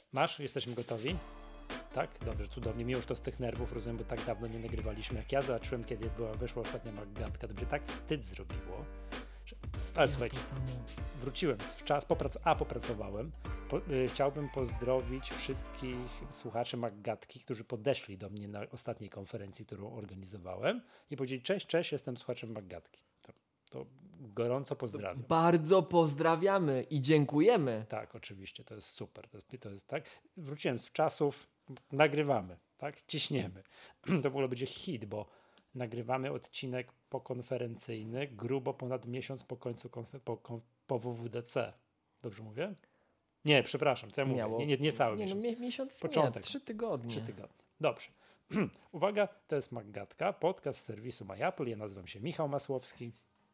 Jesteśmy gotowi? Tak? Dobrze, cudownie. Mi już to z tych nerwów, rozumiem, bo tak dawno nie nagrywaliśmy. Jak ja zobaczyłem, kiedy wyszła ostatnia Maggatka, to mi się tak wstyd zrobiło. Ale słuchajcie, wróciłem w czas, popracowałem. Chciałbym pozdrowić wszystkich słuchaczy Maggatki, którzy podeszli do mnie na ostatniej konferencji, którą organizowałem i powiedzieli: cześć, jestem słuchaczem Maggatki. To gorąco pozdrawiam. Bardzo pozdrawiamy i dziękujemy. Tak, oczywiście, to jest super. To jest tak. Wróciłem z czasów, nagrywamy, tak? Ciśniemy. To w ogóle będzie hit, bo nagrywamy odcinek pokonferencyjny grubo ponad miesiąc po końcu po WWDC. Dobrze mówię? Nie, przepraszam, co ja mówię? Nie cały miesiąc. Miesiąc początek. 3 tygodnie. 3 tygodnie. Dobrze. Uwaga, to jest Maggatka, podcast z serwisu MyApple. Ja nazywam się Michał Masłowski.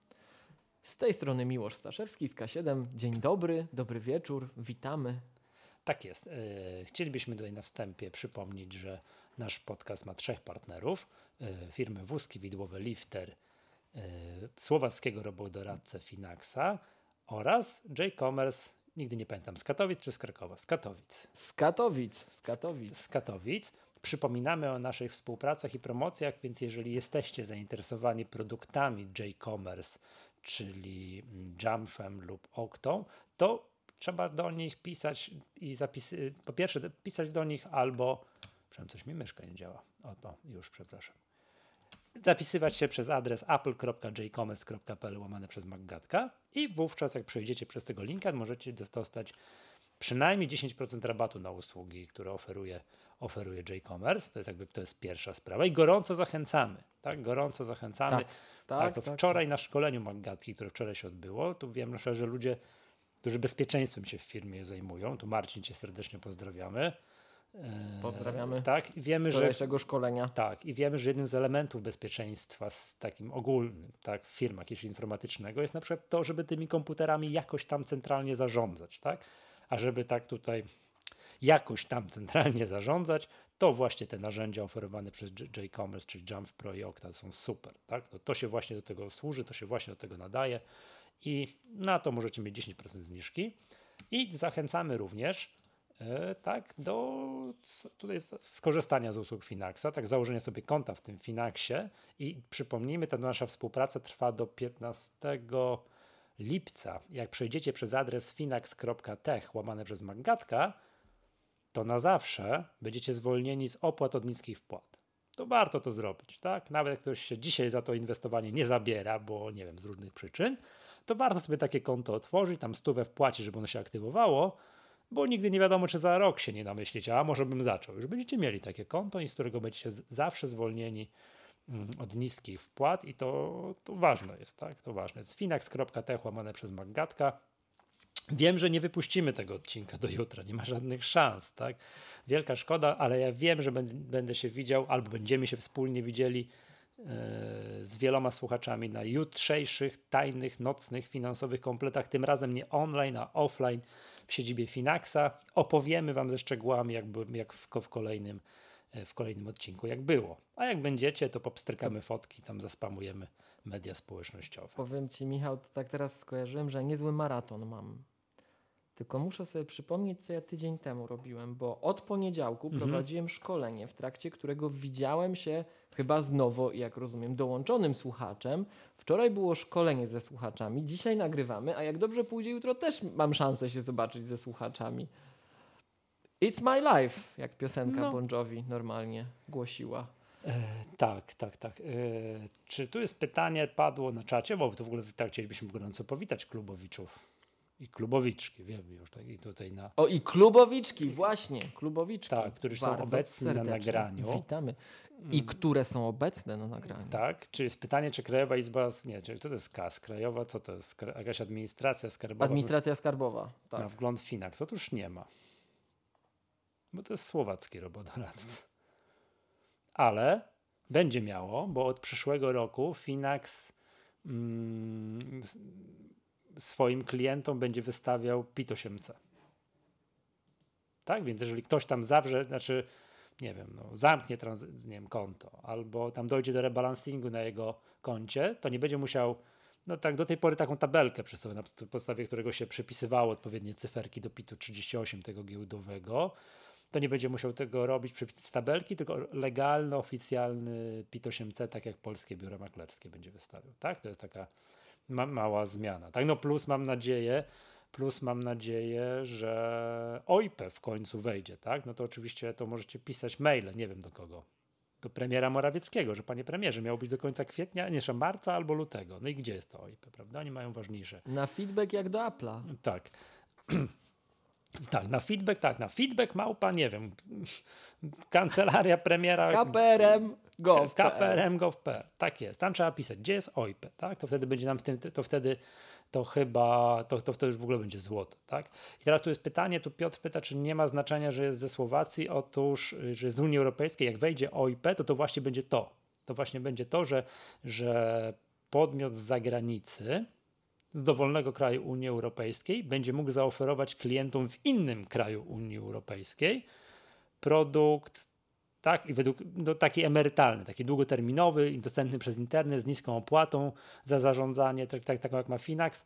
Z tej strony Miłosz Staszewski z K7. Dzień dobry, dobry wieczór, witamy. Tak jest. Chcielibyśmy tutaj na wstępie przypomnieć, że nasz podcast ma 3 partnerów. Firmy Wózki Widłowe Lifter, słowackiego robodoradcę Finaxa oraz J-Commerce, nigdy nie pamiętam, z Katowic czy z Krakowa? Z Katowic. Z Katowic. Przypominamy o naszych współpracach i promocjach, więc jeżeli jesteście zainteresowani produktami J-Commerce, czyli Jamfem lub Octą, to trzeba do nich pisać i po pierwsze pisać do nich albo, coś mi myszka nie działa, przepraszam. Zapisywać się przez adres apple.jcommerce.pl/Maggatka i wówczas jak przejdziecie przez tego linka, możecie dostać przynajmniej 10% rabatu na usługi, które oferuje J-Commerce. To jest pierwsza sprawa i gorąco zachęcamy. Tak, gorąco zachęcamy. Wczoraj na szkoleniu Maggatki, które wczoraj się odbyło, tu wiem, że ludzie, którzy bezpieczeństwem się w firmie zajmują, tu Marcin, cię serdecznie pozdrawiamy. Pozdrawiamy. Tak, i wiemy, wczorajszego szkolenia. Tak, i wiemy, że jednym z elementów bezpieczeństwa takim ogólnym, tak, w firmach informatycznego jest na przykład to, żeby tymi komputerami jakoś tam centralnie zarządzać, tak? A żeby tak tutaj jakoś tam centralnie zarządzać, to właśnie te narzędzia oferowane przez J-Commerce, czyli Jamf Pro i Octa są super. Tak? To się właśnie do tego służy, to się właśnie do tego nadaje i na to możecie mieć 10% zniżki. I zachęcamy również do tutaj skorzystania z usług Finaxa, założenia sobie konta w tym Finaxie i przypomnijmy, ta nasza współpraca trwa do 15 lipca. Jak przejdziecie przez adres finax.tech/Maggatka, to na zawsze będziecie zwolnieni z opłat od niskich wpłat. To warto to zrobić, tak? Nawet jak ktoś się dzisiaj za to inwestowanie nie zabiera, bo nie wiem, z różnych przyczyn, to warto sobie takie konto otworzyć, tam 100 wpłacić, żeby ono się aktywowało, bo nigdy nie wiadomo, czy za rok się nie namyślicie, a może bym zaczął. Już będziecie mieli takie konto i z którego będziecie zawsze zwolnieni od niskich wpłat i to ważne jest, tak? To ważne jest. finax.tech/Maggatka. Wiem, że nie wypuścimy tego odcinka do jutra, nie ma żadnych szans, tak? Wielka szkoda, ale ja wiem, że będę się widział, albo będziemy się wspólnie widzieli z wieloma słuchaczami na jutrzejszych, tajnych, nocnych, finansowych kompletach, tym razem nie online, a offline w siedzibie Finaxa. Opowiemy wam ze szczegółami, jak w kolejnym odcinku, jak było. A jak będziecie, to popstrykamy fotki, tam zaspamujemy media społecznościowe. Powiem ci, Michał, to tak teraz skojarzyłem, że niezły maraton mam. Tylko muszę sobie przypomnieć, co ja tydzień temu robiłem, bo od poniedziałku prowadziłem szkolenie, w trakcie którego widziałem się chyba z nowo, jak rozumiem, dołączonym słuchaczem. Wczoraj było szkolenie ze słuchaczami, dzisiaj nagrywamy, a jak dobrze pójdzie, jutro też mam szansę się zobaczyć ze słuchaczami. It's my life, jak piosenka Bon Jovi normalnie głosiła. Tak. Czy tu jest pytanie, padło na czacie, bo to w ogóle tak chcielibyśmy gorąco powitać klubowiczów i klubowiczki, wiem już, tak, i tutaj na... I klubowiczki, właśnie, klubowiczki. Tak, którzy są obecni na nagraniu. Witamy. I które są obecne na nagraniu. Tak, czy jest pytanie, czy Krajowa Izba, co to jest KAS, Krajowa, co to jest, jakaś administracja skarbowa? Administracja skarbowa, tak. Na wgląd Finax, otóż nie ma. Bo to jest słowacki robodoradca. Ale będzie miało, bo od przyszłego roku Finax swoim klientom będzie wystawiał PIT 8C. Tak, więc jeżeli ktoś tam zamknie konto, albo tam dojdzie do rebalansingu na jego koncie, to nie będzie musiał no tak, do tej pory taką tabelkę przy sobie, na podstawie którego się przypisywało odpowiednie cyferki do PIT-u 38 tego giełdowego. To nie będzie musiał tego robić z tabelki, tylko legalny, oficjalny PIT 8C, tak jak Polskie Biuro Maklerskie będzie wystawiał. Tak? To jest taka mała zmiana. Tak? No plus mam nadzieję, że OIP w końcu wejdzie. Tak? No to oczywiście to możecie pisać maile, nie wiem do kogo. Do premiera Morawieckiego, że panie premierze, miało być do końca kwietnia, nie marca albo lutego. No i gdzie jest to OIP, prawda? Oni mają ważniejsze. Na feedback jak do Apple'a. Tak. Na feedback małpa, nie wiem, kancelaria premiera. KPRM.gov.pl. Tak jest, tam trzeba pisać, gdzie jest OIP, tak? To wtedy będzie nam to wtedy już w ogóle będzie złoto, tak? I teraz tu jest pytanie, tu Piotr pyta, czy nie ma znaczenia, że jest ze Słowacji. Otóż, że z Unii Europejskiej, jak wejdzie OIP, to właśnie będzie to. To właśnie będzie to, że podmiot z zagranicy, z dowolnego kraju Unii Europejskiej będzie mógł zaoferować klientom w innym kraju Unii Europejskiej produkt, tak, i taki emerytalny, taki długoterminowy, dostępny przez internet z niską opłatą za zarządzanie, taką jak ma Finax.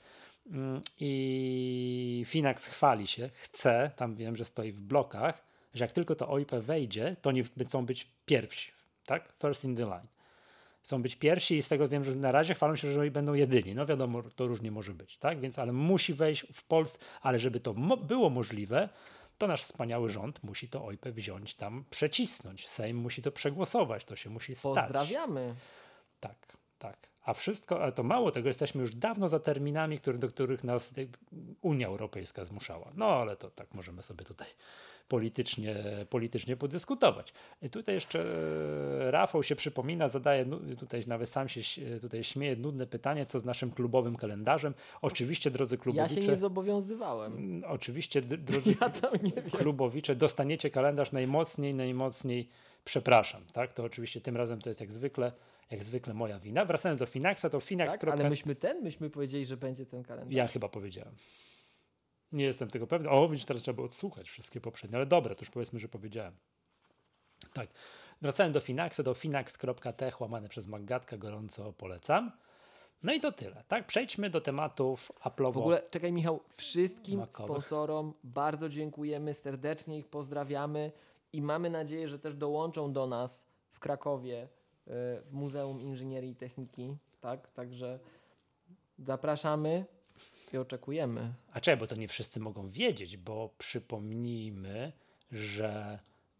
I Finax chwali się, chce, tam wiem, że stoi w blokach, że jak tylko to OIP wejdzie, to oni chcą być pierwsi, tak? First in the line. Chcą być pierwsi i z tego wiem, że na razie chwalą się, że oni będą jedyni. No wiadomo, to różnie może być, tak? Więc, ale musi wejść w Polsce, ale żeby to było możliwe, to nasz wspaniały rząd musi to OIP wziąć tam, przecisnąć. Sejm musi to przegłosować, to się musi stać. Pozdrawiamy. Tak. A wszystko, ale to mało tego, jesteśmy już dawno za terminami, do których nas Unia Europejska zmuszała. No ale to tak możemy sobie tutaj politycznie podyskutować. I tutaj jeszcze Rafał się przypomina, zadaje, tutaj nawet sam się tutaj śmieje, nudne pytanie, co z naszym klubowym kalendarzem. Oczywiście, drodzy klubowicze... Ja się nie zobowiązywałem. Oczywiście, drodzy klubowicze, dostaniecie kalendarz najmocniej przepraszam. Tak? To oczywiście tym razem to jest jak zwykle moja wina. Wracając do Finaxa, to Finax. Tak, ale myśmy powiedzieli, że będzie ten kalendarz. Ja chyba powiedziałem. Nie jestem tego pewny. O, widzisz, teraz trzeba było odsłuchać wszystkie poprzednie, ale dobra, to już powiedzmy, że powiedziałem. Tak. Wracając do Finaxa, do finax.tech /Maggatka, gorąco polecam. No i to tyle, tak? Przejdźmy do tematów Apple'owo. W ogóle, czekaj Michał, wszystkim sponsorom bardzo dziękujemy, serdecznie ich pozdrawiamy i mamy nadzieję, że też dołączą do nas w Krakowie w Muzeum Inżynierii i Techniki, tak? Także zapraszamy i oczekujemy. A czekaj, bo to nie wszyscy mogą wiedzieć, bo przypomnijmy, że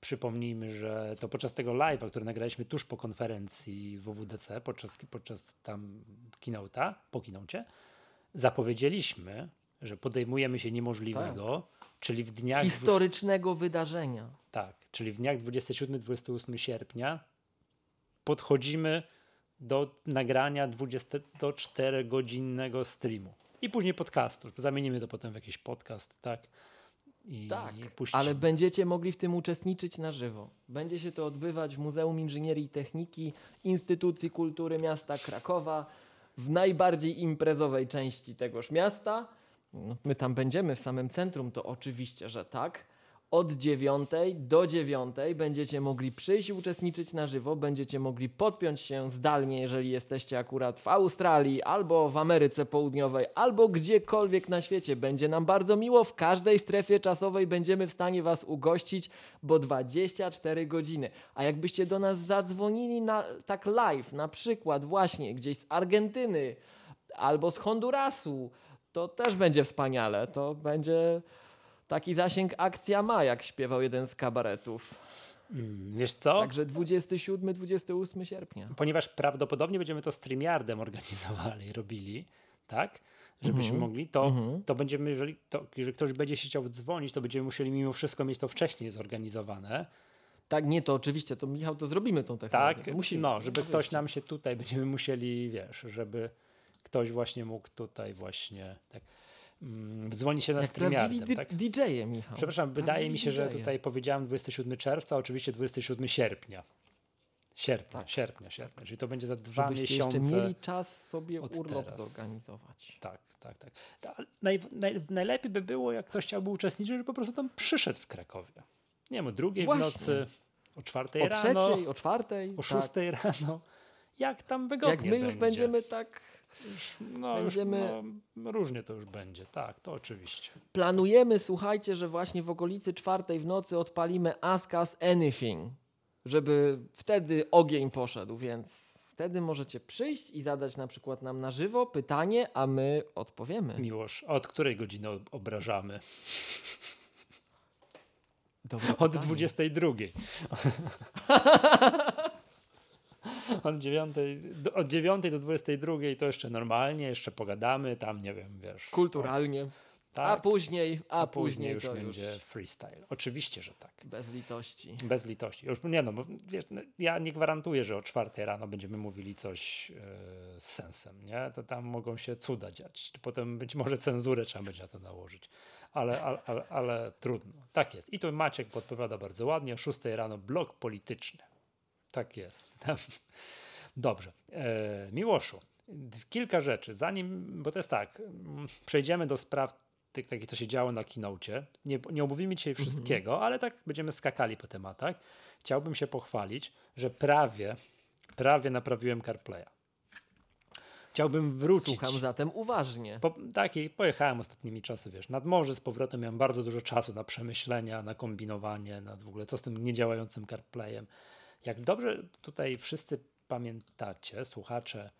to podczas tego live'a, który nagraliśmy tuż po konferencji WWDC, podczas tam keynote'a, po keynote'cie, zapowiedzieliśmy, że podejmujemy się niemożliwego, czyli w dniach... historycznego wydarzenia. Tak, czyli w dniach 27-28 sierpnia podchodzimy do nagrania 24-godzinnego streamu. I później podcastu. Zamienimy to potem w jakiś podcast, tak? Ale będziecie mogli w tym uczestniczyć na żywo. Będzie się to odbywać w Muzeum Inżynierii i Techniki Instytucji Kultury Miasta Krakowa, w najbardziej imprezowej części tegoż miasta. No, my tam będziemy w samym centrum, to oczywiście, że tak. Od 9 do 9 będziecie mogli przyjść i uczestniczyć na żywo, będziecie mogli podpiąć się zdalnie, jeżeli jesteście akurat w Australii, albo w Ameryce Południowej, albo gdziekolwiek na świecie. Będzie nam bardzo miło, w każdej strefie czasowej będziemy w stanie was ugościć, bo 24 godziny. A jakbyście do nas zadzwonili tak live, na przykład właśnie gdzieś z Argentyny, albo z Hondurasu, to też będzie wspaniale. To będzie... Taki zasięg akcja ma, jak śpiewał jeden z kabaretów. Wiesz co? Także 27-28 sierpnia. Ponieważ prawdopodobnie będziemy to StreamYardem robili, tak? Żebyśmy mogli, to będziemy, jeżeli ktoś będzie się chciał dzwonić, to będziemy musieli mimo wszystko mieć to wcześniej zorganizowane. Tak, nie, to oczywiście, to Michał, to zrobimy tą technologię. Tak, musimy, żeby ktoś nam się tutaj, będziemy musieli, żeby ktoś właśnie mógł tutaj właśnie, tak. Dzwoni się na StreamYardem, tak? DJ-e, Michał. Przepraszam, wydaje mi się, że tutaj powiedziałem 27 czerwca, oczywiście 27 sierpnia. Sierpnia. Czyli to będzie za 2 miesiące. Żebyście jeszcze mieli czas sobie urlop zorganizować. Tak. Najlepiej by było, jak ktoś chciałby uczestniczyć, żeby po prostu tam przyszedł w Krakowie. Nie wiem, o 2 w nocy, o 4 rano. O 3, o 4. O 6 rano. Jak tam wygodnie Jak my już będziemy tak Różnie to już będzie, tak, to oczywiście. Planujemy, słuchajcie, że właśnie w okolicy 4 w nocy odpalimy Ask Us Anything, żeby wtedy ogień poszedł, więc wtedy możecie przyjść i zadać na przykład nam na żywo pytanie, a my odpowiemy. Miłosz, od której godziny obrażamy? Dobre Od pytanie. 22. Od 9 do 22 to jeszcze normalnie, jeszcze pogadamy, tam nie wiem, wiesz. Kulturalnie. Tak. A później już to będzie freestyle. Oczywiście, że tak. bez litości. Bez litości. Już nie no, bo wiesz, ja nie gwarantuję, że o 4 rano będziemy mówili coś z sensem, nie? To tam mogą się cuda dziać. Potem być może cenzurę trzeba będzie na to nałożyć. Ale trudno. Tak jest. I tu Maciek podpowiada bardzo ładnie. O 6 rano blok polityczny. Tak jest. Dobrze. Miłoszu, kilka rzeczy. Bo to jest tak, przejdziemy do spraw takich, co się działo na keynocie. Nie omówimy dzisiaj wszystkiego, ale tak będziemy skakali po tematach. Chciałbym się pochwalić, że prawie naprawiłem CarPlaya. Chciałbym wrócić. Słucham zatem uważnie. Pojechałem ostatnimi czasy, wiesz, nad morze z powrotem, miałem bardzo dużo czasu na przemyślenia, na kombinowanie, na w ogóle co z tym niedziałającym CarPlayem. Jak dobrze tutaj wszyscy pamiętacie, słuchacze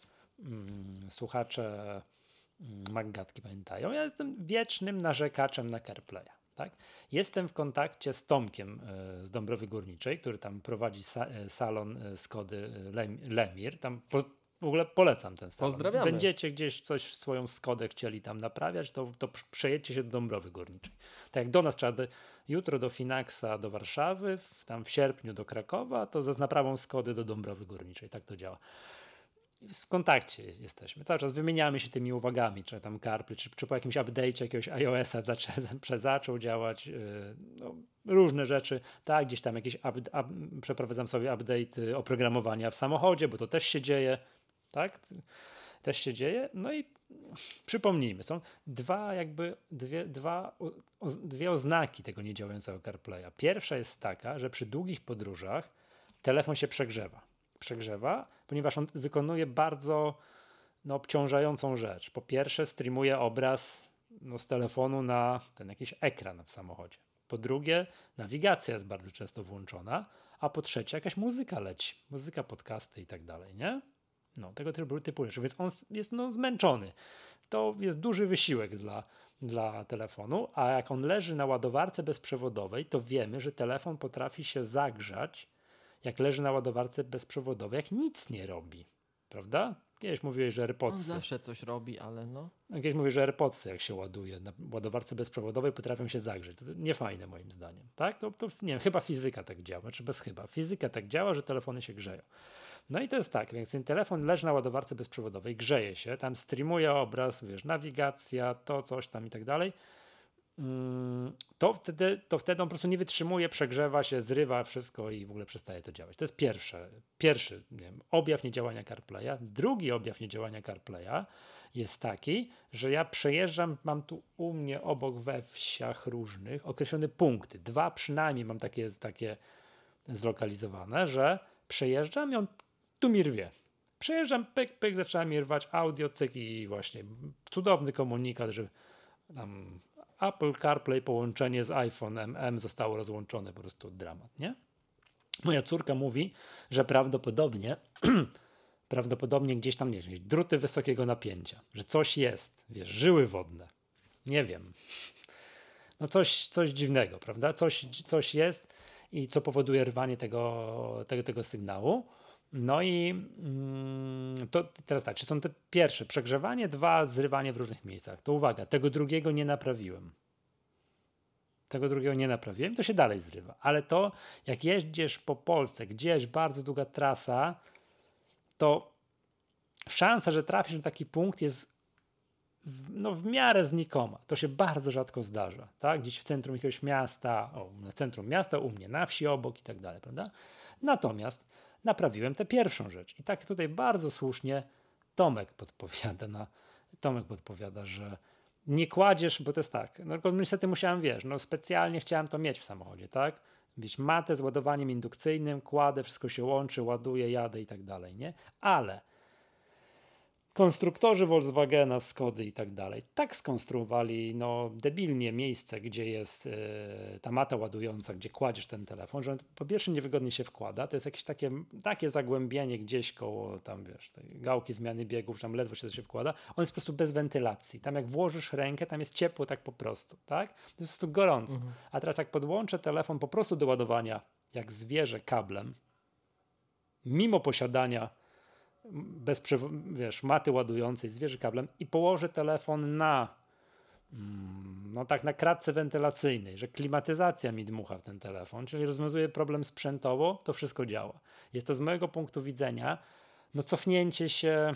Maggatki pamiętają, ja jestem wiecznym narzekaczem na CarPlaya. Tak? Jestem w kontakcie z Tomkiem z Dąbrowy Górniczej, który tam prowadzi salon Skody Lemir. Tam w ogóle polecam ten salon. Pozdrawiamy. Będziecie gdzieś coś swoją Skodę chcieli tam naprawiać, to przejedźcie się do Dąbrowy Górniczej. Tak jak do nas trzeba jutro do Finaxa do Warszawy, tam w sierpniu do Krakowa, to z naprawą Skody do Dąbrowy Górniczej. Tak to działa. W kontakcie jesteśmy. Cały czas wymieniamy się tymi uwagami, czy tam CarPlay, czy po jakimś update'cie jakiegoś iOS-a zaczął działać, różne rzeczy. Tak, gdzieś tam jakieś przeprowadzam sobie update oprogramowania w samochodzie, bo to też się dzieje. Tak? Też się dzieje. No i przypomnijmy, są dwie oznaki tego niedziałającego CarPlaya. Pierwsza jest taka, że przy długich podróżach telefon się przegrzewa, ponieważ on wykonuje bardzo obciążającą rzecz. Po pierwsze streamuje obraz z telefonu na ten jakiś ekran w samochodzie. Po drugie nawigacja jest bardzo często włączona, a po trzecie jakaś muzyka leci. Muzyka, podcasty i tak dalej, nie? Tego typu rzeczy, więc on jest zmęczony. To jest duży wysiłek dla telefonu, a jak on leży na ładowarce bezprzewodowej, to wiemy, że telefon potrafi się zagrzać, jak leży na ładowarce bezprzewodowej, jak nic nie robi, prawda? Kiedyś mówiłeś, że AirPodsy. On zawsze coś robi, ale Kiedyś mówiłeś, że AirPodsy, jak się ładuje na ładowarce bezprzewodowej, potrafią się zagrzeć. To niefajne moim zdaniem, tak? To nie wiem, chyba fizyka tak działa, czy bez chyba. Fizyka tak działa, że telefony się grzeją. No i to jest tak, więc ten telefon leży na ładowarce bezprzewodowej, grzeje się, tam streamuje obraz, wiesz, nawigacja, to coś tam i tak dalej. To wtedy on po prostu nie wytrzymuje, przegrzewa się, zrywa wszystko i w ogóle przestaje to działać. To jest pierwszy objaw niedziałania CarPlaya. Drugi objaw niedziałania CarPlaya jest taki, że ja przejeżdżam, mam tu u mnie obok we wsiach różnych określone punkty. 2 przynajmniej mam takie zlokalizowane, że przejeżdżam i on tu mi rwie. Przejeżdżam, pyk, zaczyna mi rwać audio, cyk i właśnie cudowny komunikat, że tam Apple CarPlay połączenie z iPhone MM zostało rozłączone, po prostu dramat, nie? Moja córka mówi, że prawdopodobnie gdzieś tam, nie wiem, druty wysokiego napięcia, że coś jest, wiesz, żyły wodne, nie wiem, coś dziwnego, prawda? Coś jest i co powoduje rwanie tego sygnału. No i to teraz tak, czy są te pierwsze przegrzewanie, 2 zrywanie w różnych miejscach. To uwaga, tego drugiego nie naprawiłem. To się dalej zrywa. Ale to, jak jeździsz po Polsce, gdzieś bardzo długa trasa, to szansa, że trafisz na taki punkt jest w miarę znikoma. To się bardzo rzadko zdarza. Tak? Gdzieś w centrum jakiegoś miasta, na centrum miasta, u mnie na wsi obok i tak dalej, prawda? Natomiast naprawiłem tę pierwszą rzecz. I tak tutaj bardzo słusznie Tomek podpowiada, że nie kładziesz, bo to jest tak, niestety musiałem, specjalnie chciałem to mieć w samochodzie, tak? Mieć matę z ładowaniem indukcyjnym, kładę, wszystko się łączy, ładuję, jadę i tak dalej, nie? Ale konstruktorzy Volkswagena, Skody i tak dalej tak skonstruowali debilnie miejsce, gdzie jest ta mata ładująca, gdzie kładziesz ten telefon, że on po pierwsze niewygodnie się wkłada, to jest jakieś takie zagłębienie gdzieś koło tam, wiesz, tej gałki zmiany biegów, tam ledwo się wkłada, on jest po prostu bez wentylacji. Tam jak włożysz rękę, tam jest ciepło tak po prostu, tak? To jest tu gorąco. A teraz jak podłączę telefon po prostu do ładowania, jak zwierzę kablem, mimo posiadania maty ładującej, zwierzy kablem i położę telefon na kratce wentylacyjnej, że klimatyzacja mi dmucha w ten telefon, czyli rozwiązuje problem sprzętowo, to wszystko działa. Jest to z mojego punktu widzenia cofnięcie się,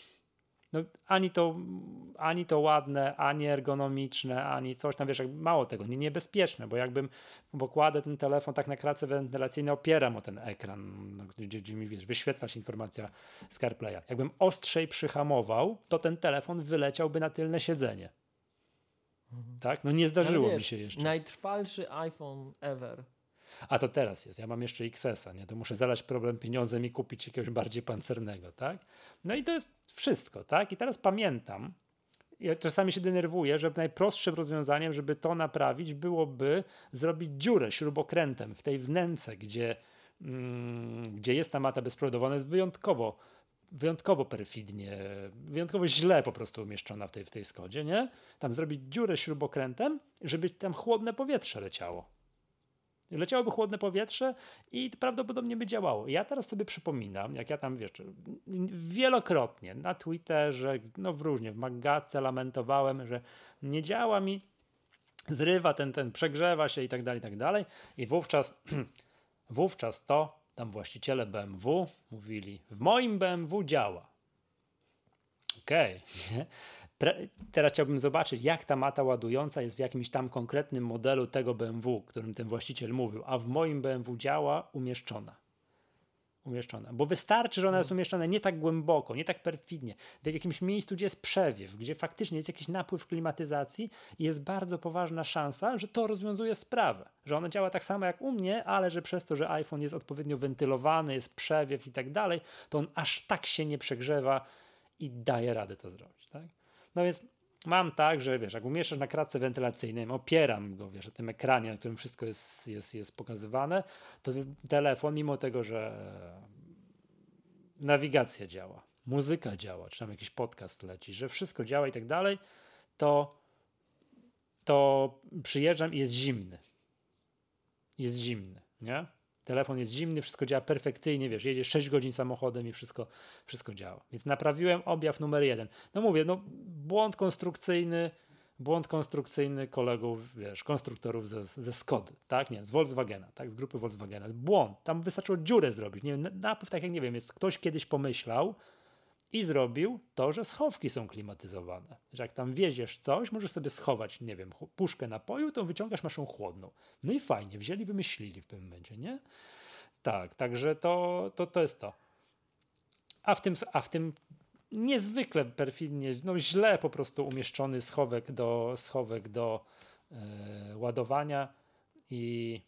ani to ładne, ani ergonomiczne, ani coś tam, mało tego, niebezpieczne, bo kładę ten telefon tak na kratce wentylacyjnej, opieram o ten ekran, gdzie mi, wyświetla się informacja z CarPlaya. Jakbym ostrzej przyhamował, to ten telefon wyleciałby na tylne siedzenie. Tak? Nie zdarzyło mi się jeszcze. Najtrwalszy iPhone ever. A to teraz jest. Ja mam jeszcze XS-a, nie? To muszę zalać problem pieniądzem i kupić jakiegoś bardziej pancernego, tak? I to jest wszystko, tak? I teraz pamiętam, ja czasami się denerwuję, że najprostszym rozwiązaniem, żeby to naprawić, byłoby zrobić dziurę śrubokrętem w tej wnęce, gdzie jest ta mata bezprzewodowa. Ona jest wyjątkowo perfidnie, wyjątkowo źle po prostu umieszczona w tej Skodzie, nie? Tam zrobić dziurę śrubokrętem, żeby tam chłodne powietrze leciało. Leciałoby chłodne powietrze i prawdopodobnie by działało. Ja teraz sobie przypominam, jak ja tam, wielokrotnie na Twitterze, różnie, w Maggatce lamentowałem, że nie działa mi, zrywa ten przegrzewa się i tak dalej. I wówczas to tam właściciele BMW mówili, w moim BMW działa. Okej. Teraz chciałbym zobaczyć, jak ta mata ładująca jest w jakimś tam konkretnym modelu tego BMW, którym ten właściciel mówił, a w moim BMW działa umieszczona. Bo wystarczy, że ona jest umieszczona nie tak głęboko, nie tak perfidnie, w jakimś miejscu, gdzie jest przewiew, gdzie faktycznie jest jakiś napływ klimatyzacji i jest bardzo poważna szansa, że to rozwiązuje sprawę. Że ona działa tak samo jak u mnie, ale że przez to, że iPhone jest odpowiednio wentylowany, jest przewiew i tak dalej, to on aż tak się nie przegrzewa i daje radę to zrobić, tak? Więc mam tak, że jak umieszczasz na kratce wentylacyjnej, opieram go, o tym ekranie, na którym wszystko jest pokazywane, to telefon, mimo tego, że nawigacja działa, muzyka działa, czy tam jakiś podcast leci, że wszystko działa i tak dalej, to przyjeżdżam i jest zimny. Jest zimny, nie? Telefon jest zimny, wszystko działa perfekcyjnie, jedziesz 6 godzin samochodem i wszystko działa. Więc naprawiłem objaw numer 1. Mówię, błąd konstrukcyjny kolegów, konstruktorów ze Skody, tak? Nie wiem, z Volkswagena, tak? Z grupy Volkswagena. Błąd. Tam wystarczyło dziurę zrobić. Nie wiem, napływ, tak jak nie wiem, ktoś kiedyś pomyślał i zrobił to, że schowki są klimatyzowane. Że jak tam wieziesz coś, możesz sobie schować, nie wiem, puszkę napoju, to wyciągasz, masz ją chłodną. I fajnie, wymyślili w tym momencie, nie? Tak, także to jest to. A w tym niezwykle perfidnie, źle po prostu umieszczony schowek do ładowania i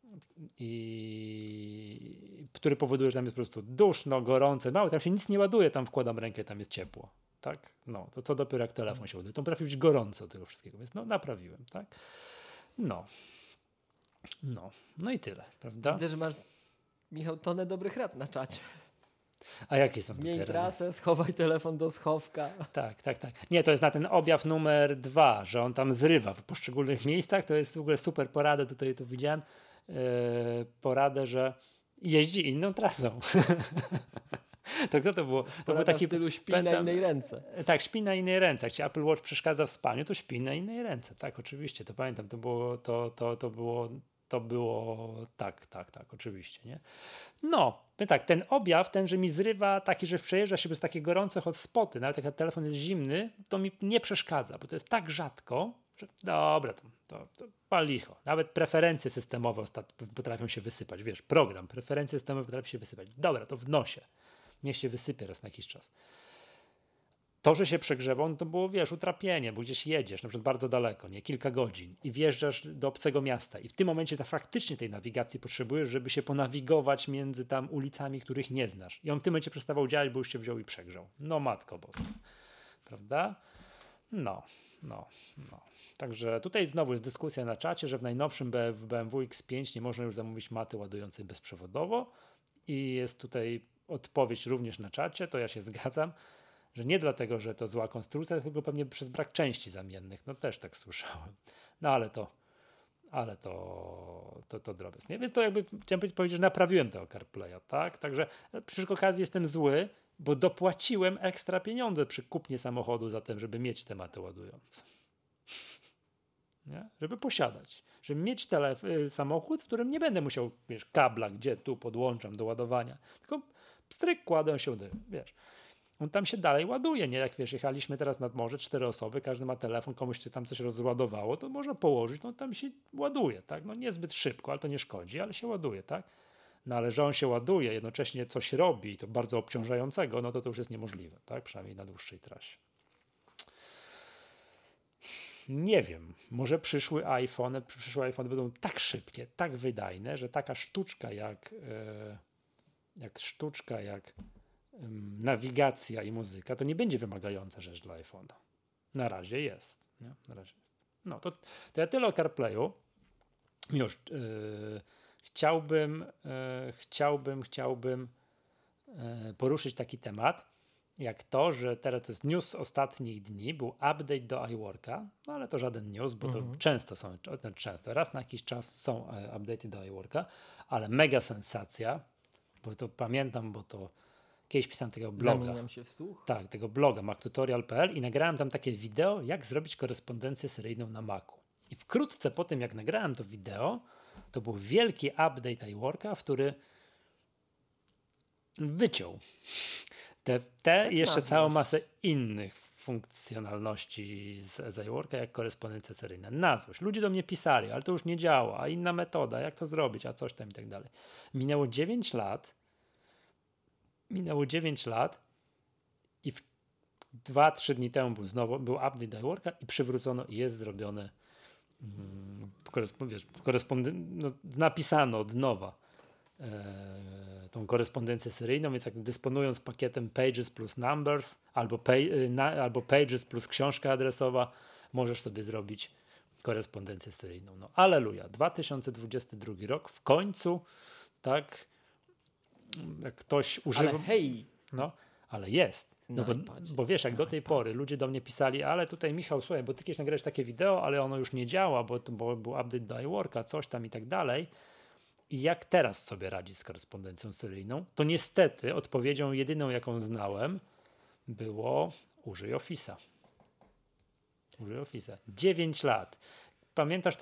który powoduje, że tam jest po prostu duszno, gorące, mało, tam się nic nie ładuje, tam wkładam rękę, tam jest ciepło, tak? To co dopiero jak telefon się ładuje, to potrafi być gorąco tego wszystkiego, więc naprawiłem, tak? No i tyle, prawda? Widzę, że masz, Michał, tonę dobrych rad na czacie. A jakie są Zmień trasę, schowaj telefon do schowka. Tak. Nie, to jest na ten objaw numer 2, że on tam zrywa w poszczególnych miejscach, to jest w ogóle super porada, tutaj to widziałem, poradę, że jeździ inną trasą. To kto to było? To był taki w stylu śpi na innej ręce. Tak, śpi na innej ręce. Jak ci Apple Watch przeszkadza w spaniu, to śpi na innej ręce. Tak, oczywiście, to pamiętam. To było tak, oczywiście, nie? Tak, ten objaw, że mi zrywa taki, że przejeżdża się bez takie gorące hotspoty, nawet jak telefon jest zimny, to mi nie przeszkadza, bo to jest tak rzadko, że dobra, to pal licho. Nawet preferencje systemowe potrafią się wysypać, program, preferencje systemowe potrafią się wysypać. Dobra, to w nosie. Niech się wysypie raz na jakiś czas. To, że się przegrzewał, no to było, wiesz, utrapienie, bo gdzieś jedziesz, na przykład bardzo daleko, nie, kilka godzin i wjeżdżasz do obcego miasta i w tym momencie faktycznie tej nawigacji potrzebujesz, żeby się ponawigować między tam ulicami, których nie znasz. I on w tym momencie przestawał działać, bo już się wziął i przegrzał. No matko boska, prawda? No. Także tutaj znowu jest dyskusja na czacie, że w najnowszym BMW X5 nie można już zamówić maty ładującej bezprzewodowo i jest tutaj odpowiedź również na czacie, to ja się zgadzam, że nie dlatego, że to zła konstrukcja, tylko pewnie przez brak części zamiennych. No też tak słyszałem. No ale to drobiazg. Nie? Więc to jakby chciałem powiedzieć, że naprawiłem tego CarPlaya, tak? Także przy okazji jestem zły, bo dopłaciłem ekstra pieniądze przy kupnie samochodu za tym, żeby mieć tematy ładujące. Nie? Żeby posiadać. Żeby mieć samochód, w którym nie będę musiał, wiesz, kabla, gdzie tu podłączam do ładowania. Tylko stryk kładę się, wiesz. On tam się dalej ładuje, nie? Jak wiesz, jechaliśmy teraz nad morze, 4 osoby, każdy ma telefon, komuś się tam coś rozładowało, to można położyć, no tam się ładuje, tak? No niezbyt szybko, ale to nie szkodzi, ale się ładuje, tak? No ale że on się ładuje, jednocześnie coś robi, to bardzo obciążającego, no to już jest niemożliwe, tak? Przynajmniej na dłuższej trasie. Nie wiem, może przyszłe iPhony będą tak szybkie, tak wydajne, że taka sztuczka jak nawigacja i muzyka, to nie będzie wymagająca rzecz dla iPhone'a. Na razie jest. Nie? Na razie jest. No to ja tyle o CarPlayu. Już chciałbym poruszyć taki temat, jak to, że teraz to jest news z ostatnich dni, był update do iWorka, no ale to żaden news, bo to często, raz na jakiś czas są update'y do iWorka, ale mega sensacja, bo to pamiętam, bo to kiedyś pisałem tego bloga. Zamieniam się w słuch. Tak, tego bloga mactutorial.pl i nagrałem tam takie wideo, jak zrobić korespondencję seryjną na Macu. I wkrótce po tym, jak nagrałem to wideo, to był wielki update iWorka, który wyciął te i jeszcze całą masę innych funkcjonalności z iWorka, jak korespondencja seryjna. Na złość. Ludzie do mnie pisali, ale to już nie działa, a inna metoda, jak to zrobić, a coś tam i tak dalej. Minęło 9 lat i 2-3 dni temu był update do iWorka i przywrócono i jest zrobione napisano od nowa tą korespondencję seryjną, więc jak dysponując pakietem Pages plus Numbers albo Pages plus książka adresowa, możesz sobie zrobić korespondencję seryjną. No aleluja, 2022 rok w końcu, tak, jak ktoś używa... Ale hej! No, ale jest. No bo wiesz, jak do tej pory ludzie do mnie pisali, ale tutaj Michał, słuchaj, bo ty kiedyś nagrałeś takie wideo, ale ono już nie działa, bo był update do iWorka, coś tam i tak dalej. I jak teraz sobie radzi z korespondencją seryjną? To niestety odpowiedzią jedyną, jaką znałem, było użyj Office'a. Użyj Office'a. 9 lat. Pamiętasz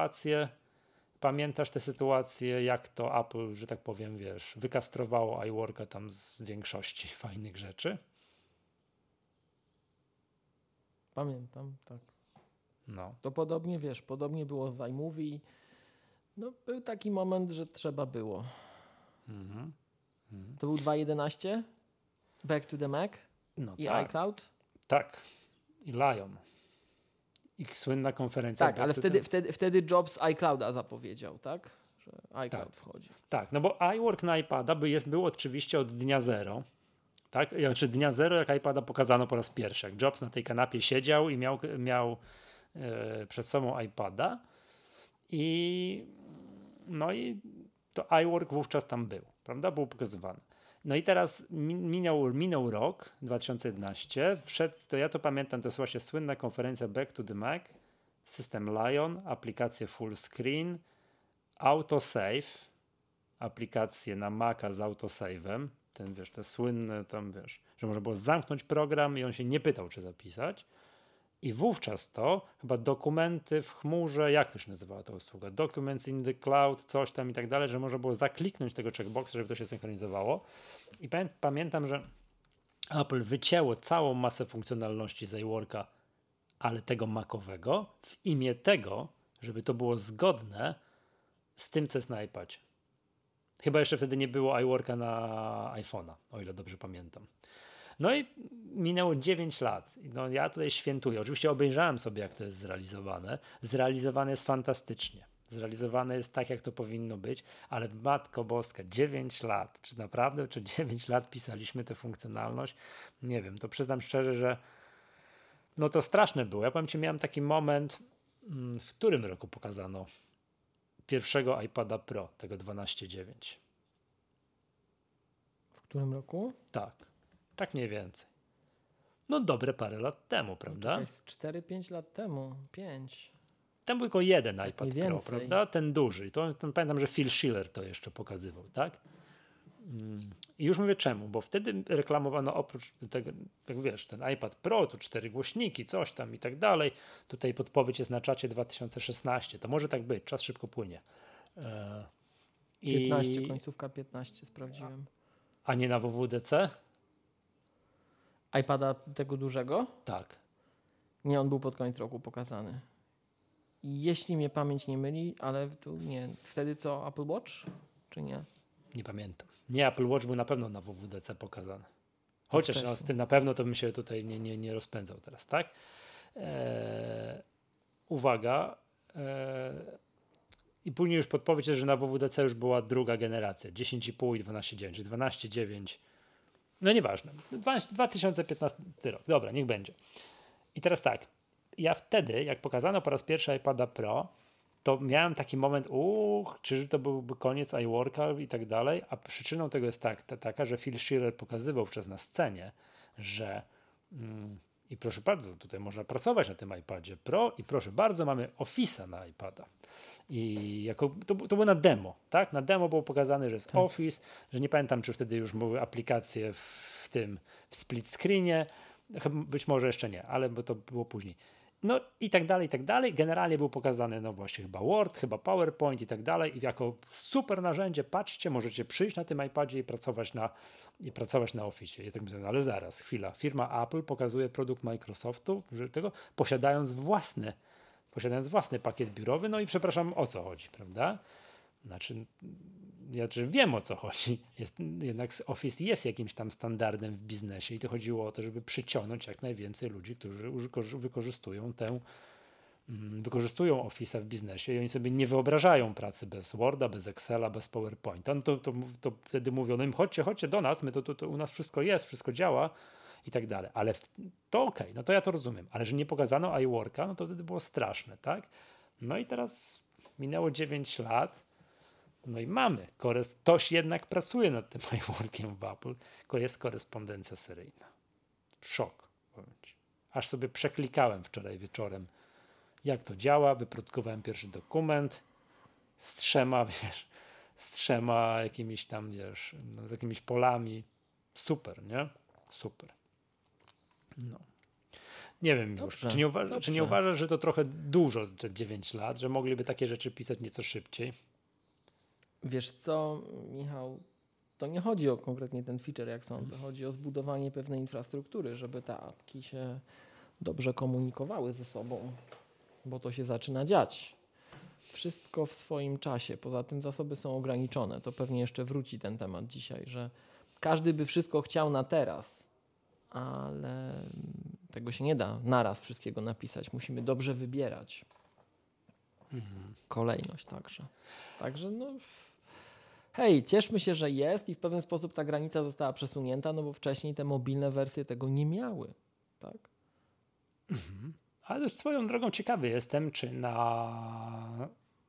tę sytuację, jak to Apple, że tak powiem, wiesz, wykastrowało iWorka tam z większości fajnych rzeczy? Pamiętam, tak. No. To podobnie było z iMovie. No, był taki moment, że trzeba było. To był 2.11? Back to the Mac? No I tak. iCloud? Tak. I Lion. Ich słynna konferencja. Tak, ale wtedy Jobs iClouda zapowiedział, tak? Że iCloud wchodzi. Tak, no bo iWork na iPada był oczywiście od dnia zero. Tak? Znaczy dnia zero, jak iPada pokazano po raz pierwszy. Jak Jobs na tej kanapie siedział i miał przed sobą iPada i to iWork wówczas tam był, prawda? Był pokazywany. No i teraz minął rok, 2011, ja to pamiętam, to jest właśnie słynna konferencja Back to the Mac, system Lion, aplikacje full screen, autosave, aplikacje na Maca z autosave'em, te słynne tam, że można było zamknąć program i on się nie pytał, czy zapisać. I wówczas to chyba dokumenty w chmurze, jak to się nazywała ta usługa? Documents in the cloud, coś tam i tak dalej, że można było zakliknąć tego checkboxa, żeby to się synchronizowało. I pamiętam, że Apple wycięło całą masę funkcjonalności z iWorka, ale tego macowego, w imię tego, żeby to było zgodne z tym, co jest na iPadzie. Chyba jeszcze wtedy nie było iWorka na iPhone'a, o ile dobrze pamiętam. No i minęło 9 lat. No ja tutaj świętuję. Oczywiście obejrzałem sobie, jak to jest zrealizowane. Zrealizowane jest fantastycznie. Zrealizowane jest tak, jak to powinno być, ale Matko Boska, 9 lat. Czy naprawdę, czy 9 lat pisaliśmy tę funkcjonalność? Nie wiem, to przyznam szczerze, że no to straszne było. Ja powiem ci, miałem taki moment, w którym roku pokazano pierwszego iPada Pro, tego 12.9. W którym roku? Tak mniej więcej. No dobre parę lat temu, prawda? To jest 4-5 lat temu, 5. Tam był tylko jeden iPad nie Pro, więcej. prawda? Ten duży. I to pamiętam, że Phil Schiller to jeszcze pokazywał, tak? I już mówię czemu, bo wtedy reklamowano oprócz tego, jak wiesz, ten iPad Pro, tu 4 głośniki, coś tam i tak dalej. Tutaj podpowiedź jest na czacie 2016. To może tak być, czas szybko płynie. 15, końcówka 15 sprawdziłem. A nie na WWDC? iPada tego dużego? Tak. Nie, on był pod koniec roku pokazany. Jeśli mnie pamięć nie myli, ale tu nie. Wtedy co, Apple Watch? Czy nie? Nie pamiętam. Nie, Apple Watch był na pewno na WWDC pokazany. Chociaż no, z tym na pewno to bym się tutaj nie rozpędzał teraz, tak? Uwaga. I później już podpowiedź jest, że na WWDC już była druga generacja. 10,5 i 12,9. Czyli 12,9. No nieważne. 2015 rok. Dobra, niech będzie. I teraz tak. Ja wtedy, jak pokazano po raz pierwszy iPada Pro, to miałem taki moment, czyż to byłby koniec iWorka i tak dalej, a przyczyną tego jest taka, że Phil Schiller pokazywał wówczas na scenie, że i proszę bardzo, tutaj można pracować na tym iPadzie Pro i proszę bardzo, mamy Office'a na iPada. I to było na demo, tak? Na demo było pokazane, że jest Office, że nie pamiętam, czy wtedy już były aplikacje w split screenie, być może jeszcze nie, ale bo to było później. No i tak dalej, i tak dalej. Generalnie był pokazany, no właśnie chyba Word, chyba PowerPoint i tak dalej. I jako super narzędzie, patrzcie, możecie przyjść na tym iPadzie i pracować na Office. Ja tak myślę, no ale zaraz, chwila. Firma Apple pokazuje produkt Microsoftu, posiadając własny pakiet biurowy. No i przepraszam, o co chodzi, prawda? Znaczy wiem, o co chodzi. Jednak Office jest jakimś tam standardem w biznesie i to chodziło o to, żeby przyciągnąć jak najwięcej ludzi, którzy wykorzystują Office'a w biznesie i oni sobie nie wyobrażają pracy bez Worda, bez Excela, bez PowerPointa. No to wtedy mówią, no im chodźcie do nas, to u nas wszystko jest, wszystko działa i tak dalej. Ale to okej, no to ja to rozumiem. Ale że nie pokazano iWorka, no to wtedy było straszne, tak? No i teraz minęło 9 lat. No i mamy. Ktoś jednak pracuje nad tym iWorkiem w Apple. Jest korespondencja seryjna. Szok. Powiem ci. Aż sobie przeklikałem wczoraj wieczorem, jak to działa. Wyprodukowałem pierwszy dokument z trzema jakimiś tam, z jakimiś polami. Super, nie? Super. No. Nie wiem już, czy nie uważasz, że to trochę dużo te 9 lat, że mogliby takie rzeczy pisać nieco szybciej? Wiesz co, Michał, to nie chodzi o konkretnie ten feature, jak sądzę. Chodzi o zbudowanie pewnej infrastruktury, żeby te apki się dobrze komunikowały ze sobą, bo to się zaczyna dziać. Wszystko w swoim czasie. Poza tym zasoby są ograniczone. To pewnie jeszcze wróci ten temat dzisiaj, że każdy by wszystko chciał na teraz, ale tego się nie da naraz wszystkiego napisać. Musimy dobrze wybierać. Kolejność także. Także no... Hej, cieszmy się, że jest i w pewien sposób ta granica została przesunięta, no bo wcześniej te mobilne wersje tego nie miały, tak? Ale swoją drogą ciekawy jestem, czy na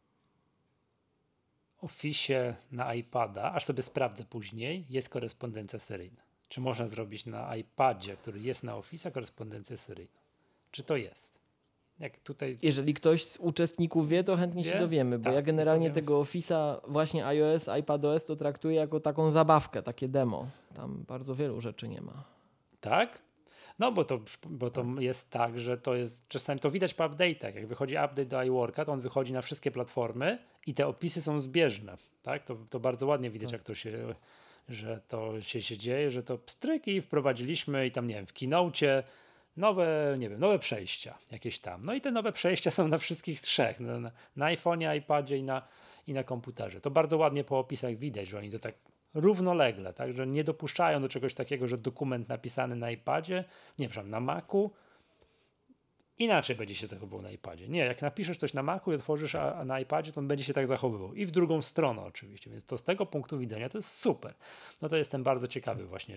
Office, na iPada, aż sobie sprawdzę później, jest korespondencja seryjna. Czy można zrobić na iPadzie, który jest na Office'a, korespondencję seryjną? Czy to jest? Jak tutaj... Jeżeli ktoś z uczestników wie, to chętnie się dowiemy, bo ja generalnie tego Office'a, właśnie iOS, iPadOS to traktuję jako taką zabawkę, takie demo. Tam bardzo wielu rzeczy nie ma. Tak? No bo to jest tak, że to jest, czasami to widać po update'ach. Jak wychodzi update do iWorka, to on wychodzi na wszystkie platformy i te opisy są zbieżne. Tak? To bardzo ładnie widać, jak to się, że to się dzieje, że to pstryk i wprowadziliśmy i tam, nie wiem, w Keynote'cie nowe przejścia jakieś tam. No i te nowe przejścia są na wszystkich trzech. Na iPhone'ie, iPadzie i na komputerze. To bardzo ładnie po opisach widać, że oni to tak równolegle, tak, że nie dopuszczają do czegoś takiego, że dokument napisany na iPadzie, nie, przepraszam, na Macu inaczej będzie się zachowywał na iPadzie. Nie, jak napiszesz coś na Macu i otworzysz na iPadzie, to on będzie się tak zachowywał. I w drugą stronę oczywiście, więc to z tego punktu widzenia to jest super. No to jestem bardzo ciekawy właśnie,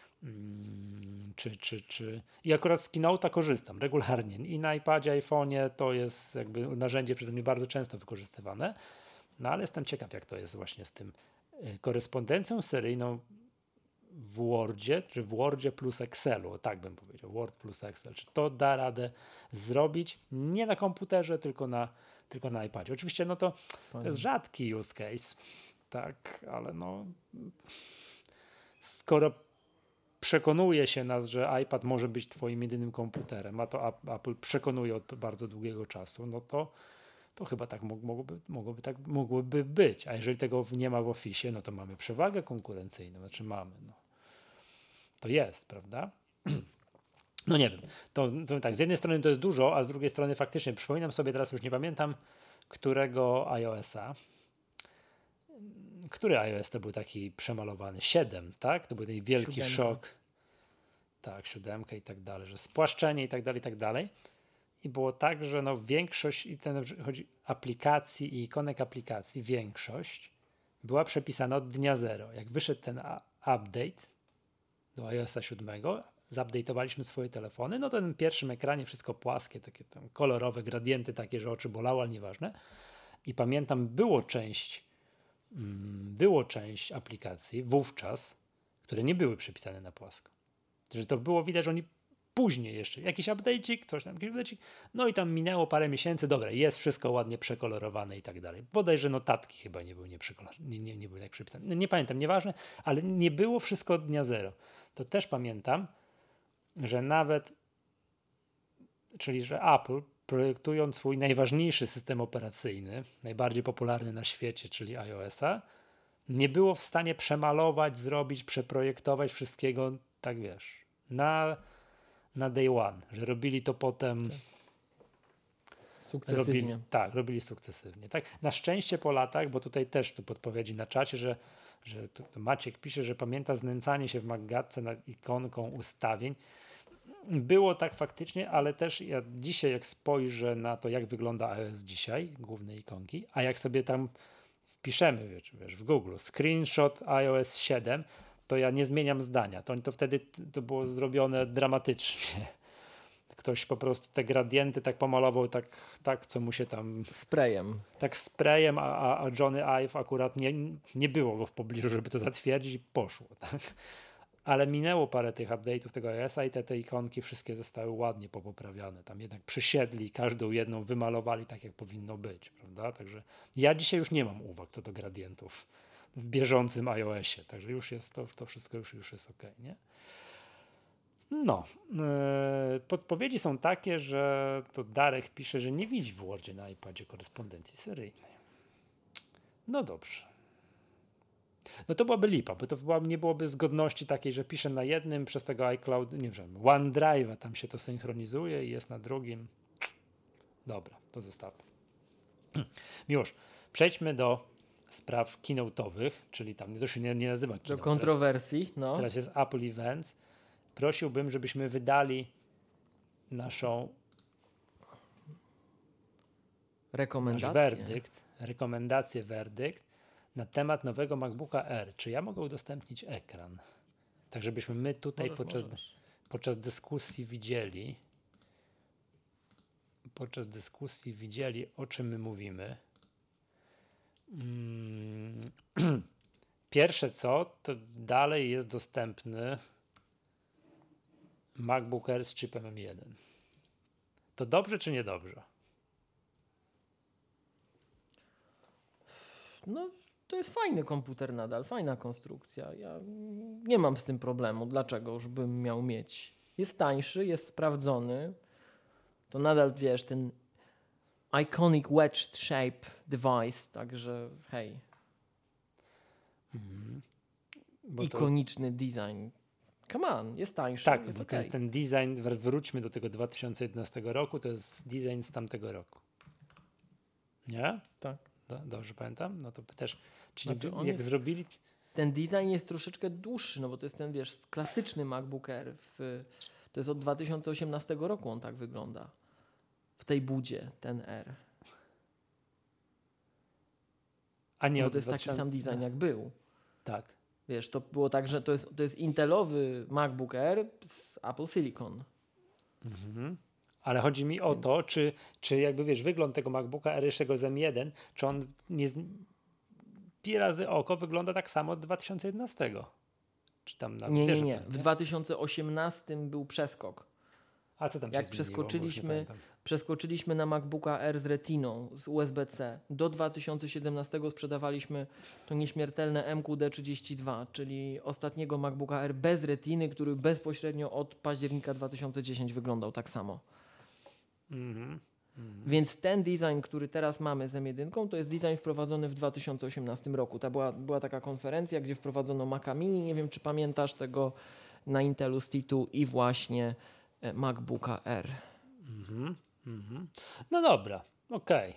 czy... I akurat z Keynote'a korzystam regularnie. I na iPadzie, iPhone'ie to jest jakby narzędzie przeze mnie bardzo często wykorzystywane. No ale jestem ciekaw, jak to jest właśnie z tym korespondencją seryjną w Wordzie, czy w Wordzie plus Excelu, tak bym powiedział, Word plus Excel. Czy to da radę zrobić nie na komputerze, tylko na iPadzie. Oczywiście no to jest rzadki use case, tak, ale no skoro przekonuje się nas, że iPad może być twoim jedynym komputerem, a to Apple przekonuje od bardzo długiego czasu, no to chyba tak mogłoby być. A jeżeli tego nie ma w Office, no to mamy przewagę konkurencyjną. Znaczy mamy, no. To jest, prawda? No nie wiem. To tak, z jednej strony to jest dużo, a z drugiej strony faktycznie przypominam sobie, teraz już nie pamiętam, którego iOS-a. Który iOS to był taki przemalowany? 7, tak? To był ten wielki 7. szok. Tak, 7 i tak dalej, że spłaszczenie i tak dalej, i tak dalej. I było tak, że no większość, i chodzi aplikacji i ikonek aplikacji, większość była przepisana od dnia 0. Jak wyszedł ten update do iOS 7, zupdate'owaliśmy swoje telefony, no to na tym pierwszym ekranie wszystko płaskie, takie tam kolorowe gradienty, takie, że oczy bolały, ale nieważne. I pamiętam, było część aplikacji wówczas, które nie były przepisane na płasko. Że to było widać, że oni później jeszcze jakiś update'ik, coś tam, jakiś update'ik, no i tam minęło parę miesięcy, dobra, jest wszystko ładnie przekolorowane i tak dalej. Bodajże notatki chyba nie były nie były tak przepisane. Nie pamiętam, nieważne, ale nie było wszystko od dnia 0. To też pamiętam, że nawet, czyli że Apple, projektując swój najważniejszy system operacyjny, najbardziej popularny na świecie, czyli iOS-a, nie było w stanie przemalować, zrobić, przeprojektować wszystkiego, tak wiesz, na day one, że robili to potem sukcesywnie. Robili sukcesywnie. Tak? Na szczęście po latach, bo tutaj też tu podpowiedzi na czacie, że to Maciek pisze, że pamięta znęcanie się w Maggatce nad ikonką ustawień. Było tak faktycznie, ale też ja dzisiaj jak spojrzę na to, jak wygląda iOS dzisiaj, główne ikonki, a jak sobie tam wpiszemy, wiesz, w Google screenshot iOS 7, to ja nie zmieniam zdania. To wtedy to było zrobione dramatycznie. Ktoś po prostu te gradienty tak pomalował, tak co mu się tam... Sprayem. Tak sprayem, a Johnny Ive akurat nie było go w pobliżu, żeby to zatwierdzić i poszło. Tak? Ale minęło parę tych update'ów tego iOS-a i te ikonki wszystkie zostały ładnie popoprawiane. Tam jednak przysiedli, każdą jedną wymalowali tak, jak powinno być. Prawda? Także ja dzisiaj już nie mam uwag co do gradientów w bieżącym iOSie. Także już jest to wszystko już jest ok, nie? No, podpowiedzi są takie, że to Darek pisze, że nie widzi w Wordzie na iPadzie korespondencji seryjnej. No dobrze. No to byłaby lipa, bo to nie byłoby zgodności takiej, że piszę na jednym przez tego iCloud, nie wiem, OneDrive'a tam się to synchronizuje i jest na drugim. Dobra, to zostawmy. Miłosz, przejdźmy do spraw keynote'owych, czyli tam to się nie nazywa keynote. Do kontrowersji, no. Teraz jest Apple Events. Prosiłbym, żebyśmy wydali naszą rekomendację, werdykt na temat nowego MacBooka Air. Czy ja mogę udostępnić ekran? Tak, żebyśmy my tutaj podczas dyskusji widzieli, o czym my mówimy. Pierwsze co, to dalej jest dostępny MacBook Air z chipem M1. To dobrze czy niedobrze? No, to jest fajny komputer nadal, fajna konstrukcja. Ja nie mam z tym problemu. Dlaczego już bym miał mieć? Jest tańszy, jest sprawdzony. To nadal, wiesz, ten iconic wedged shape device, także hej. Ikoniczny design. Come on, jest tańszy. Tak, jest bo okay. to jest ten design, wróćmy do tego 2011 roku, to jest design z tamtego roku. Nie? Tak. Dobrze pamiętam? No to też, czyli znaczy jak zrobili... ten design jest troszeczkę dłuższy, no bo to jest ten, wiesz, klasyczny MacBook Air. To jest od 2018 roku on tak wygląda. W tej budzie, ten R. A nie Bo od to jest 2000... taki sam design jak był. Tak. Wiesz, to było tak, że to jest intelowy MacBook Air z Apple Silicon. Mhm. Ale chodzi mi o to, czy jakby wiesz, wygląd tego MacBooka Air jeszcze tego z M1, czy on nie pi razy oko wygląda tak samo od 2011? Czy tam nawet Nie. W 2018 był przeskok. A co tam się Jak zmieniło? Bo już nie pamiętam. przeskoczyliśmy na MacBooka Air z Retiną, z USB-C. Do 2017 sprzedawaliśmy to nieśmiertelne MQD32, czyli ostatniego MacBooka Air bez Retiny, który bezpośrednio od października 2010 wyglądał tak samo. Więc ten design, który teraz mamy z M1, to jest design wprowadzony w 2018 roku. Była taka konferencja, gdzie wprowadzono Maca Mini, nie wiem czy pamiętasz tego, na Intelu z T2 i właśnie MacBooka Air. No dobra, okej.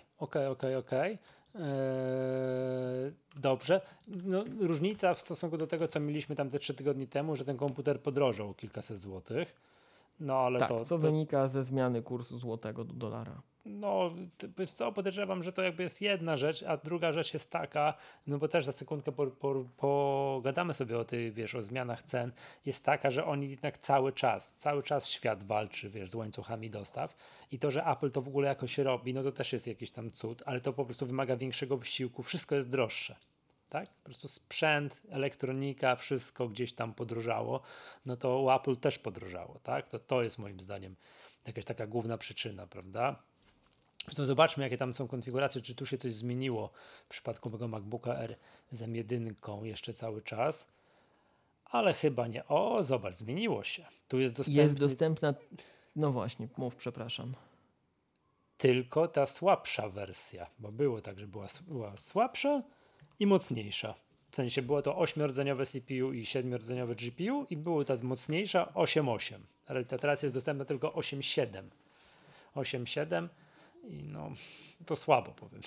Dobrze. No, różnica w stosunku do tego, co mieliśmy tam te 3 tygodnie temu, że ten komputer podrożał o kilkaset złotych. No ale tak, co wynika ze zmiany kursu złotego do dolara. No, wiesz co, podejrzewam, że to jakby jest jedna rzecz, a druga rzecz jest taka, no bo też za sekundkę pogadamy sobie o tych, wiesz, o zmianach cen, jest taka, że oni jednak cały czas świat walczy, wiesz, z łańcuchami dostaw i to, że Apple to w ogóle jakoś robi, no to też jest jakiś tam cud, ale to po prostu wymaga większego wysiłku, wszystko jest droższe. Tak? Po prostu sprzęt, elektronika, wszystko gdzieś tam podrożało, no to u Apple też podrożało, tak? To jest moim zdaniem jakaś taka główna przyczyna, prawda? Zresztą zobaczmy, jakie tam są konfiguracje, czy tu się coś zmieniło w przypadku mojego MacBooka R z M1 jeszcze cały czas, ale chyba nie. O, zobacz, zmieniło się. Tu jest dostępna, no właśnie, przepraszam. Tylko ta słabsza wersja, bo było tak, że była słabsza i mocniejsza. W sensie było to 8-rdzeniowe CPU i 7-rdzeniowe GPU i była ta mocniejsza 8.8. Ale teraz jest dostępna tylko 8.7. 8.7 i no to słabo, powiem.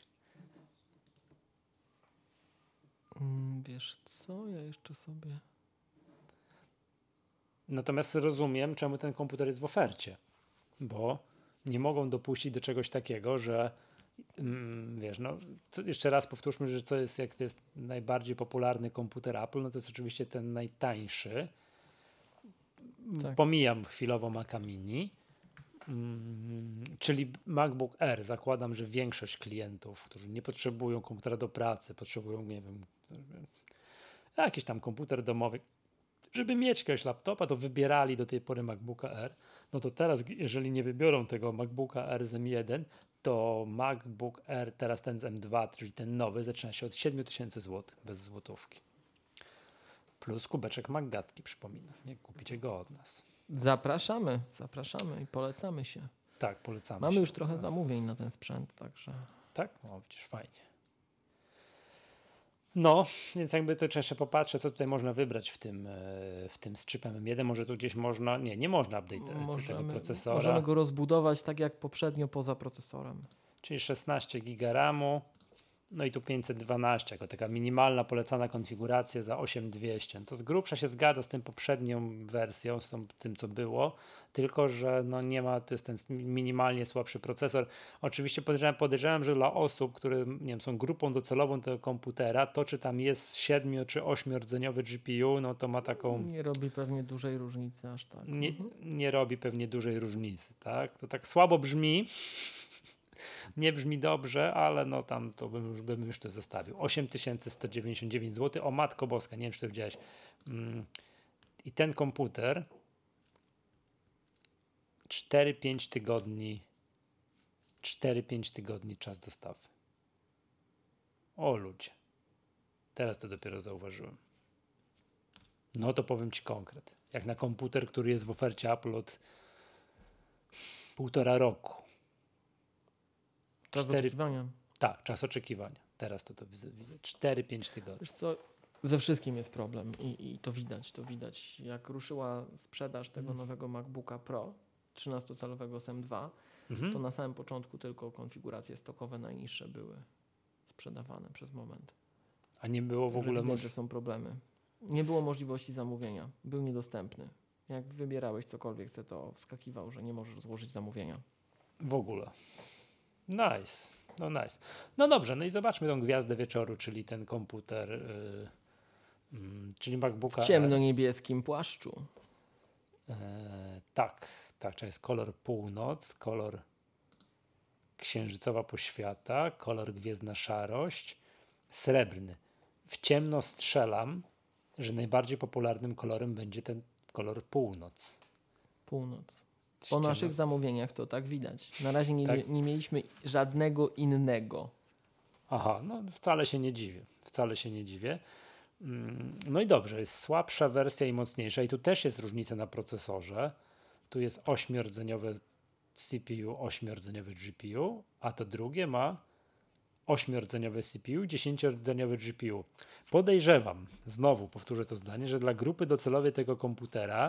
Wiesz co, ja jeszcze sobie... Natomiast rozumiem, czemu ten komputer jest w ofercie, bo nie mogą dopuścić do czegoś takiego, że wiesz, no jeszcze raz powtórzmy, że jak to jest najbardziej popularny komputer Apple, no to jest oczywiście ten najtańszy. Tak. Pomijam chwilowo Maca Mini, czyli MacBook Air. Zakładam, że większość klientów, którzy nie potrzebują komputera do pracy, potrzebują, nie wiem, jakiś tam komputer domowy, żeby mieć jakiegoś laptopa, to wybierali do tej pory MacBooka Air. No to teraz, jeżeli nie wybiorą tego MacBooka Air z M1, to MacBook Air, teraz ten z M2, czyli ten nowy, zaczyna się od 7000 zł, bez złotówki. Plus kubeczek MacGatki, przypominam. Nie kupicie go od nas. Zapraszamy i polecamy się. Tak, polecamy. Mamy już trochę zamówień na ten sprzęt, także... Tak? O, widzisz, fajnie. No, więc jakby to jeszcze popatrzę, co tutaj można wybrać w tym z chipem M1. Może tu gdzieś można... Nie można update tego procesora. Możemy go rozbudować tak jak poprzednio poza procesorem. Czyli 16 GB RAMu. No i tu 512, jako taka minimalna polecana konfiguracja za 8200. To z grubsza się zgadza z tym poprzednią wersją, z tym co było, tylko że no nie ma, to jest ten minimalnie słabszy procesor. Oczywiście podejrzewam, że dla osób, które nie wiem, są grupą docelową tego komputera, to czy tam jest 7 czy 8-rdzeniowy GPU, no to ma taką... Nie robi pewnie dużej różnicy aż tak. Nie robi pewnie dużej różnicy, tak? To tak słabo brzmi. Nie brzmi dobrze, ale no tam to bym już to zostawił. 8199 zł. O matko boska, nie wiem czy to widziałeś. I ten komputer 4-5 tygodni czas dostawy. O ludzie. Teraz to dopiero zauważyłem. No to powiem ci konkret. Jak na komputer, który jest w ofercie Apple od 1,5 roku. Czas oczekiwania. Tak, czas oczekiwania. Teraz to widzę. 4-5 tygodni. Wiesz co, ze wszystkim jest problem i to widać. Jak ruszyła sprzedaż tego nowego MacBooka Pro 13-calowego z M2, to na samym początku tylko konfiguracje stokowe najniższe były sprzedawane przez moment. A nie było w Także ogóle widać, że są problemy. Nie było możliwości zamówienia. Był niedostępny. Jak wybierałeś cokolwiek, to wskakiwał, że nie możesz złożyć zamówienia. w ogóle. Nice. No nice. No dobrze, no i zobaczmy tą gwiazdę wieczoru, czyli ten komputer, czyli MacBooka W ciemno-niebieskim płaszczu. Tak, to jest kolor północ, kolor księżycowa poświata, kolor gwiezdna szarość, srebrny. W ciemno strzelam, że najbardziej popularnym kolorem będzie ten kolor północ. Północ. Po naszych zamówieniach to tak widać. Na razie nie mieliśmy żadnego innego. Aha, no wcale się nie dziwię. No i dobrze, jest słabsza wersja i mocniejsza i tu też jest różnica na procesorze. Tu jest 8-rdzeniowe CPU, 8-rdzeniowe GPU, a to drugie ma 8-rdzeniowe CPU, 10-rdzeniowe GPU. Podejrzewam, znowu powtórzę to zdanie, że dla grupy docelowej tego komputera,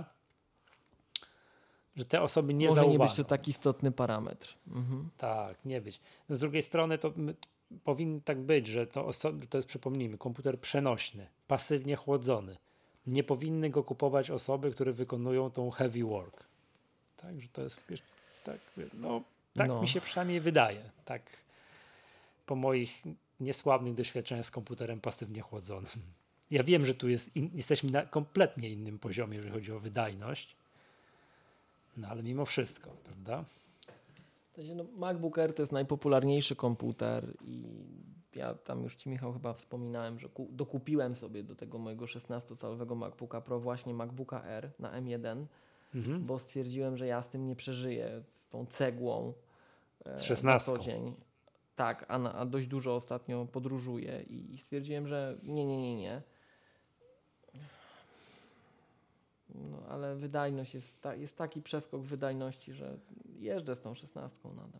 że te osoby nie Może zauważą. nie być to tak istotny parametr. Mhm. Tak, nie być. No z drugiej strony to powinno tak być, że to jest, przypomnijmy, komputer przenośny, pasywnie chłodzony. Nie powinny go kupować osoby, które wykonują tą heavy work. Także to jest, tak mi się przynajmniej wydaje. Tak po moich niesławnych doświadczeniach z komputerem pasywnie chłodzonym. Ja wiem, że tu jesteśmy na kompletnie innym poziomie, jeżeli chodzi o wydajność, no ale mimo wszystko, prawda? MacBook Air to jest najpopularniejszy komputer i ja tam już Ci, Michał, chyba wspominałem, że dokupiłem sobie do tego mojego 16-calowego MacBooka Pro właśnie MacBooka Air na M1, bo stwierdziłem, że ja z tym nie przeżyję, z tą cegłą z 16. na co dzień. Tak, a dość dużo ostatnio podróżuję i stwierdziłem, że nie. No, ale wydajność jest taki przeskok wydajności, że jeżdżę z tą 16 nadal.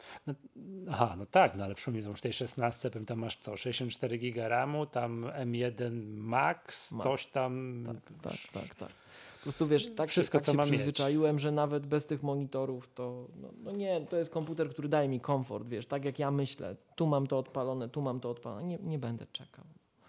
Ale przypomnij, że w tej 16 tam masz co? 64 GB RAMu, tam M1 Max, coś tam. Tak. Po prostu wiesz, wszystko, co się mam przyzwyczaiłem, że nawet bez tych monitorów to to jest komputer, który daje mi komfort, wiesz, tak jak ja myślę, tu mam to odpalone, nie będę czekał.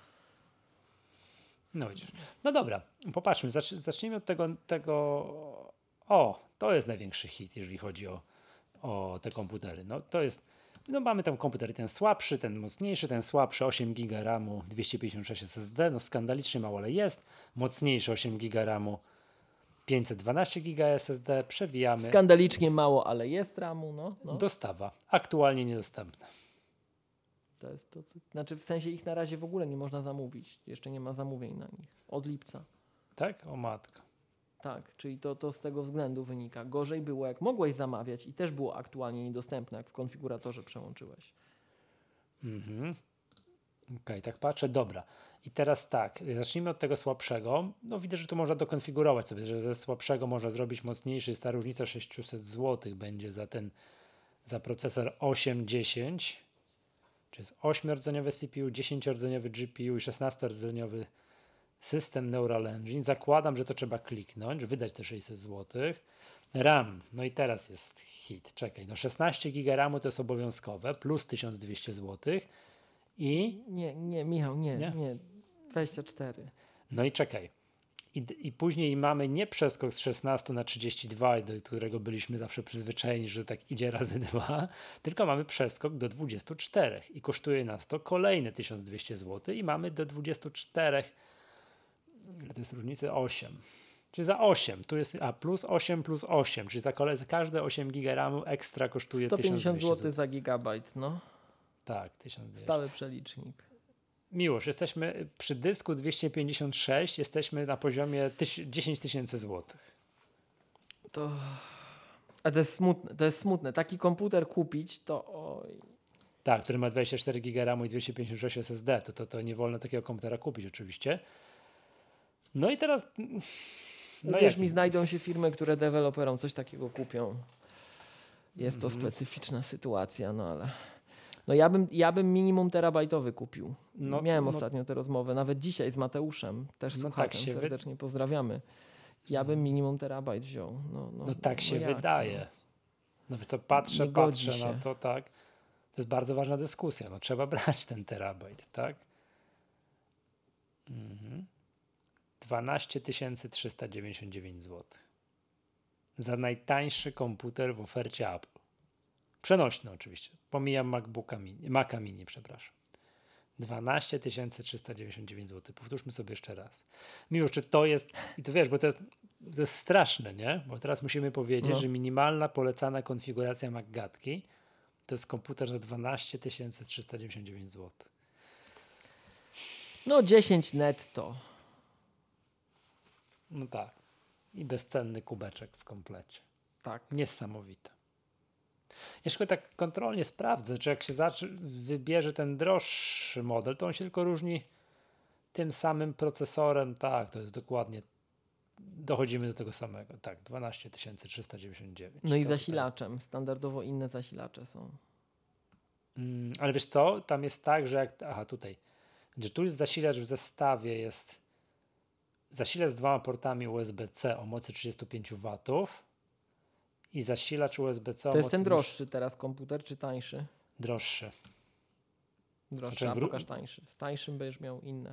No widzisz. No dobra, popatrzmy, zacznijmy od tego. To jest największy hit, jeżeli chodzi o te komputery. No to jest, mamy tam komputer, ten słabszy, ten mocniejszy, ten słabszy, 8 GB RAMu, 256 SSD, no skandalicznie mało, ale jest. Mocniejszy 8 GB RAMu, 512 GB SSD, przewijamy. Skandalicznie mało, ale jest RAMu, no. Dostawa, aktualnie niedostępna. To jest to, znaczy w sensie ich na razie w ogóle nie można zamówić. Jeszcze nie ma zamówień na nich. Od lipca. Tak? O matko. Tak, czyli to z tego względu wynika. Gorzej było, jak mogłeś zamawiać i też było aktualnie niedostępne, jak w konfiguratorze przełączyłeś. Okej, tak patrzę, dobra. I teraz tak, zacznijmy od tego słabszego. No widzę, że tu można dokonfigurować sobie, że ze słabszego można zrobić mocniejszy. Jest ta różnica 600 zł będzie za procesor 810. Czy jest 8-rdzeniowy CPU, 10-rdzeniowy GPU i 16-rdzeniowy system Neural Engine. Zakładam, że to trzeba kliknąć, wydać te 600 zł. RAM, no i teraz jest hit. Czekaj, 16 GB RAMu to jest obowiązkowe, plus 1200 zł. I... Nie, Michał, nie. 24. No i czekaj. I później mamy nie przeskok z 16 na 32, do którego byliśmy zawsze przyzwyczajeni, że tak idzie razy 2, tylko mamy przeskok do 24 i kosztuje nas to kolejne 1200 zł i mamy do 24, ile to jest różnicy? 8. Czyli za 8, tu jest plus 8, czyli za każde 8 GB RAMu ekstra kosztuje 150 zł za gigabajt, no. Tak, 1200. Stały przelicznik. Miłosz, jesteśmy przy dysku 256, jesteśmy na poziomie 10 tysięcy złotych. A to jest smutne. Taki komputer kupić, to oj. Tak, który ma 24 GB RAMu i 256 SSD, to nie wolno takiego komputera kupić oczywiście. No i teraz... Wiesz, mi znajdą się firmy, które deweloperom coś takiego kupią. Jest to specyficzna sytuacja, no ale... No ja bym minimum terabajtowy kupił. Miałem ostatnio tę rozmowę, nawet dzisiaj z Mateuszem, też słuchaczem, serdecznie pozdrawiamy. Ja bym minimum terabajt wziął. Tak się wydaje. No co patrzę na to, tak. To jest bardzo ważna dyskusja. Trzeba brać ten terabajt, tak? 12 399 zł. Za najtańszy komputer w ofercie Apple. Przenośny oczywiście. Pomijam Maca Mini, przepraszam. 12 399 zł. Powtórzmy sobie jeszcze raz. Miłosz, czy to jest, i to wiesz, bo to jest straszne, nie? Bo teraz musimy powiedzieć, że minimalna polecana konfiguracja Mac-gatki to jest komputer za 12 399 zł. No 10 netto. No tak. I bezcenny kubeczek w komplecie. Tak. Niesamowite. Jeszcze tak kontrolnie sprawdzę, czy jak się wybierze ten droższy model, to on się tylko różni tym samym procesorem. Tak, to jest dokładnie. Dochodzimy do tego samego. Tak, 12 399. No i zasilaczem. Standardowo inne zasilacze są. Ale wiesz co? Tam jest tak, że jak... Aha, tutaj. Że tu jest zasilacz w zestawie, jest zasilacz z 2 portami USB-C o mocy 35 W i zasilacz USB-C o mocy... To jest ten droższy teraz komputer, czy tańszy? Droższy. Droższy, Znaczy, a pokaż tańszy. W tańszym będziesz miał inne.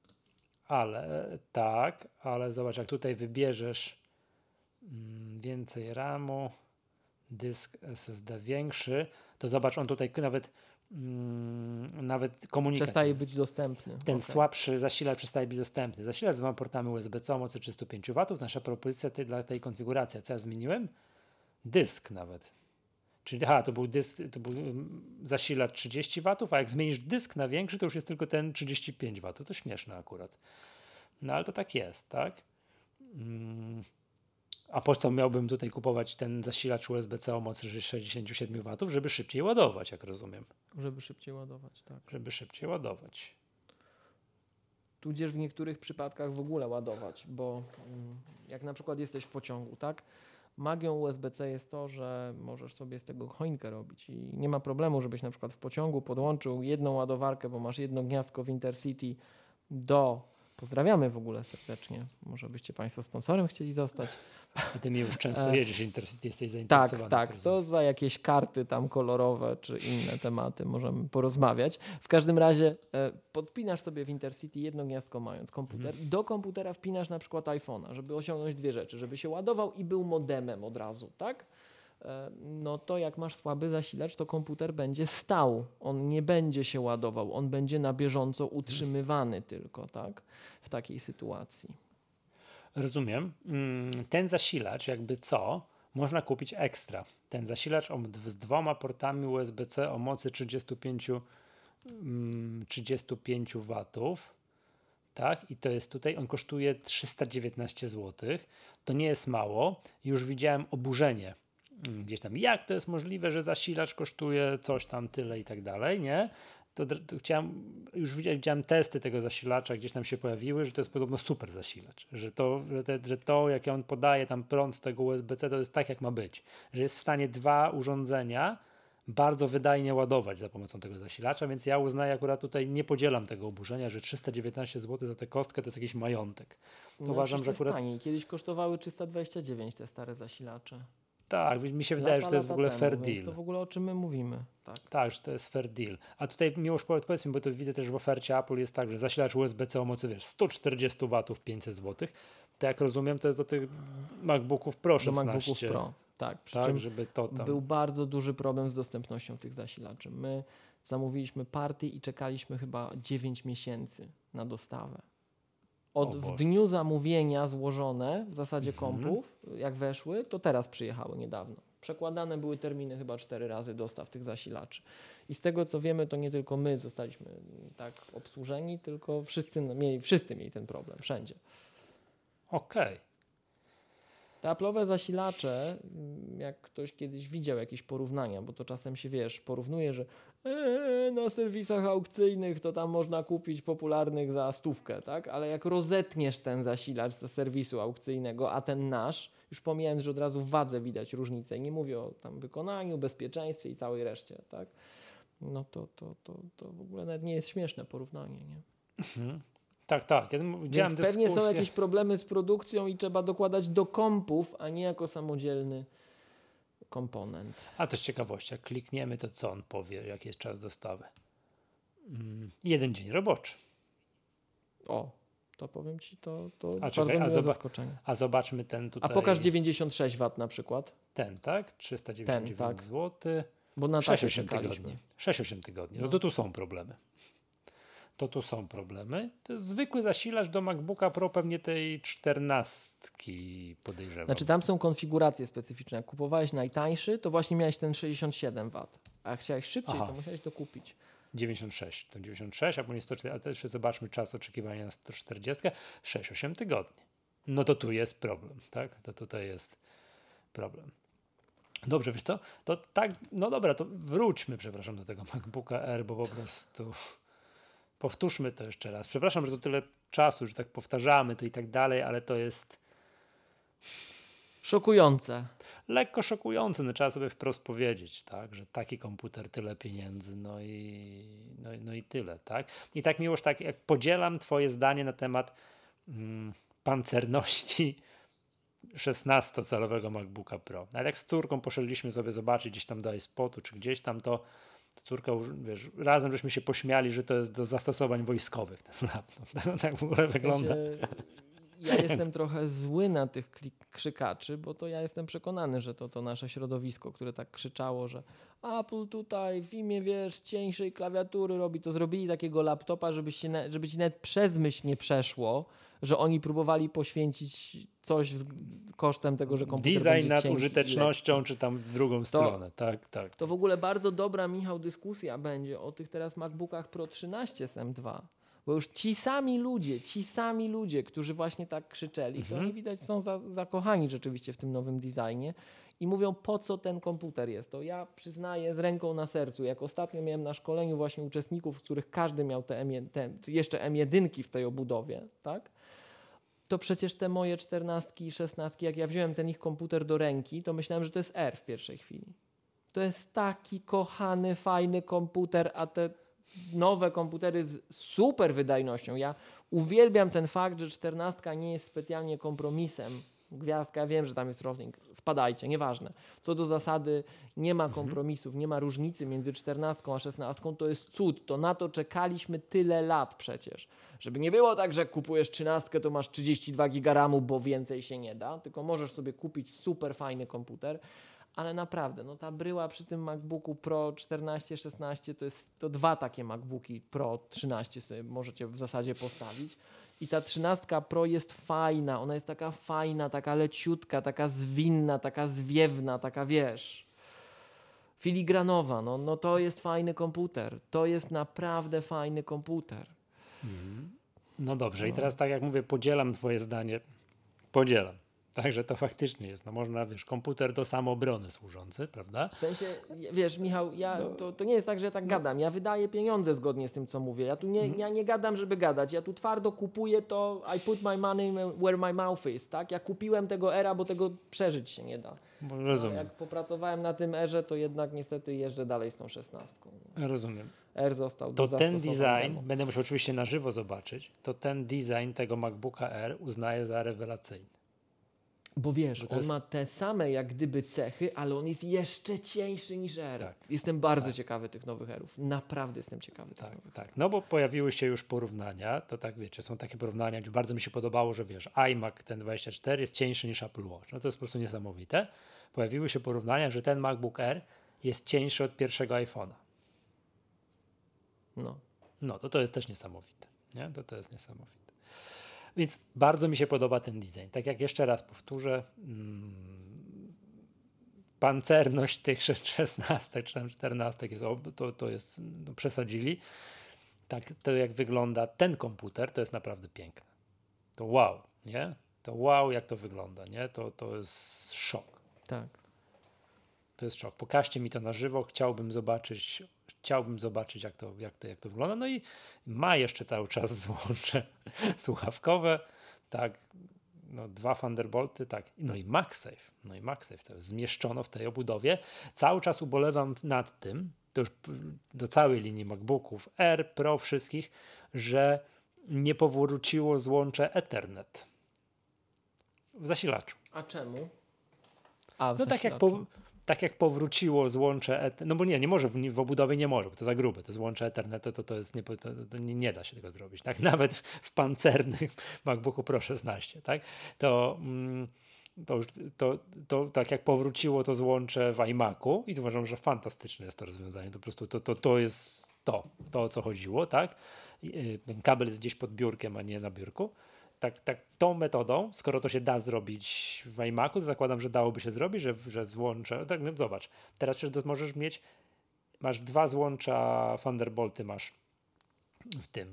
Ale zobacz, jak tutaj wybierzesz więcej RAMu, dysk SSD większy, to zobacz, on tutaj nawet komunikat przestaje być dostępny. Ten słabszy zasilacz przestaje być dostępny. Zasilacz z 2 portami USB-C o mocy 35 W. Nasza propozycja dla tej konfiguracji. Co ja zmieniłem? Dysk nawet. Czyli to był dysk, to był zasilacz 30 W, a jak zmienisz dysk na większy, to już jest tylko ten 35 W. To śmieszne akurat. No ale to tak jest, tak? A po co miałbym tutaj kupować ten zasilacz USB-C o mocy 67 W, żeby szybciej ładować, jak rozumiem. Żeby szybciej ładować, tak. Żeby szybciej ładować. Tudzież w niektórych przypadkach w ogóle ładować, bo jak na przykład jesteś w pociągu, tak? Magią USB-C jest to, że możesz sobie z tego choinkę robić i nie ma problemu, żebyś na przykład w pociągu podłączył jedną ładowarkę, bo masz jedno gniazdko w Intercity pozdrawiamy w ogóle serdecznie. Może byście Państwo sponsorem chcieli zostać. I ty mi już często jedziesz Intercity, jesteś zainteresowany. Tak. To za jakieś karty tam kolorowe czy inne tematy możemy porozmawiać. W każdym razie podpinasz sobie w Intercity jedno gniazdko mając komputer. Do komputera wpinasz na przykład iPhone'a, żeby osiągnąć dwie rzeczy. Żeby się ładował i był modemem od razu, tak? No to jak masz słaby zasilacz, to komputer będzie stał. On nie będzie się ładował. On będzie na bieżąco utrzymywany tylko, tak? W takiej sytuacji. Rozumiem. Ten zasilacz można kupić ekstra. Ten zasilacz z 2 portami USB-C o mocy 35 W. Tak? I to jest tutaj, on kosztuje 319 zł. To nie jest mało. Już widziałem oburzenie gdzieś tam, jak to jest możliwe, że zasilacz kosztuje coś tam tyle i tak dalej, nie? To widziałem testy tego zasilacza, gdzieś tam się pojawiły, że to jest podobno super zasilacz, że to jak on podaje tam prąd z tego USB-C, to jest tak jak ma być, że jest w stanie 2 urządzenia bardzo wydajnie ładować za pomocą tego zasilacza, więc ja uznaję akurat tutaj, nie podzielam tego oburzenia, że 319 zł za tę kostkę to jest jakiś majątek. Uważam, że akurat taniej. Kiedyś kosztowały 329 te stare zasilacze. Tak, mi się wydaje, że to jest w ogóle fair deal. To w ogóle o czym my mówimy. Tak, że to jest fair deal. A tutaj Miłosz, powiedz mi, bo to widzę też w ofercie Apple jest tak, że zasilacz USB-C o mocy 140 W 500 zł. To jak rozumiem, to jest do tych MacBooków Pro 16. Do MacBooków Pro, tak. Przy czym czym żeby to tam... był bardzo duży problem z dostępnością tych zasilaczy. My zamówiliśmy partię i czekaliśmy chyba 9 miesięcy na dostawę. W dniu zamówienia złożone w zasadzie kompów, jak weszły, to teraz przyjechały niedawno. Przekładane były terminy chyba 4 razy dostaw tych zasilaczy. I z tego co wiemy, to nie tylko my zostaliśmy tak obsłużeni, tylko wszyscy mieli ten problem, wszędzie. Okej. Te Apple'owe zasilacze, jak ktoś kiedyś widział jakieś porównania, bo to czasem się, porównuje, że na serwisach aukcyjnych to tam można kupić popularnych za 100, tak? Ale jak rozetniesz ten zasilacz ze serwisu aukcyjnego, a ten nasz, już pomijając, że od razu w wadze widać różnicę i nie mówię o tam wykonaniu, bezpieczeństwie i całej reszcie, tak? No to w ogóle nawet nie jest śmieszne porównanie, nie? Tak. Ja widziałem Więc pewnie są jakieś problemy z produkcją i trzeba dokładać do kompów, a nie jako samodzielny komponent. A to z ciekawości, jak klikniemy, to co on powie, jaki jest czas dostawy? 1 dzień roboczy. To powiem ci, to A bardzo czekaj, miłe zaskoczenie. a zobaczmy ten tutaj. A pokaż 96 W na przykład. Ten, tak? 399 tak. zł. Bo na 6-8 takie tygodni. 6-8 tygodni. No to tu są problemy. To są problemy. To jest zwykły zasilacz do MacBooka Pro, pewnie tej 14 podejrzewam. Znaczy tam są konfiguracje specyficzne. Jak kupowałeś najtańszy, to właśnie miałeś ten 67 W. A jak chciałeś szybciej, to musiałeś dokupić. 96, to 96, a później 140, ale jeszcze zobaczmy czas oczekiwania na 140, 6-8 tygodni. No to tu jest problem, tak? To tutaj jest problem. Dobrze, wiesz co? To tak, no dobra, to wróćmy, przepraszam, do tego MacBooka Air, bo po prostu powtórzmy to jeszcze raz. Przepraszam, że to tyle czasu, że tak powtarzamy to i tak dalej, ale to jest Szokujące. lekko szokujące, no trzeba sobie wprost powiedzieć, tak, że taki komputer, tyle pieniędzy, no i tyle, tak. I tak Miłosz, tak jak podzielam twoje zdanie na temat pancerności 16-calowego MacBooka Pro. Ale jak z córką poszedliśmy sobie zobaczyć gdzieś tam do iSpotu, czy gdzieś tam, to córka, wiesz, razem żeśmy się pośmiali, że to jest do zastosowań wojskowych ten laptop. Tak w ogóle wygląda. Ja jestem trochę zły na tych krzykaczy, bo to ja jestem przekonany, że to nasze środowisko, które tak krzyczało, że Apple tutaj w imię, wiesz, cieńszej klawiatury robi, to zrobili takiego laptopa, żeby ci nawet przez myśl nie przeszło, że oni próbowali poświęcić coś kosztem tego, że komputer design będzie nad cienki użytecznością, czy tam w drugą stronę. Tak. To w ogóle bardzo dobra, Michał, dyskusja będzie o tych teraz MacBookach Pro 13 z M2. Bo już ci sami ludzie, którzy właśnie tak krzyczeli, to oni widać są zakochani rzeczywiście w tym nowym designie i mówią, po co ten komputer jest. To ja przyznaję z ręką na sercu, jak ostatnio miałem na szkoleniu właśnie uczestników, z których każdy miał te jeszcze M1 w tej obudowie, tak? To przecież te moje 14 i 16, jak ja wziąłem ten ich komputer do ręki, to myślałem, że to jest R w pierwszej chwili. To jest taki kochany, fajny komputer, a te nowe komputery z super wydajnością. Ja uwielbiam ten fakt, że 14 nie jest specjalnie kompromisem. Gwiazdka, ja wiem, że tam jest Rosling, spadajcie, nieważne. Co do zasady nie ma kompromisów, nie ma różnicy między 14 a 16, to jest cud. To na to czekaliśmy tyle lat przecież. Żeby nie było tak, że jak kupujesz 13, to masz 32 GB RAMu, bo więcej się nie da, tylko możesz sobie kupić super fajny komputer. Ale naprawdę, no ta bryła przy tym MacBooku Pro 14, 16 to dwa takie MacBooki Pro 13 sobie możecie w zasadzie postawić. I ta 13 Pro jest fajna, ona jest taka fajna, taka leciutka, taka zwinna, taka zwiewna, taka wiesz, filigranowa. No to jest fajny komputer. To jest naprawdę fajny komputer. No dobrze, i teraz tak jak mówię, podzielam twoje zdanie. Podzielam. Także to faktycznie jest, no można, wiesz, komputer do samoobrony służący, prawda? W sensie, wiesz, Michał, to nie jest tak, że ja tak gadam. Ja wydaję pieniądze zgodnie z tym, co mówię. Ja tu nie gadam, żeby gadać. Ja tu twardo kupuję to, I put my money where my mouth is, tak? Ja kupiłem tego Era, bo tego przeżyć się nie da. Rozumiem. Jak popracowałem na tym Erze, to jednak niestety jeżdżę dalej z tą 16. Rozumiem. R został To do ten zastosowania. design, będę musiał oczywiście na żywo zobaczyć, to ten design tego MacBooka Air uznaję za rewelacyjny. Bo wiesz, to on jest... ma te same jak gdyby cechy, ale on jest jeszcze cieńszy niż R. Tak. Jestem bardzo ciekawy tych nowych Erów. Naprawdę jestem ciekawy tych nowych. Tak. No bo pojawiły się już porównania, to tak wiecie, są takie porównania, gdzie bardzo mi się podobało, że wiesz, iMac ten 24 jest cieńszy niż Apple Watch. No to jest po prostu niesamowite. Pojawiły się porównania, że ten MacBook Air jest cieńszy od pierwszego iPhone'a. No to jest też niesamowite. Nie? To jest niesamowite. Więc bardzo mi się podoba ten design. Tak jak jeszcze raz powtórzę, pancerność tych 16 czy tam 14 jest, to jest, no, przesadzili. Tak, to jak wygląda ten komputer, to jest naprawdę piękne. To wow, nie? To wow, jak to wygląda, nie? To jest szok. Tak. To jest szok. Pokażcie mi to na żywo, chciałbym zobaczyć, jak to wygląda. No i ma jeszcze cały czas złącze słuchawkowe, tak, no 2 Thunderbolty, tak, no i MagSafe, to jest zmieszczono w tej obudowie. Cały czas ubolewam nad tym, to już do całej linii MacBooków Air, Pro, wszystkich, że nie powróciło złącze Ethernet w zasilaczu. A czemu? No tak jak powróciło złącze, no bo nie może, w obudowie nie może, bo to za grube, to złącze Ethernet, to jest to nie da się tego zrobić, tak? Nawet w pancernym MacBooku Pro 16, tak? To tak jak powróciło to złącze w iMacu i uważam, że fantastyczne jest to rozwiązanie, to po prostu to jest to o co chodziło, tak? Ten kabel jest gdzieś pod biurkiem, a nie na biurku. Tak, tą metodą, skoro to się da zrobić w iMacu, to zakładam, że dałoby się zrobić, że złącze, tak, no zobacz, teraz przecież możesz mieć, masz 2 złącza Thunderbolty masz w tym,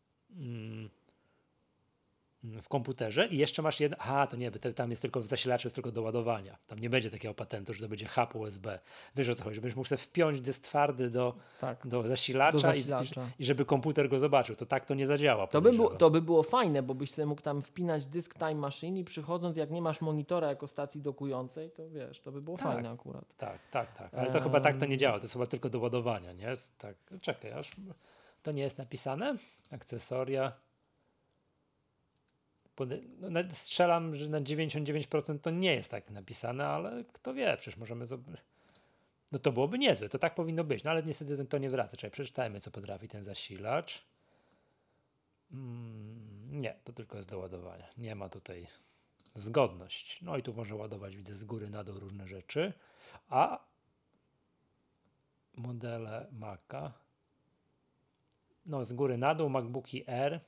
w komputerze i jeszcze masz jedno, to nie, tam jest tylko w zasilaczu, jest tylko do ładowania, tam nie będzie takiego patentu, że to będzie hub USB, wiesz o co chodzi, będziesz mógł sobie wpiąć dysk twardy do zasilacza, i żeby komputer go zobaczył, to tak to nie zadziała. To by było fajne, bo byś sobie mógł tam wpinać dysk Time Machine i przychodząc, jak nie masz monitora jako stacji dokującej, to wiesz, to by było fajne akurat. Tak, ale to chyba tak to nie działa, to jest chyba tylko do ładowania, nie? Tak, czekaj, aż to nie jest napisane, akcesoria. Strzelam, że na 99% to nie jest tak napisane, ale kto wie, przecież możemy zobaczyć. No to byłoby niezłe, to tak powinno być, no ale niestety to nie wraca. Czekaj, przeczytajmy, co potrafi ten zasilacz. Nie, to tylko jest do ładowania. Nie ma tutaj zgodność. No i tu można ładować, widzę, z góry na dół różne rzeczy. A modele Maca, no z góry na dół, MacBooki Air,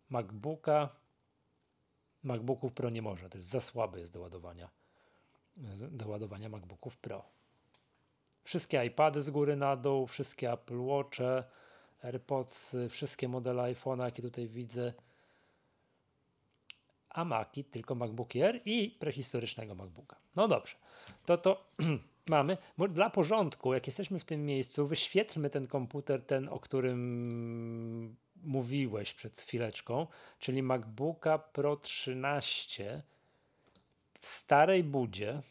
MacBooków Pro nie można, to jest za słaby jest do ładowania MacBooków Pro. Wszystkie iPady z góry na dół, wszystkie Apple Watche, AirPods, wszystkie modele iPhone'a, jakie tutaj widzę, a Maci tylko MacBooki Air i prehistorycznego MacBooka. No dobrze, to mamy. Dla porządku, jak jesteśmy w tym miejscu, wyświetlmy ten komputer, ten, o którym mówiłeś przed chwileczką, czyli MacBooka Pro 13 w starej budzie,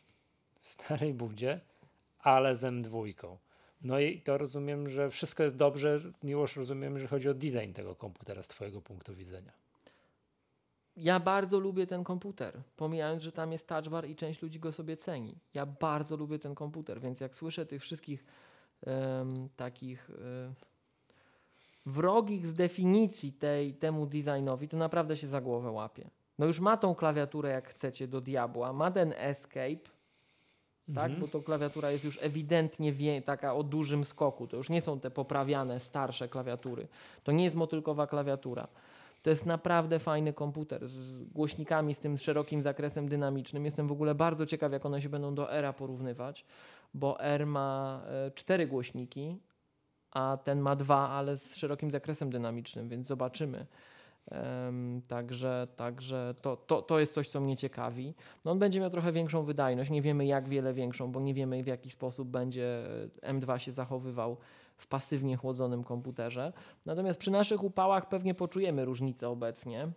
ale z M2. No i to rozumiem, że wszystko jest dobrze, Miłosz, rozumiem, że chodzi o design tego komputera z twojego punktu widzenia. Ja bardzo lubię ten komputer, pomijając, że tam jest touch bar i część ludzi go sobie ceni. Ja bardzo lubię ten komputer, więc jak słyszę tych wszystkich takich wrogich z definicji temu designowi, to naprawdę się za głowę łapie. No już ma tą klawiaturę, jak chcecie, do diabła, ma ten Escape, tak? Bo to klawiatura jest już ewidentnie taka o dużym skoku. To już nie są te poprawiane, starsze klawiatury. To nie jest motylkowa klawiatura. To jest naprawdę fajny komputer z głośnikami, z tym szerokim zakresem dynamicznym. Jestem w ogóle bardzo ciekaw, jak one się będą do Aira porównywać, bo Air ma 4 głośniki, a ten ma 2, ale z szerokim zakresem dynamicznym, więc zobaczymy. Także to jest coś, co mnie ciekawi. No on będzie miał trochę większą wydajność, nie wiemy jak wiele większą, bo nie wiemy w jaki sposób będzie M2 się zachowywał w pasywnie chłodzonym komputerze. Natomiast przy naszych upałach pewnie poczujemy różnicę obecnie.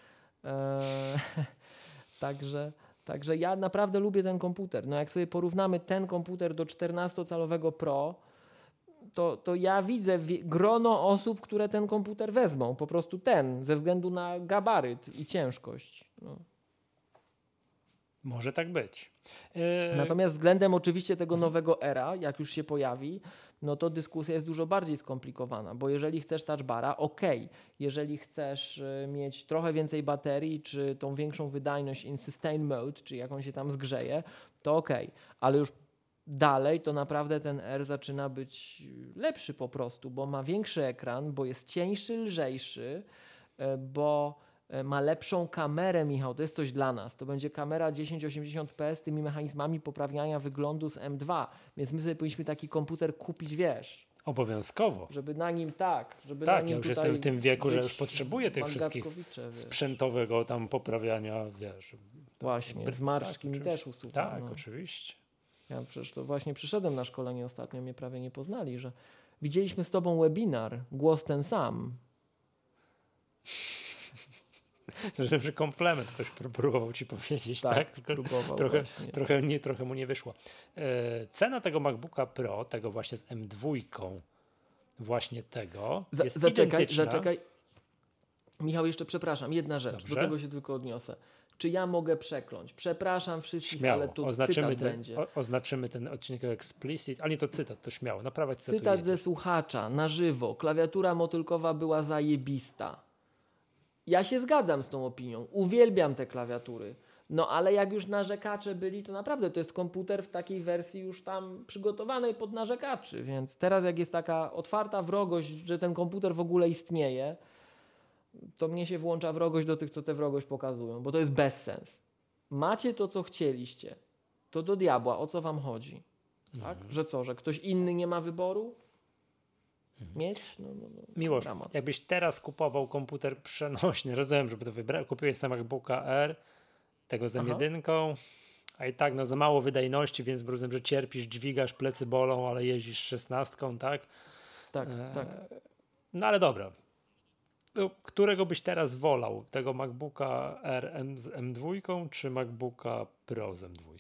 Także ja naprawdę lubię ten komputer. No jak sobie porównamy ten komputer do 14-calowego Pro, to ja widzę grono osób, które ten komputer wezmą. Po prostu ze względu na gabaryt i ciężkość. No. Może tak być. Natomiast względem oczywiście tego nowego Era, jak już się pojawi, no to dyskusja jest dużo bardziej skomplikowana, bo jeżeli chcesz touch bara, jeżeli chcesz mieć trochę więcej baterii, czy tą większą wydajność in sustain mode, czy jak on się tam zgrzeje, to ale już dalej to naprawdę ten R zaczyna być lepszy po prostu, bo ma większy ekran, bo jest cieńszy, lżejszy, bo ma lepszą kamerę, Michał, to jest coś dla nas. To będzie kamera 1080p z tymi mechanizmami poprawiania wyglądu z M2, więc my sobie powinniśmy taki komputer kupić, obowiązkowo. Żeby na nim ja już jestem w tym wieku, że już potrzebuję tych wszystkich sprzętowego tam poprawiania, Właśnie, zmarszczki mi też usuwa. Tak, oczywiście. Ja przecież to właśnie przyszedłem na szkolenie ostatnio, mnie prawie nie poznali, że widzieliśmy z tobą webinar, głos ten sam. Zresztą, że komplement ktoś próbował ci powiedzieć, tak? Próbował trochę mu nie wyszło. Cena tego MacBooka Pro, tego właśnie z M2, właśnie tego, jest identyczna. Zaczekaj. Michał, jeszcze przepraszam, jedna rzecz, Dobrze. do tego się tylko odniosę. Czy ja mogę przekląć? Przepraszam wszystkich, Śmiało. ale tu Oznaczymy cytat będzie. Oznaczymy ten odcinek jako explicit, ale nie to cytat, to śmiało. Naprawdę Cytat ze słuchacza, na żywo. Klawiatura motylkowa była zajebista. Ja się zgadzam z tą opinią. Uwielbiam te klawiatury. No ale jak już narzekacze byli, to naprawdę to jest komputer w takiej wersji już tam przygotowanej pod narzekaczy. Więc teraz jak jest taka otwarta wrogość, że ten komputer w ogóle istnieje, to mnie się włącza wrogość do tych, co tę wrogość pokazują, bo to jest bezsens. Macie to, co chcieliście. To do diabła. O co wam chodzi? Tak? Że co? Że ktoś inny nie ma wyboru? Mieć? No, Miłosz, dramat. jakbyś teraz kupował komputer przenośny, rozumiem, żeby to wybrać, kupiłeś sam MacBooka R, tego z M1, a i tak za mało wydajności, więc rozumiem, że cierpisz, dźwigasz, plecy bolą, ale jeździsz 16, tak? Tak, tak. No ale dobra. To którego byś teraz wolał? Tego MacBooka R z M2 czy MacBooka Pro z M2?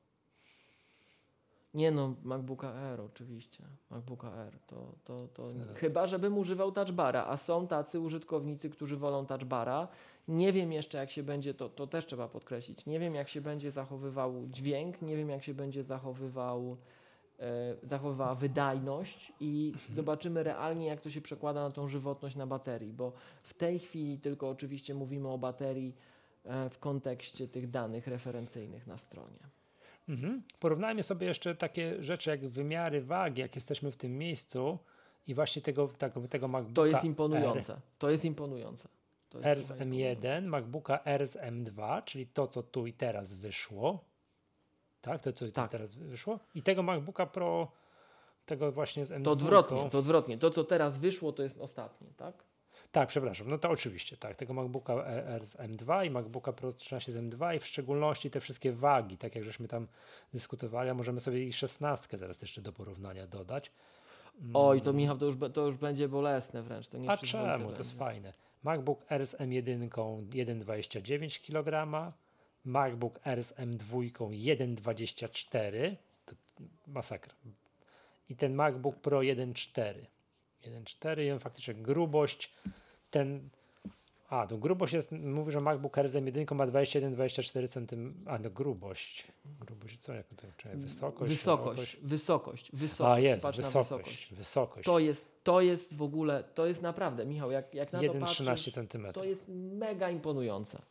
Nie no, MacBooka Air oczywiście. MacBooka Air to chyba, żebym używał touchbara, a są tacy użytkownicy, którzy wolą touchbara. Nie wiem jeszcze jak się będzie, to też trzeba podkreślić, nie wiem jak się będzie zachowywał dźwięk, nie wiem jak się będzie zachowywała wydajność i zobaczymy realnie jak to się przekłada na tą żywotność na baterii, bo w tej chwili tylko oczywiście mówimy o baterii w kontekście tych danych referencyjnych na stronie. Porównajmy sobie jeszcze takie rzeczy jak wymiary wagi, jak jesteśmy w tym miejscu i właśnie tego MacBooka To jest imponujące. To jest imponujące. R z M1, MacBooka R z M2, czyli to, co tu i teraz wyszło. Tak? To, co tu teraz wyszło. I tego MacBooka Pro, tego właśnie z M2. To odwrotnie. To, co teraz wyszło, to jest ostatnie, tak? Tak, przepraszam. No to oczywiście, tak. Tego MacBooka R z M2 i MacBooka Pro 13 z M2 i w szczególności te wszystkie wagi, tak jak żeśmy tam dyskutowali, a możemy sobie i 16 zaraz jeszcze do porównania dodać. Oj, to Michał, to już będzie bolesne wręcz. To nie a czemu? To jest fajne. MacBook R z M1 1,29 kg, MacBook R z M2 1,24, to masakra. I ten MacBook Pro 1,4. 1,4 i on faktycznie grubość, grubość jest, mówi, że MacBook R z M1 ma 21-24 cm, grubość, co jak to wysokość. Wysokość. A jest, patrz wysokość. To jest w ogóle, to jest naprawdę, Michał, jak na to patrzysz, 1,13 cm. to jest mega imponujące.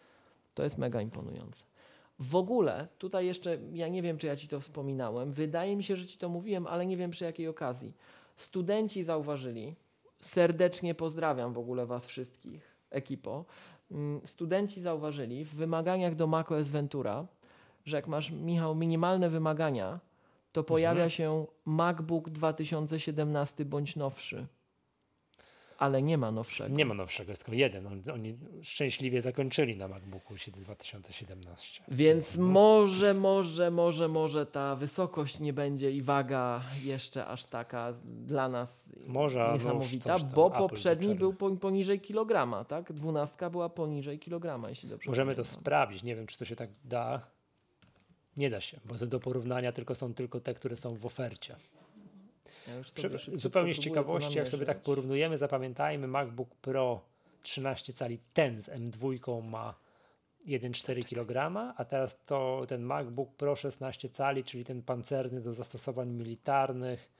W ogóle, tutaj jeszcze, ja nie wiem, czy ja Ci to wspominałem, wydaje mi się, że Ci to mówiłem, ale nie wiem przy jakiej okazji. Studenci zauważyli, serdecznie pozdrawiam w ogóle Was wszystkich, ekipo, studenci zauważyli w wymaganiach do macOS Ventura, że jak masz, Michał, minimalne wymagania, to pojawia się MacBook 2017 bądź nowszy. Ale nie ma nowszego. Nie ma nowszego, jest tylko jeden. Oni szczęśliwie zakończyli na MacBooku 2017. Więc może ta wysokość nie będzie i waga jeszcze aż taka dla nas niesamowita, bo poprzedni był poniżej kilograma, tak? 12 była poniżej kilograma, jeśli dobrze możemy pamiętam. to sprawdzić. Nie wiem, czy to się tak da. Nie da się, bo do porównania są tylko te, które są w ofercie. Zupełnie z ciekawości, jak sobie tak porównujemy, zapamiętajmy, MacBook Pro 13 cali, ten z M2 ma 1,4 kg, a teraz ten MacBook Pro 16 cali, czyli ten pancerny do zastosowań militarnych,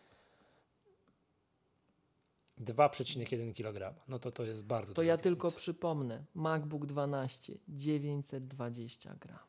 2,1 kg. No to jest bardzo To ja tylko przypomnę, MacBook 12 920 gram.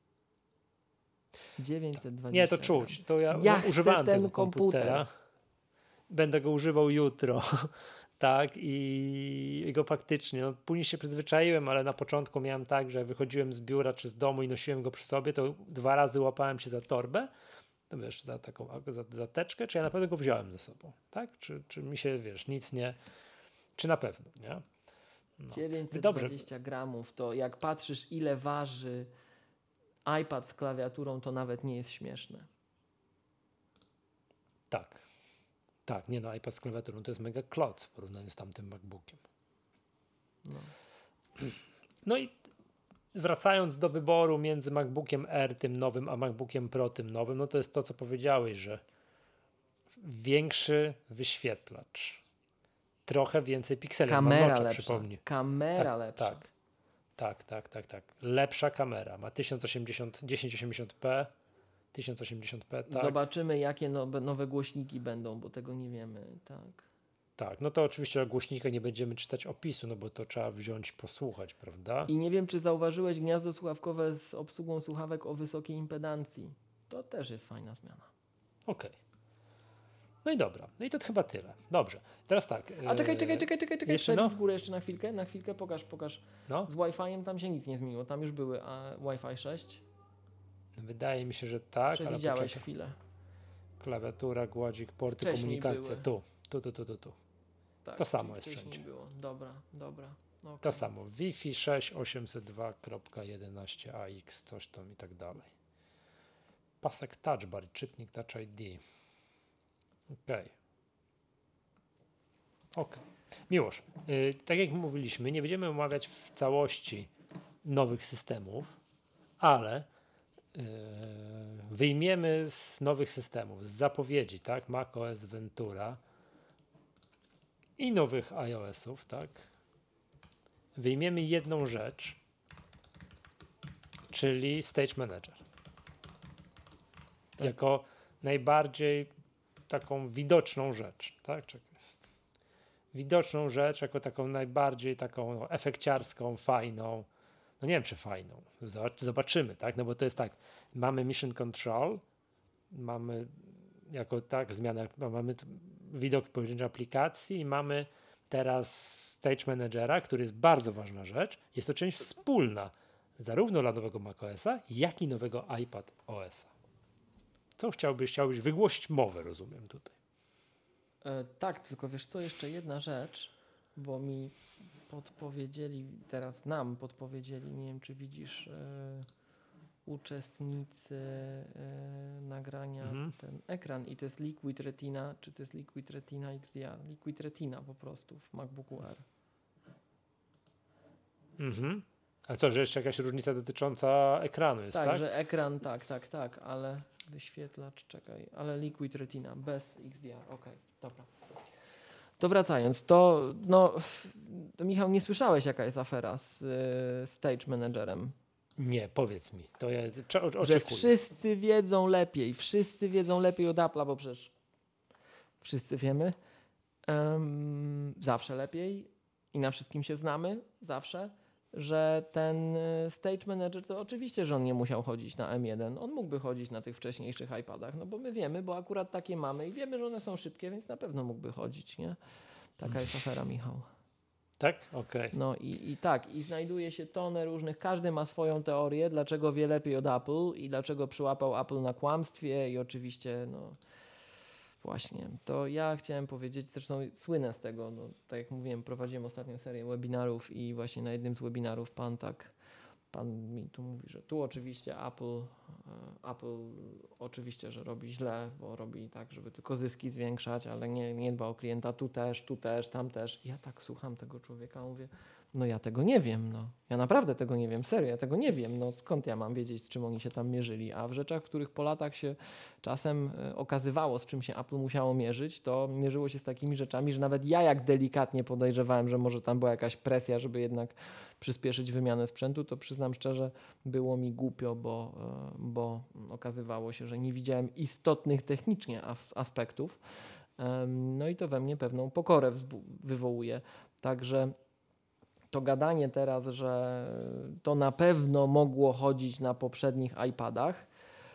920 Nie, to czuć. To ja używałem tego komputera. Będę go używał jutro, tak, i go faktycznie, później się przyzwyczaiłem, ale na początku miałem tak, że jak wychodziłem z biura czy z domu i nosiłem go przy sobie, to 2 razy łapałem się za torbę, to wiesz, za taką zateczkę, czy ja na pewno go wziąłem ze sobą, tak, czy mi się, nic nie, czy na pewno, nie? 920 gramów, to jak patrzysz ile waży iPad z klawiaturą, to nawet nie jest śmieszne. Tak, iPad z klawiaturą to jest mega kloc w porównaniu z tamtym MacBookiem. No i wracając do wyboru między MacBookiem R tym nowym, a MacBookiem Pro tym nowym, to jest to, co powiedziałeś, że większy wyświetlacz, trochę więcej pikseli. Kamera lepsza. Kamera lepsza. Tak. Tak. Lepsza kamera, ma 1080p, 1080p, tak. Zobaczymy, jakie nowe głośniki będą, bo tego nie wiemy, tak. Tak, no to oczywiście o głośnikach nie będziemy czytać opisu, no bo to trzeba wziąć, posłuchać, prawda? I nie wiem, czy zauważyłeś gniazdo słuchawkowe z obsługą słuchawek o wysokiej impedancji. To też jest fajna zmiana. Okej. No i dobra, no i to chyba tyle. Dobrze, teraz tak. A czekaj, jeszcze no? w górę jeszcze na chwilkę, pokaż. No? Z Wi-Fi'em tam się nic nie zmieniło, tam już były Wi-Fi 6. Wydaje mi się, że tak, Przewidziałeś ale poczekaj. chwilę. Klawiatura, gładzik, porty, Wcześniej komunikacja. były. Tu. Tak, To samo jest wszędzie. było. Dobra. Okay. To samo. Wi-Fi 6 802.11ax, coś tam i tak dalej. Pasek Touch Bar, czytnik Touch ID. Okej. Miłosz, tak jak mówiliśmy, nie będziemy omawiać w całości nowych systemów, ale wyjmiemy z nowych systemów, z zapowiedzi, tak, macOS Ventura i nowych iOS-ów, tak, wyjmiemy jedną rzecz, czyli Stage Manager. Tak. Jako najbardziej taką widoczną rzecz, tak, widoczną rzecz, jako taką najbardziej taką efekciarską, fajną, no nie wiem czy fajną, zobaczymy, tak, no bo to jest tak, mamy Mission Control, mamy jako tak zmianę, mamy widok pojedynczej aplikacji i mamy teraz Stage Managera, który jest bardzo ważna rzecz, jest to część wspólna zarówno dla nowego macOSa, jak i nowego iPad OS-a. Co chciałbyś wygłosić mowę, rozumiem tutaj. Tak, tylko wiesz co, jeszcze jedna rzecz, bo mi nam podpowiedzieli, nie wiem czy widzisz, uczestnicy nagrania ten ekran i to jest Liquid Retina, czy to jest Liquid Retina XDR? Liquid Retina po prostu w MacBooku R. A co, że jeszcze jakaś różnica dotycząca ekranu jest, tak? Tak, że ekran, tak, ale wyświetlacz, ale Liquid Retina bez XDR, dobra. To wracając, to Michał, nie słyszałeś jaka jest afera z Stage Managerem? Nie, powiedz mi, to ja oczekuję. Że wszyscy wiedzą lepiej od Apple'a, bo przecież wszyscy wiemy, zawsze lepiej i na wszystkim się znamy, zawsze, że ten Stage Manager to oczywiście, że on nie musiał chodzić na M1, on mógłby chodzić na tych wcześniejszych iPadach, no bo my wiemy, bo akurat takie mamy i wiemy, że one są szybkie, więc na pewno mógłby chodzić, nie? Taka jest afera, Michał. Tak? Okej. No i znajduje się tonę różnych, każdy ma swoją teorię, dlaczego wie lepiej od Apple i dlaczego przyłapał Apple na kłamstwie i oczywiście, właśnie, to ja chciałem powiedzieć, zresztą słynę z tego, tak jak mówiłem, prowadziłem ostatnią serię webinarów i właśnie na jednym z webinarów pan mi tu mówi, że tu oczywiście Apple oczywiście, że robi źle, bo robi tak, żeby tylko zyski zwiększać, ale nie dba o klienta tu też, tam też. I ja tak słucham tego człowieka, mówię, ja tego nie wiem, ja naprawdę tego nie wiem, serio, ja tego nie wiem, skąd ja mam wiedzieć, z czym oni się tam mierzyli, a w rzeczach, w których po latach się czasem okazywało, z czym się Apple musiało mierzyć, to mierzyło się z takimi rzeczami, że nawet ja jak delikatnie podejrzewałem, że może tam była jakaś presja, żeby jednak przyspieszyć wymianę sprzętu, to przyznam szczerze, było mi głupio, bo okazywało się, że nie widziałem istotnych technicznie aspektów, i to we mnie pewną pokorę wywołuje, także to gadanie teraz, że to na pewno mogło chodzić na poprzednich iPadach,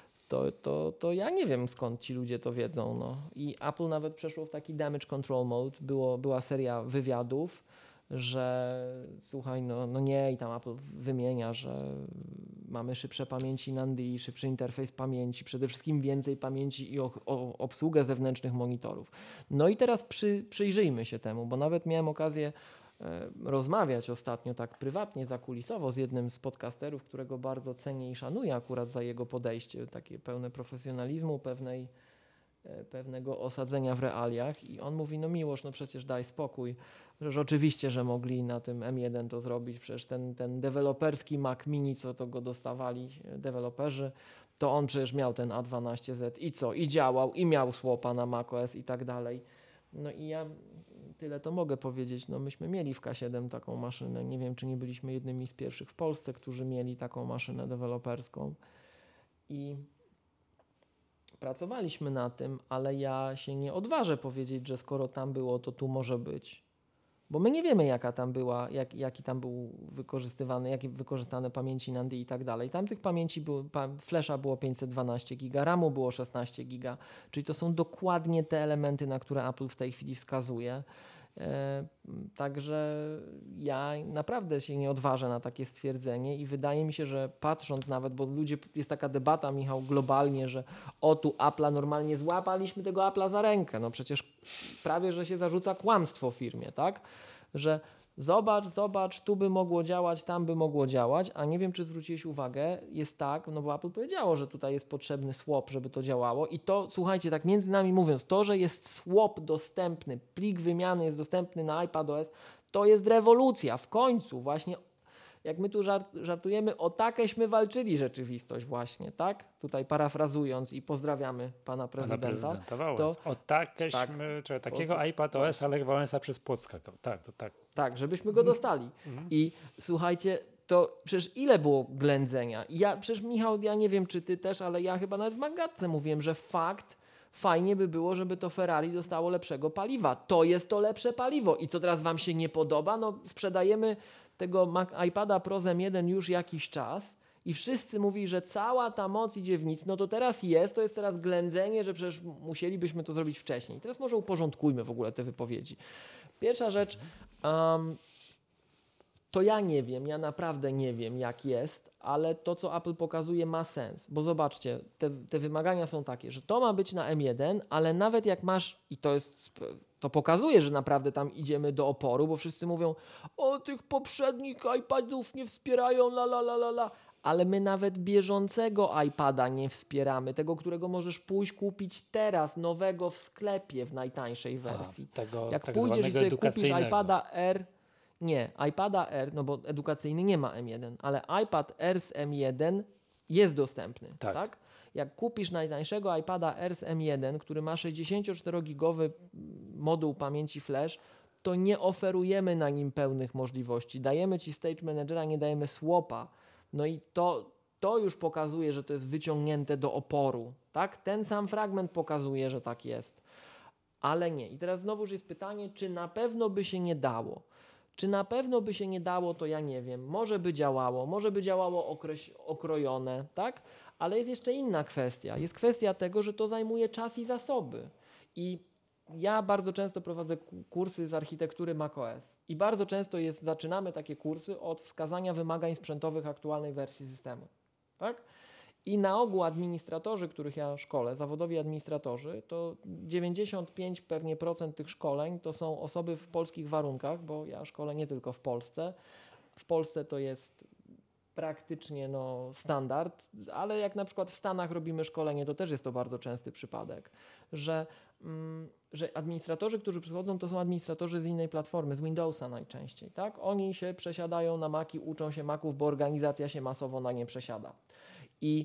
to ja nie wiem skąd ci ludzie to wiedzą. I Apple nawet przeszło w taki damage control mode, była seria wywiadów, że słuchaj, nie, i tam Apple wymienia, że mamy szybsze pamięci NAND, szybszy interfejs pamięci, przede wszystkim więcej pamięci i o obsługę zewnętrznych monitorów. I teraz przyjrzyjmy się temu, bo nawet miałem okazję rozmawiać ostatnio tak prywatnie, zakulisowo z jednym z podcasterów, którego bardzo cenię i szanuję akurat za jego podejście, takie pełne profesjonalizmu, pewnego osadzenia w realiach i on mówi, Miłosz, przecież daj spokój, że oczywiście, że mogli na tym M1 to zrobić, przecież ten deweloperski Mac Mini, co to go dostawali deweloperzy, to on przecież miał ten A12Z i co? I działał, i miał słopa na macOS i tak dalej. I ja tyle to mogę powiedzieć. No myśmy mieli w K7 taką maszynę. Nie wiem, czy nie byliśmy jednymi z pierwszych w Polsce, którzy mieli taką maszynę deweloperską. I pracowaliśmy na tym, ale ja się nie odważę powiedzieć, że skoro tam było, to tu może być. Bo my nie wiemy, jaka tam była, jaki tam był wykorzystywany, jakie wykorzystane pamięci NAND i tak dalej. Tam tych pamięci flasha było 512 giga, RAMu było 16 giga, czyli to są dokładnie te elementy, na które Apple w tej chwili wskazuje. Także ja naprawdę się nie odważę na takie stwierdzenie i wydaje mi się, że patrząc nawet, bo jest taka debata, Michał, globalnie, że tu Apple'a normalnie złapaliśmy tego Apple'a za rękę. No przecież prawie, że się zarzuca kłamstwo firmie, tak? Że zobacz, tu by mogło działać, tam by mogło działać, a nie wiem, czy zwróciłeś uwagę, jest tak, no bo Apple powiedziało, że tutaj jest potrzebny swap, żeby to działało i to, słuchajcie, tak między nami mówiąc, to, że jest swap dostępny, plik wymiany jest dostępny na iPadOS, to jest rewolucja. W końcu właśnie, jak my tu żartujemy, o takeśmy walczyli rzeczywistość właśnie, tak? Tutaj parafrazując i pozdrawiamy pana prezydenta. O takeśmy, czyli takiego iPadOS, ale Wałęsa przez płot skakał. Tak, to tak. Tak, żebyśmy go dostali. I słuchajcie, to przecież ile było ględzenia? Przecież Michał, ja nie wiem, czy ty też, ale ja chyba nawet w Magatce mówiłem, że fajnie by było, żeby to Ferrari dostało lepszego paliwa. To jest to lepsze paliwo. I co teraz wam się nie podoba? No sprzedajemy tego iPada Pro z M1 już jakiś czas i wszyscy mówili, że cała ta moc idzie w nic. No to teraz to jest teraz ględzenie, że przecież musielibyśmy to zrobić wcześniej. Teraz może uporządkujmy w ogóle te wypowiedzi. Pierwsza rzecz, to ja nie wiem, ja naprawdę nie wiem jak jest, ale to co Apple pokazuje ma sens, bo zobaczcie, te wymagania są takie, że to ma być na M1, ale nawet jak masz, i to pokazuje, że naprawdę tam idziemy do oporu, bo wszyscy mówią, tych poprzednich iPadów nie wspierają, ale my nawet bieżącego iPada nie wspieramy, tego, którego możesz pójść kupić teraz, nowego w sklepie w najtańszej wersji. Jak tak pójdziesz i sobie kupisz iPada R, iPada R, no bo edukacyjny nie ma M1, ale iPad R z M1 jest dostępny, tak? Jak kupisz najtańszego iPada R z M1, który ma 64-gigowy moduł pamięci flash, to nie oferujemy na nim pełnych możliwości. Dajemy ci Stage Managera, nie dajemy swapa. No i to już pokazuje, że to jest wyciągnięte do oporu, tak? Ten sam fragment pokazuje, że tak jest, ale nie. I teraz znowuż jest pytanie, czy na pewno by się nie dało? Czy na pewno by się nie dało, to ja nie wiem. Może by działało okrojone, tak? Ale jest jeszcze inna kwestia. Jest kwestia tego, że to zajmuje czas i zasoby. I ja bardzo często prowadzę kursy z architektury macOS i bardzo często zaczynamy takie kursy od wskazania wymagań sprzętowych aktualnej wersji systemu, tak? I na ogół administratorzy, których ja szkolę, zawodowi administratorzy, to 95 pewnie procent tych szkoleń to są osoby w polskich warunkach, bo ja szkolę nie tylko w Polsce. W Polsce to jest praktycznie standard, ale jak na przykład w Stanach robimy szkolenie, to też jest to bardzo częsty przypadek, że administratorzy, którzy przychodzą, to są administratorzy z innej platformy, z Windowsa najczęściej, tak? Oni się przesiadają na Maci, uczą się Maców, bo organizacja się masowo na nie przesiada. I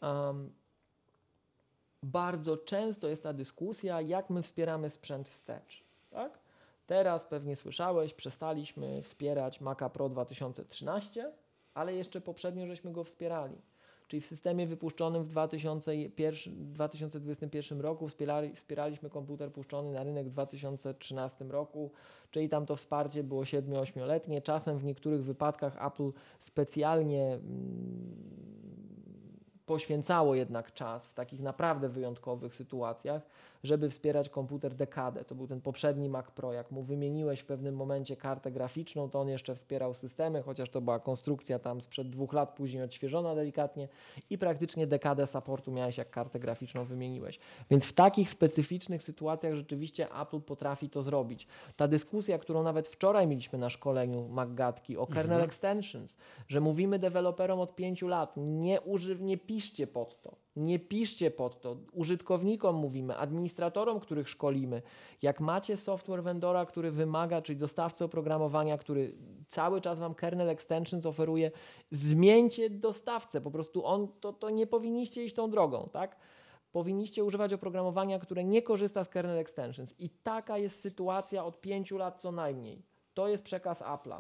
bardzo często jest ta dyskusja, jak my wspieramy sprzęt wstecz, tak? Teraz pewnie słyszałeś, przestaliśmy wspierać Maca Pro 2013, ale jeszcze poprzednio żeśmy go wspierali. Czyli w systemie wypuszczonym w 2021 roku wspieraliśmy komputer puszczony na rynek w 2013 roku, czyli tam to wsparcie było 7-8-letnie. Czasem w niektórych wypadkach Apple specjalnie poświęcało jednak czas w takich naprawdę wyjątkowych sytuacjach, żeby wspierać komputer dekadę. To był ten poprzedni Mac Pro. Jak mu wymieniłeś w pewnym momencie kartę graficzną, to on jeszcze wspierał systemy, chociaż to była konstrukcja tam sprzed 2 lat, później odświeżona delikatnie i praktycznie dekadę supportu miałeś, jak kartę graficzną wymieniłeś. Więc w takich specyficznych sytuacjach rzeczywiście Apple potrafi to zrobić. Ta dyskusja, którą nawet wczoraj mieliśmy na szkoleniu Maggatki o kernel extensions, że mówimy deweloperom od 5 lat, nie piszcie pod to. Nie piszcie pod to. Użytkownikom mówimy, administratorom, których szkolimy. Jak macie software vendora, który wymaga, czyli dostawcę oprogramowania, który cały czas wam kernel extensions oferuje, zmieńcie dostawcę. Po prostu to nie powinniście iść tą drogą, tak? powinniście używać oprogramowania, które nie korzysta z kernel extensions. I taka jest sytuacja od 5 lat co najmniej. To jest przekaz Apple'a.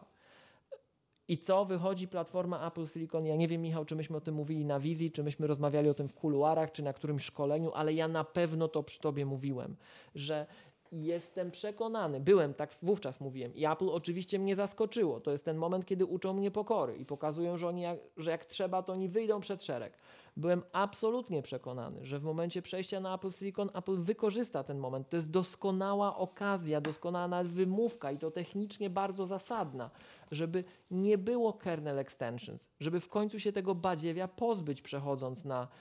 I co? Wychodzi platforma Apple Silicon. Ja nie wiem, Michał, czy myśmy o tym mówili na wizji, czy myśmy rozmawiali o tym w kuluarach, czy na którymś szkoleniu, ale ja na pewno to przy tobie mówiłem, że jestem przekonany, tak wówczas mówiłem i Apple oczywiście mnie zaskoczyło. To jest ten moment, kiedy uczą mnie pokory i pokazują, że jak trzeba, to oni wyjdą przed szereg. Byłem absolutnie przekonany, że w momencie przejścia na Apple Silicon Apple wykorzysta ten moment. To jest doskonała okazja, doskonała nawet wymówka i to technicznie bardzo zasadna, żeby nie było kernel extensions, żeby w końcu się tego badziewia pozbyć, przechodząc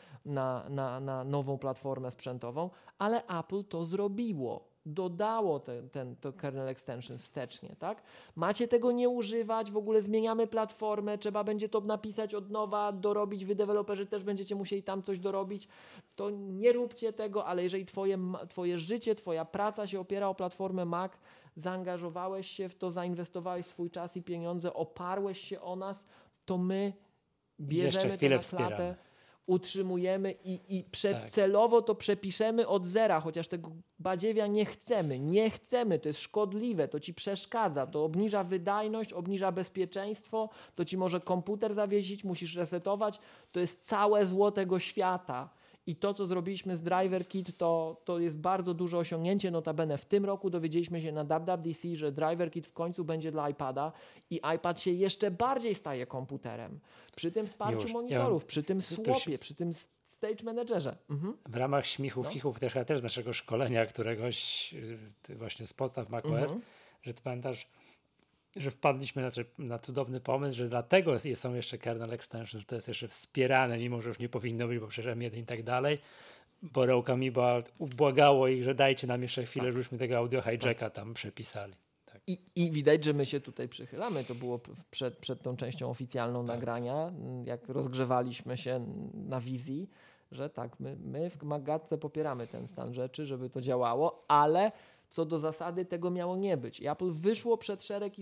na nową platformę sprzętową, ale Apple to zrobiło. Dodało to kernel extension wstecznie, tak? Macie tego nie używać, w ogóle zmieniamy platformę, trzeba będzie to napisać od nowa, dorobić, wy deweloperzy też będziecie musieli tam coś dorobić, to nie róbcie tego, ale jeżeli twoje życie, twoja praca się opiera o platformę Mac, zaangażowałeś się w to, zainwestowałeś swój czas i pieniądze, oparłeś się o nas, to my bierzemy to na klatę, utrzymujemy i celowo to przepiszemy od zera, chociaż tego badziewia nie chcemy, to jest szkodliwe, to ci przeszkadza, to obniża wydajność, obniża bezpieczeństwo, to ci może komputer zawiesić, musisz resetować, to jest całe zło tego świata. I to, co zrobiliśmy z Driver Kit, to jest bardzo duże osiągnięcie. Notabene w tym roku dowiedzieliśmy się na WWDC, że Driver Kit w końcu będzie dla iPada i iPad się jeszcze bardziej staje komputerem. Przy tym wsparciu monitorów, przy tym swapie, przy tym Stage Managerze. W ramach śmichów, chichów też z naszego szkolenia któregoś właśnie z podstaw macOS, że ty pamiętasz, że wpadliśmy na cudowny pomysł, że dlatego są jeszcze kernel extensions, to jest jeszcze wspierane, mimo że już nie powinno być, bo przecież M1 i tak dalej, bo Rokamiba ubłagało ich, że dajcie nam jeszcze chwilę, żebyśmy tego audio hijacka tam przepisali. Tak. I widać, że my się tutaj przychylamy. To było przed tą częścią oficjalną nagrania, jak rozgrzewaliśmy się na wizji, że tak, my w Maggatce popieramy ten stan rzeczy, żeby to działało, ale co do zasady tego miało nie być. I Apple wyszło przed szereg i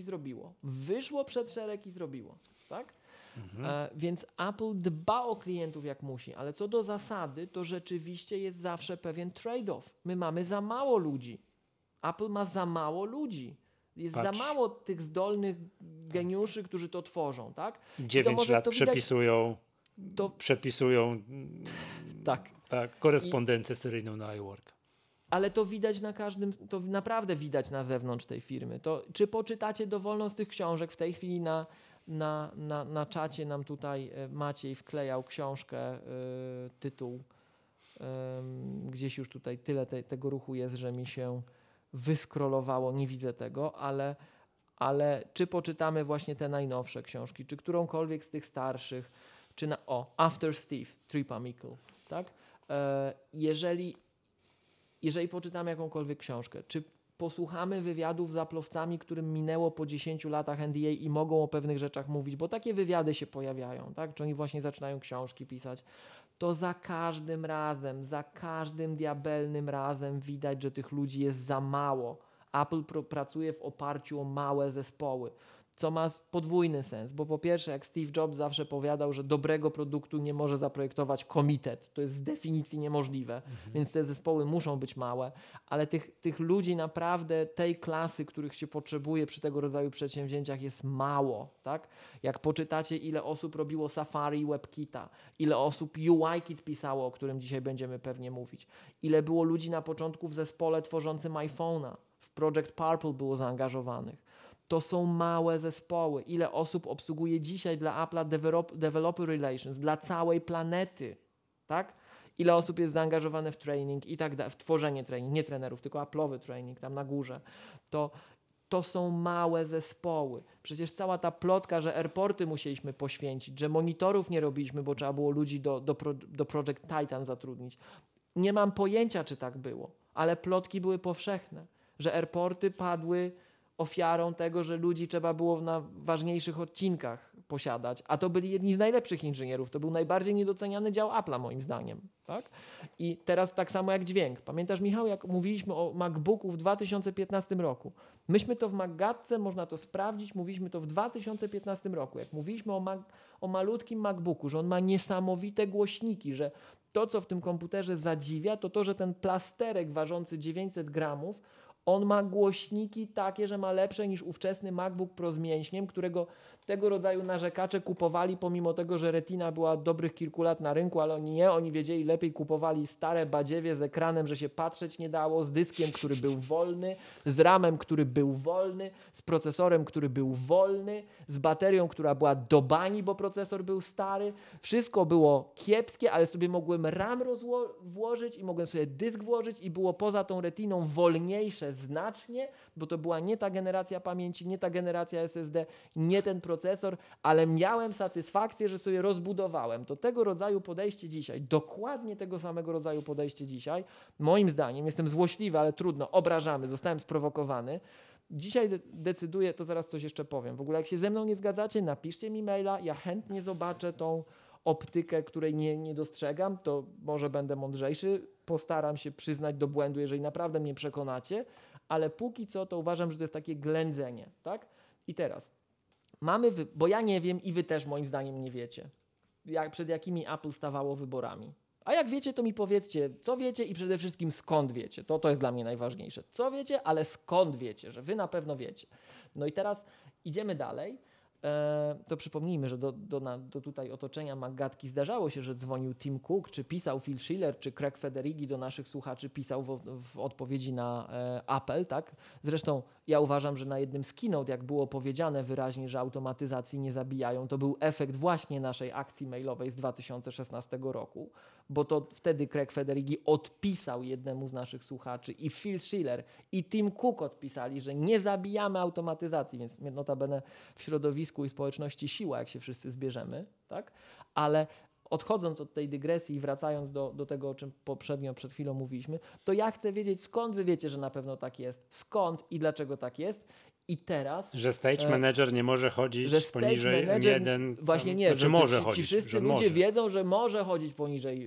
zrobiło. Tak? Więc Apple dba o klientów jak musi, ale co do zasady to rzeczywiście jest zawsze pewien trade-off. My mamy za mało ludzi. Apple ma za mało ludzi. Jest za mało tych zdolnych geniuszy, którzy to tworzą. Tak? 9 lat przepisują korespondencję seryjną na iWork. Ale to widać to naprawdę widać na zewnątrz tej firmy. To, czy poczytacie dowolną z tych książek? W tej chwili na czacie nam tutaj Maciej wklejał książkę, tytuł. Gdzieś już tutaj tyle tego ruchu jest, że mi się wyskrolowało, nie widzę tego, ale czy poczytamy właśnie te najnowsze książki, czy którąkolwiek z tych starszych, czy After Steve, Trippa Mickle, tak? Jeżeli poczytamy jakąkolwiek książkę, czy posłuchamy wywiadów z Apple'owcami, którym minęło po 10 latach NDA i mogą o pewnych rzeczach mówić, bo takie wywiady się pojawiają, tak? Czy oni właśnie zaczynają książki pisać, to za każdym diabelnym razem widać, że tych ludzi jest za mało. Apple pracuje w oparciu o małe zespoły, co ma podwójny sens, bo po pierwsze, jak Steve Jobs zawsze powiadał, że dobrego produktu nie może zaprojektować komitet, to jest z definicji niemożliwe, więc te zespoły muszą być małe, ale tych ludzi naprawdę tej klasy, których się potrzebuje przy tego rodzaju przedsięwzięciach jest mało, tak? Jak poczytacie, ile osób robiło Safari i WebKita, ile osób UIKit pisało, o którym dzisiaj będziemy pewnie mówić, ile było ludzi na początku w zespole tworzącym iPhone'a, w Project Purple było zaangażowanych. To są małe zespoły. Ile osób obsługuje dzisiaj dla Apple'a Developer Relations, dla całej planety, tak? Ile osób jest zaangażowane w training i tak dalej, w tworzenie training, nie trenerów, tylko Apple'owy training tam na górze. To są małe zespoły. Przecież cała ta plotka, że airporty musieliśmy poświęcić, że monitorów nie robiliśmy, bo trzeba było ludzi do Project Titan zatrudnić. Nie mam pojęcia, czy tak było, ale plotki były powszechne, że airporty padły ofiarą tego, że ludzi trzeba było na ważniejszych odcinkach posiadać, a to byli jedni z najlepszych inżynierów. To był najbardziej niedoceniany dział Apple'a moim zdaniem. Tak? I teraz tak samo jak dźwięk. Pamiętasz, Michał, jak mówiliśmy o MacBooku w 2015 roku? Myśmy to w Maggatce, można to sprawdzić, mówiliśmy to w 2015 roku. Jak mówiliśmy o malutkim MacBooku, że on ma niesamowite głośniki, że to, co w tym komputerze zadziwia, to, że ten plasterek ważący 900 gramów, on ma głośniki takie, że ma lepsze niż ówczesny MacBook Pro z mięśniem, którego tego rodzaju narzekacze kupowali, pomimo tego, że Retina była od dobrych kilku lat na rynku, ale oni wiedzieli lepiej, kupowali stare badziewie z ekranem, że się patrzeć nie dało, z dyskiem, który był wolny, z RAM-em, który był wolny, z procesorem, który był wolny, z baterią, która była do bani, bo procesor był stary. Wszystko było kiepskie, ale sobie mogłem RAM włożyć i mogłem sobie dysk włożyć i było poza tą Retiną wolniejsze znacznie, bo to była nie ta generacja pamięci, nie ta generacja SSD, nie ten procesor, ale miałem satysfakcję, że sobie rozbudowałem. To tego rodzaju podejście dzisiaj, dokładnie tego samego rodzaju podejście dzisiaj, moim zdaniem, jestem złośliwy, ale trudno, obrażamy, zostałem sprowokowany. Dzisiaj decyduję, to zaraz coś jeszcze powiem. W ogóle jak się ze mną nie zgadzacie, napiszcie mi maila, ja chętnie zobaczę tą optykę, której nie dostrzegam, to może będę mądrzejszy, postaram się przyznać do błędu, jeżeli naprawdę mnie przekonacie, ale póki co to uważam, że to jest takie ględzenie, tak? I teraz bo ja nie wiem i wy też moim zdaniem nie wiecie, przed jakimi Apple stawało wyborami. A jak wiecie, to mi powiedzcie, co wiecie i przede wszystkim skąd wiecie. To jest dla mnie najważniejsze. Co wiecie, ale skąd wiecie, że wy na pewno wiecie. No i teraz idziemy dalej. To przypomnijmy, że do tutaj otoczenia Maggatki zdarzało się, że dzwonił Tim Cook, czy pisał Phil Schiller, czy Craig Federighi do naszych słuchaczy, pisał w odpowiedzi na Apple, tak? Zresztą ja uważam, że na jednym z keynote, jak było powiedziane wyraźnie, że automatyzacji nie zabijają, to był efekt właśnie naszej akcji mailowej z 2016 roku, bo to wtedy Craig Federighi odpisał jednemu z naszych słuchaczy i Phil Schiller i Tim Cook odpisali, że nie zabijamy automatyzacji, więc notabene w środowisku i społeczności siła, jak się wszyscy zbierzemy, tak? Ale odchodząc od tej dygresji i wracając do tego, o czym poprzednio przed chwilą mówiliśmy, to ja chcę wiedzieć, skąd wy wiecie, że na pewno tak jest, skąd i dlaczego tak jest. I teraz... Że stage manager nie może chodzić poniżej M1. Właśnie nie, że może chodzić. Ci wszyscy ludzie wiedzą, że może chodzić poniżej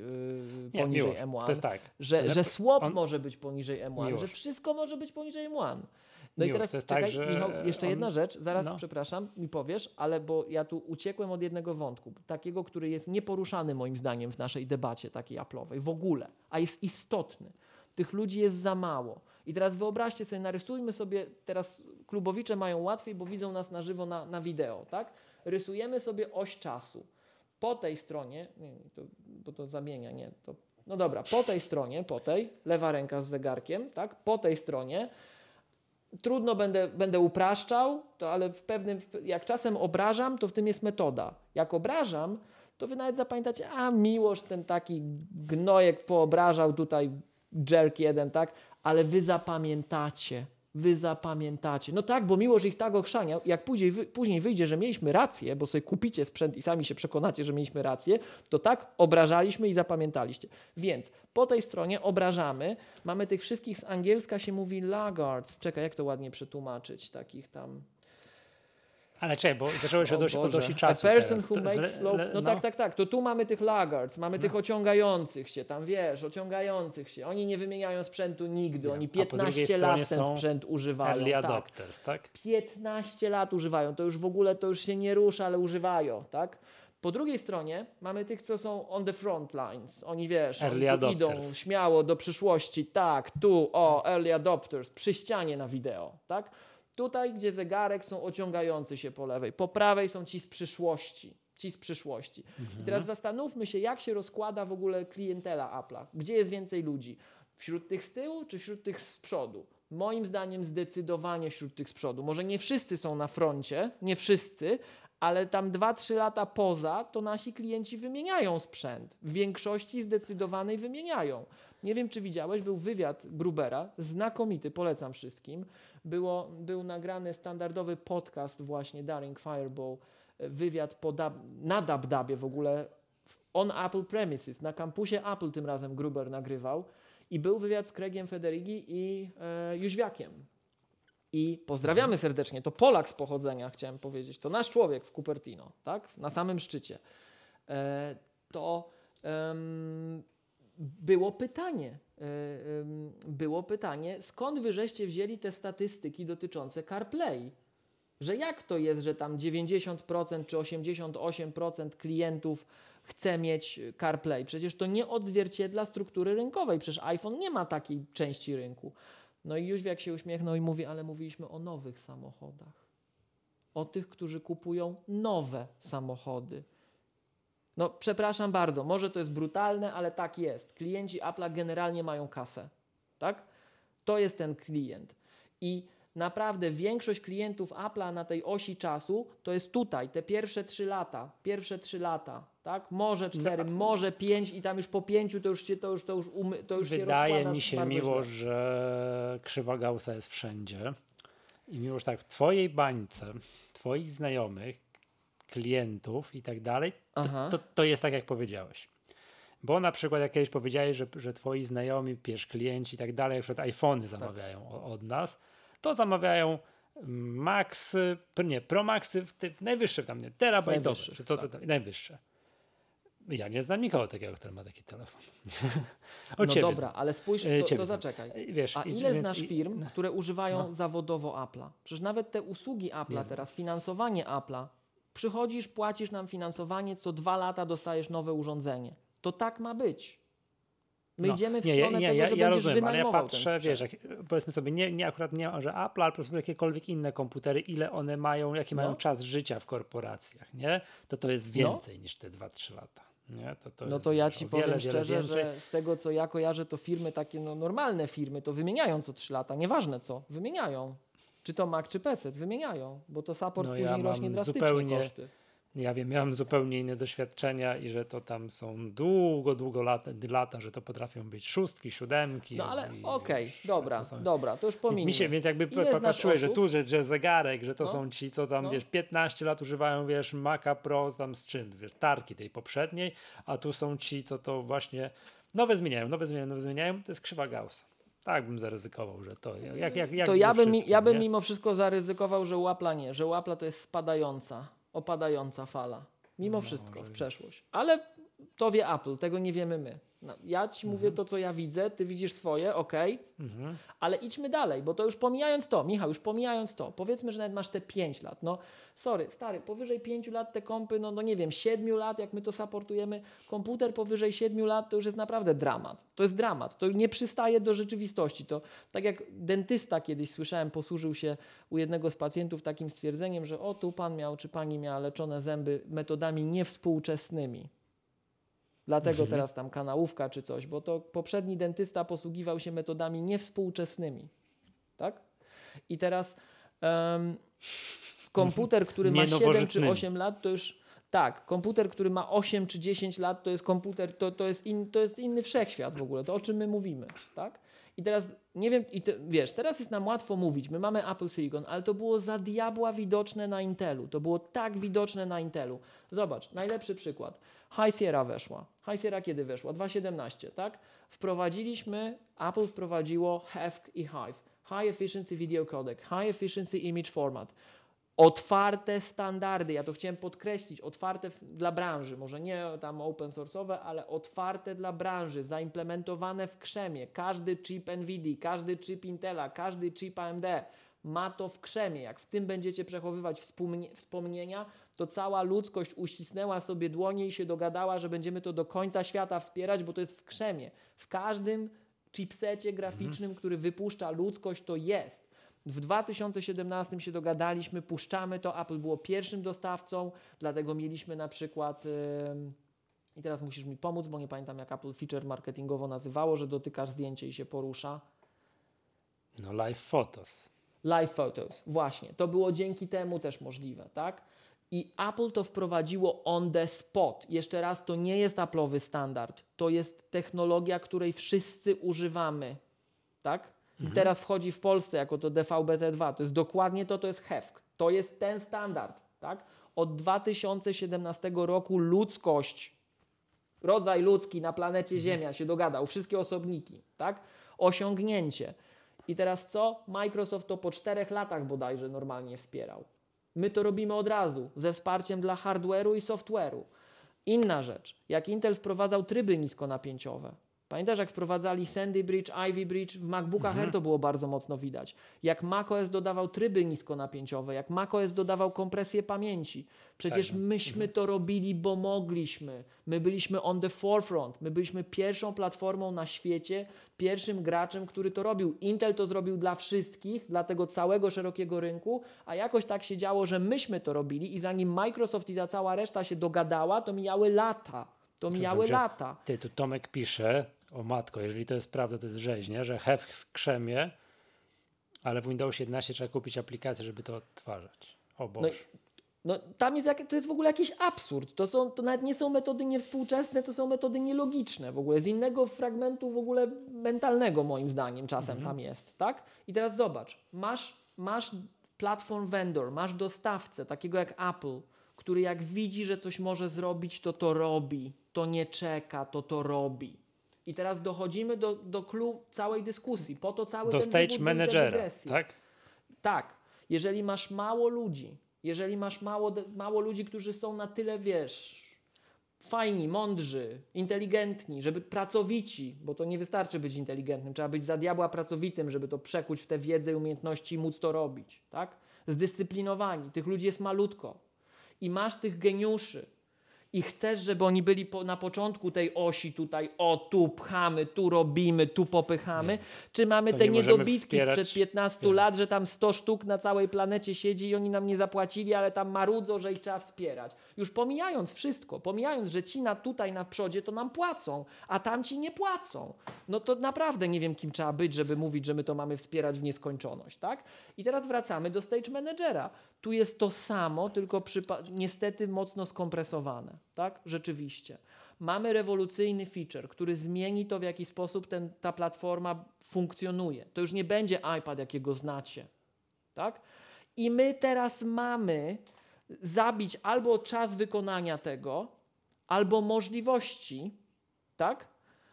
M1. To jest tak. Że swap może być poniżej M1, że wszystko może być poniżej M1. No i teraz czekaj, tak, że Michał, jeszcze jedna rzecz, zaraz przepraszam, mi powiesz, ale bo ja tu uciekłem od jednego wątku, takiego, który jest nieporuszany moim zdaniem w naszej debacie takiej Apple'owej w ogóle, a jest istotny. Tych ludzi jest za mało. I teraz wyobraźcie sobie, narysujmy sobie, teraz klubowicze mają łatwiej, bo widzą nas na żywo na wideo, tak? Rysujemy sobie oś czasu. Po tej stronie, bo to zamienia, no dobra, po tej stronie, lewa ręka z zegarkiem, tak? Po tej stronie, trudno będę upraszczał, ale jak czasem obrażam, to w tym jest metoda. Jak obrażam, to wy nawet zapamiętacie, Miłosz ten taki gnojek poobrażał tutaj jerk jeden, tak? Ale wy zapamiętacie. No tak, bo Miłosz ich tak ochrzaniał. Jak później wyjdzie, że mieliśmy rację, bo sobie kupicie sprzęt i sami się przekonacie, że mieliśmy rację, to tak obrażaliśmy i zapamiętaliście. Więc po tej stronie obrażamy. Mamy tych wszystkich z angielska się mówi laggards. Czekaj, jak to ładnie przetłumaczyć? Takich tam... Ale czekaj, bo zacząłeś od osi czasu. A person who makes slow... No tak. To tu mamy tych laggards, mamy tych ociągających się, tam ociągających się. Oni nie wymieniają sprzętu nigdy, oni 15 lat ten sprzęt używają. Early adopters, tak? 15 lat używają, to już w ogóle, to już się nie rusza, ale używają, tak? Po drugiej stronie mamy tych, co są on the front lines. Oni oni idą śmiało do przyszłości, tak, early adopters, przy ścianie na wideo, tak? Tutaj, gdzie zegarek, są ociągający się po lewej. Po prawej są ci z przyszłości. I teraz zastanówmy się, jak się rozkłada w ogóle klientela Apple'a. Gdzie jest więcej ludzi? Wśród tych z tyłu, czy wśród tych z przodu? Moim zdaniem zdecydowanie wśród tych z przodu. Może nie wszyscy są na froncie, nie wszyscy, ale tam 2-3 lata poza, to nasi klienci wymieniają sprzęt. W większości zdecydowanej wymieniają. Nie wiem, czy widziałeś, był wywiad Grubera, znakomity, polecam wszystkim. Był nagrany standardowy podcast właśnie Daring Fireball, wywiad na DubDubie w ogóle, on Apple Premises, na kampusie Apple tym razem Gruber nagrywał i był wywiad z Craigiem Federighi i Jóźwiakiem. I pozdrawiamy serdecznie, to Polak z pochodzenia, chciałem powiedzieć, to nasz człowiek w Cupertino, tak? Na samym szczycie. Było pytanie, skąd wy żeście wzięli te statystyki dotyczące CarPlay? Że jak to jest, że tam 90% czy 88% klientów chce mieć CarPlay? Przecież to nie odzwierciedla struktury rynkowej. Przecież iPhone nie ma takiej części rynku. No i Jóźwiak się uśmiechnął i mówi, ale mówiliśmy o nowych samochodach. O tych, którzy kupują nowe samochody. No przepraszam bardzo, może to jest brutalne, ale tak jest. Klienci Apple'a generalnie mają kasę. Tak? To jest ten klient. I naprawdę większość klientów Apple'a na tej osi czasu to jest tutaj, te pierwsze 3 lata. Tak? Może 4, może 5 i tam już po 5 to już wydaje mi się, Miłosz, że krzywa Gaussa jest wszędzie. I Miłosz, tak, w twojej bańce, twoich znajomych, klientów i tak dalej, to jest tak, jak powiedziałeś. Bo na przykład jak kiedyś powiedziałeś, że twoi znajomi, klienci i tak dalej, na przykład iPhony zamawiają od nas, to zamawiają Maxy, Pro Maxy, najwyższe tam, nie, terabajtowe, czy co to tam, najwyższe. Ja nie znam nikogo takiego, który ma taki telefon. No dobra, ale spójrz, to zaczekaj. Wiesz, a ile znasz firm, które używają zawodowo Apple'a? Przecież nawet te usługi Apple'a teraz, finansowanie Apple'a, przychodzisz, płacisz nam finansowanie, co 2 lata dostajesz nowe urządzenie. To tak ma być. My idziemy w stronę tego, że będziesz rozumiem, ale ja patrzę, wiesz, powiedzmy sobie, nie akurat nie, że Apple, ale po prostu jakiekolwiek inne komputery, ile one mają, jaki mają czas życia w korporacjach, nie? To jest więcej niż te 2-3 lata. Nie? To ja ci powiem szczerze, że z tego, co ja kojarzę, to firmy takie, normalne firmy, to wymieniają co 3 lata, nieważne co, wymieniają. Czy to Mac, czy PC, wymieniają, bo to support później rośnie drastycznie koszty. Ja wiem, miałem zupełnie inne doświadczenia i że to tam są długo lata, że to potrafią być 6, 7. No ale dobra, to już pominę. Więc jakby patrzyłeś, że tu, że zegarek, że to są ci, co tam, 15 lat używają, Maca Pro tam z czym, tarki tej poprzedniej, a tu są ci, co to właśnie nowe zmieniają, to jest krzywa Gaussa. Tak bym zaryzykował, że to to ja bym mimo wszystko zaryzykował, że u Apple'a nie, że u Apple'a to jest opadająca fala. Mimo wszystko w przeszłość. Ale to wie Apple, tego nie wiemy my. Ja ci mówię to, co ja widzę, ty widzisz swoje, ale idźmy dalej, bo to już pomijając to, Michał, powiedzmy, że nawet masz te 5 lat. Sorry, stary, powyżej 5 lat te kompy, nie wiem, 7 lat, jak my to supportujemy, komputer powyżej 7 lat to już jest naprawdę dramat. To jest dramat, to nie przystaje do rzeczywistości. To tak jak dentysta kiedyś słyszałem, posłużył się u jednego z pacjentów takim stwierdzeniem, że tu pan miał, czy pani miała leczone zęby metodami niewspółczesnymi. Dlatego teraz tam kanałówka czy coś, bo to poprzedni dentysta posługiwał się metodami niewspółczesnymi. Tak? I teraz komputer, który ma 7 czy 8 lat, to już komputer, który ma 8 czy 10 lat, to jest komputer, to jest inny wszechświat w ogóle, to o czym my mówimy. Tak? I teraz nie wiem, teraz jest nam łatwo mówić, my mamy Apple Silicon, ale to było za diabła widoczne na Intelu. To było tak widoczne na Intelu. Zobacz, najlepszy przykład. High Sierra weszła. High Sierra kiedy weszła? 2.17, tak? Apple wprowadziło HEVC i Hive. High Efficiency Video Codec, High Efficiency Image Format. Otwarte standardy, ja to chciałem podkreślić, otwarte dla branży, może nie tam open source'owe, ale otwarte dla branży, zaimplementowane w krzemie. Każdy chip NVIDIA, każdy chip Intela, każdy chip AMD ma to w krzemie. Jak w tym będziecie przechowywać wspomnienia, to cała ludzkość uścisnęła sobie dłonie i się dogadała, że będziemy to do końca świata wspierać, bo to jest w krzemie. W każdym chipsecie graficznym, który wypuszcza ludzkość, to jest. W 2017 się dogadaliśmy, puszczamy to, Apple było pierwszym dostawcą, dlatego mieliśmy na przykład, i teraz musisz mi pomóc, bo nie pamiętam jak Apple feature marketingowo nazywało, że dotykasz zdjęcie i się porusza. Live Photos. Live Photos, właśnie. To było dzięki temu też możliwe, tak? I Apple to wprowadziło on the spot. Jeszcze raz, to nie jest Apple'owy standard. To jest technologia, której wszyscy używamy, tak? I teraz wchodzi w Polsce jako to DVB-T2. To jest dokładnie to jest HEVC. To jest ten standard, tak? Od 2017 roku ludzkość, rodzaj ludzki na planecie Ziemia się dogadał, wszystkie osobniki, tak? Osiągnięcie. I teraz co? Microsoft to po 4 latach bodajże normalnie wspierał. My to robimy od razu, ze wsparciem dla hardware'u i software'u. Inna rzecz, jak Intel wprowadzał tryby niskonapięciowe, Pamiętasz, jak wprowadzali Sandy Bridge, Ivy Bridge, w MacBookach Air to było bardzo mocno widać. Jak macOS dodawał tryby niskonapięciowe, jak macOS dodawał kompresję pamięci. Przecież myśmy to robili, bo mogliśmy. My byliśmy on the forefront. My byliśmy pierwszą platformą na świecie, pierwszym graczem, który to robił. Intel to zrobił dla wszystkich, dla tego całego szerokiego rynku, a jakoś tak się działo, że myśmy to robili i zanim Microsoft i ta cała reszta się dogadała, to mijały lata. Ty, tu Tomek pisze, o matko, jeżeli to jest prawda, to jest rzeźnia, że HEV w krzemie, ale w Windows 11 trzeba kupić aplikację, żeby to odtwarzać. O Boże. No tam jest, to jest w ogóle jakiś absurd. To nawet nie są metody niewspółczesne, to są metody nielogiczne w ogóle. Z innego fragmentu w ogóle mentalnego moim zdaniem czasem tam jest, tak? I teraz zobacz, masz platform vendor, masz dostawcę takiego jak Apple, który jak widzi, że coś może zrobić, to robi. To nie czeka, to robi. I teraz dochodzimy do clue całej dyskusji. Po to cały do ten stage managera, tak? Tak. Jeżeli masz mało ludzi, mało ludzi, którzy są na tyle, fajni, mądrzy, inteligentni, żeby pracowici, bo to nie wystarczy być inteligentnym, trzeba być za diabła pracowitym, żeby to przekuć w tę wiedzę i umiejętności i móc to robić, tak? Zdyscyplinowani. Tych ludzi jest malutko. I masz tych geniuszy i chcesz, żeby oni byli na początku tej osi tutaj, tu pchamy, tu robimy, tu popychamy, czy mamy te niedobitki sprzed 15 lat, że tam 100 sztuk na całej planecie siedzi i oni nam nie zapłacili, ale tam marudzą, że ich trzeba wspierać. Już pomijając wszystko, że ci tutaj na przodzie to nam płacą, a tamci nie płacą. No to naprawdę nie wiem, kim trzeba być, żeby mówić, że my to mamy wspierać w nieskończoność, tak? I teraz wracamy do stage managera. Tu jest to samo, tylko niestety mocno skompresowane, tak? Rzeczywiście. Mamy rewolucyjny feature, który zmieni to, w jaki sposób ta platforma funkcjonuje. To już nie będzie iPad, jakiego znacie, tak? I my teraz mamy zabić albo czas wykonania tego, albo możliwości, tak?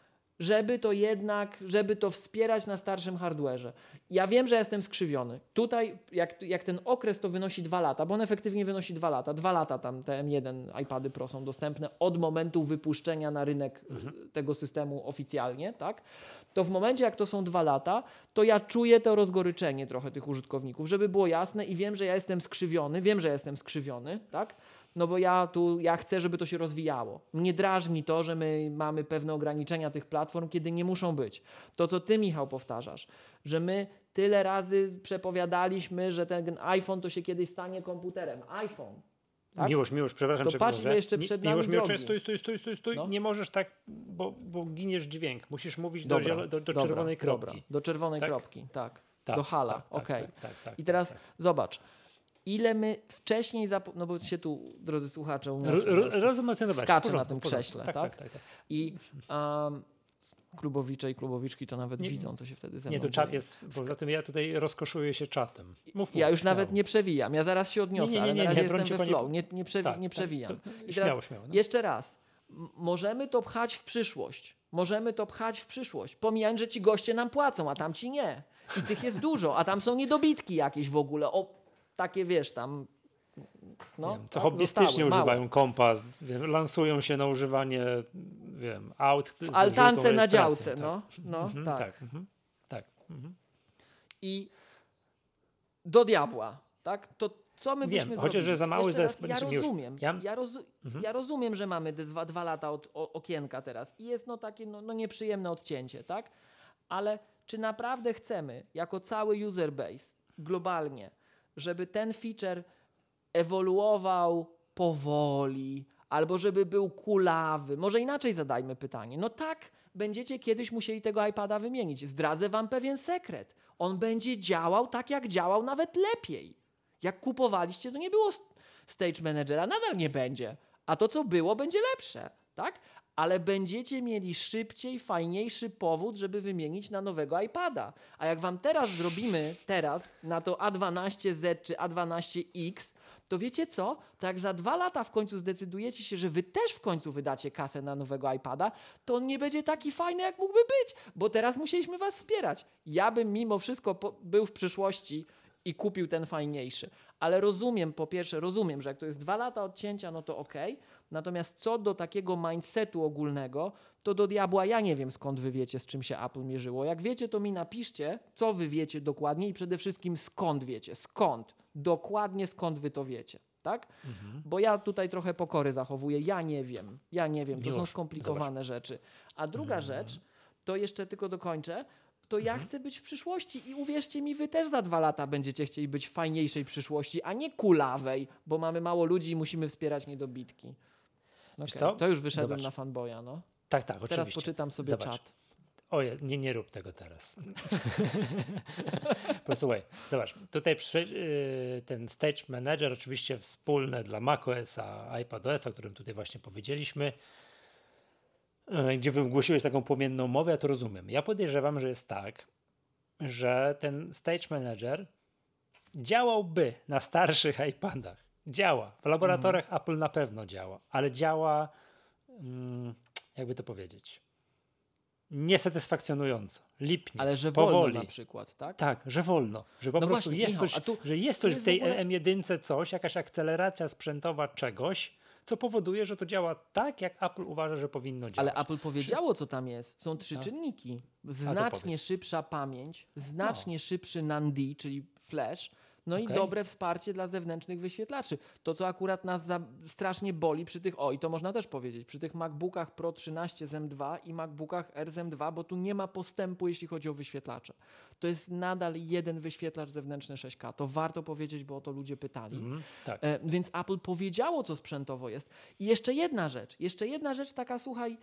Żeby to wspierać na starszym hardware'ze. Ja wiem, że jestem skrzywiony. Tutaj, jak ten okres to wynosi 2 lata, bo on efektywnie wynosi 2 lata. 2 lata tam te M1 iPady Pro są dostępne od momentu wypuszczenia na rynek tego systemu oficjalnie, tak? To w momencie, jak to są 2 lata, to ja czuję to rozgoryczenie trochę tych użytkowników, żeby było jasne i wiem, że ja jestem skrzywiony, tak? No bo ja chcę, żeby to się rozwijało. Mnie drażni to, że my mamy pewne ograniczenia tych platform, kiedy nie muszą być. To, co ty, Michał, powtarzasz, że my tyle razy przepowiadaliśmy, że ten iPhone to się kiedyś stanie komputerem. iPhone. Tak? Miłosz, przepraszam. To patrz, ile jeszcze przed nami drogi. Stój. No. Nie możesz tak, bo giniesz dźwięk. Musisz mówić do czerwonej kropki. Dobra. Do czerwonej kropki, tak. Do hala, okej. Tak, i teraz zobacz. Ile my wcześniej, no bo się tu, drodzy słuchacze, skacze na tym krześle, tak? I klubowicze i klubowiczki to nawet widzą, co się wtedy ze mną to czat jest, poza tym ja tutaj rozkoszuję się czatem. Mów, ja już nawet nie przewijam, ja zaraz się odniosę, ale na razie jestem we flow, nie przewijam. I teraz śmiało, no. jeszcze raz, możemy to pchać w przyszłość, pomijając, że ci goście nam płacą, a tamci nie. I tych jest dużo, a tam są niedobitki jakieś w ogóle, takie tam... co hobbystycznie używają kompas, lansują się na używanie aut. W altance na działce, tak. I do diabła, tak? To co my byśmy zrobili? Chociaż, że za mały zespół. Ja rozumiem, że mamy 2 lata od okienka teraz i jest takie nieprzyjemne odcięcie, tak? Ale czy naprawdę chcemy, jako cały user base, globalnie, żeby ten feature ewoluował powoli, albo żeby był kulawy. Może inaczej zadajmy pytanie. No tak, będziecie kiedyś musieli tego iPada wymienić. Zdradzę wam pewien sekret. On będzie działał tak, jak działał, nawet lepiej. Jak kupowaliście, to nie było Stage Managera, nadal nie będzie. A to, co było, będzie lepsze, tak? Ale będziecie mieli szybciej, fajniejszy powód, żeby wymienić na nowego iPada. A jak wam zrobimy na to A12Z czy A12X, to wiecie co? To jak za 2 lata w końcu zdecydujecie się, że wy też w końcu wydacie kasę na nowego iPada, to on nie będzie taki fajny, jak mógłby być, bo teraz musieliśmy was wspierać. Ja bym mimo wszystko był w przyszłości i kupił ten fajniejszy. ale rozumiem, po pierwsze, że jak to jest 2 lata odcięcia, no to okej. Natomiast co do takiego mindsetu ogólnego, to do diabła ja nie wiem, skąd wy wiecie, z czym się Apple mierzyło. Jak wiecie, to mi napiszcie, co wy wiecie dokładnie i przede wszystkim skąd wiecie. Skąd? Dokładnie skąd wy to wiecie. Tak? Bo ja tutaj trochę pokory zachowuję. Ja nie wiem. To są skomplikowane rzeczy. A druga rzecz, to jeszcze tylko dokończę, to ja chcę być w przyszłości i uwierzcie mi, wy też za 2 lata będziecie chcieli być w fajniejszej przyszłości, a nie kulawej, bo mamy mało ludzi i musimy wspierać niedobitki. Okay. To już wyszedłem na fanboya, no. Tak, oczywiście. Teraz poczytam sobie czat. Ojej, nie rób tego teraz. Posłuchaj, zobacz, tutaj ten Stage Manager oczywiście wspólny dla macOS-a, iPadOS-a, o którym tutaj właśnie powiedzieliśmy, gdzie wygłosiłeś taką płomienną mowę, ja to rozumiem. Ja podejrzewam, że jest tak, że ten Stage Manager działałby na starszych iPadach. Działa. W laboratoriach Apple na pewno działa, ale działa, jakby to powiedzieć, niesatysfakcjonująco, lipnie, ale że powoli. Wolno na przykład, tak? Tak, że wolno, że po prostu właśnie, jest coś, że jest coś w tej M1 coś, jakaś akceleracja sprzętowa czegoś, co powoduje, że to działa tak, jak Apple uważa, że powinno działać. Ale Apple powiedziało, co tam jest. Są 3 czynniki. Znacznie szybsza pamięć, znacznie szybszy NAND, czyli flash, i dobre wsparcie dla zewnętrznych wyświetlaczy. To, co akurat nas strasznie boli przy tych, i to można też powiedzieć, przy tych MacBookach Pro 13 z M2 i MacBookach R z M2, bo tu nie ma postępu, jeśli chodzi o wyświetlacze. To jest nadal jeden wyświetlacz zewnętrzny 6K. To warto powiedzieć, bo o to ludzie pytali. Tak. Więc Apple powiedziało, co sprzętowo jest. I jeszcze jedna rzecz taka, słuchaj,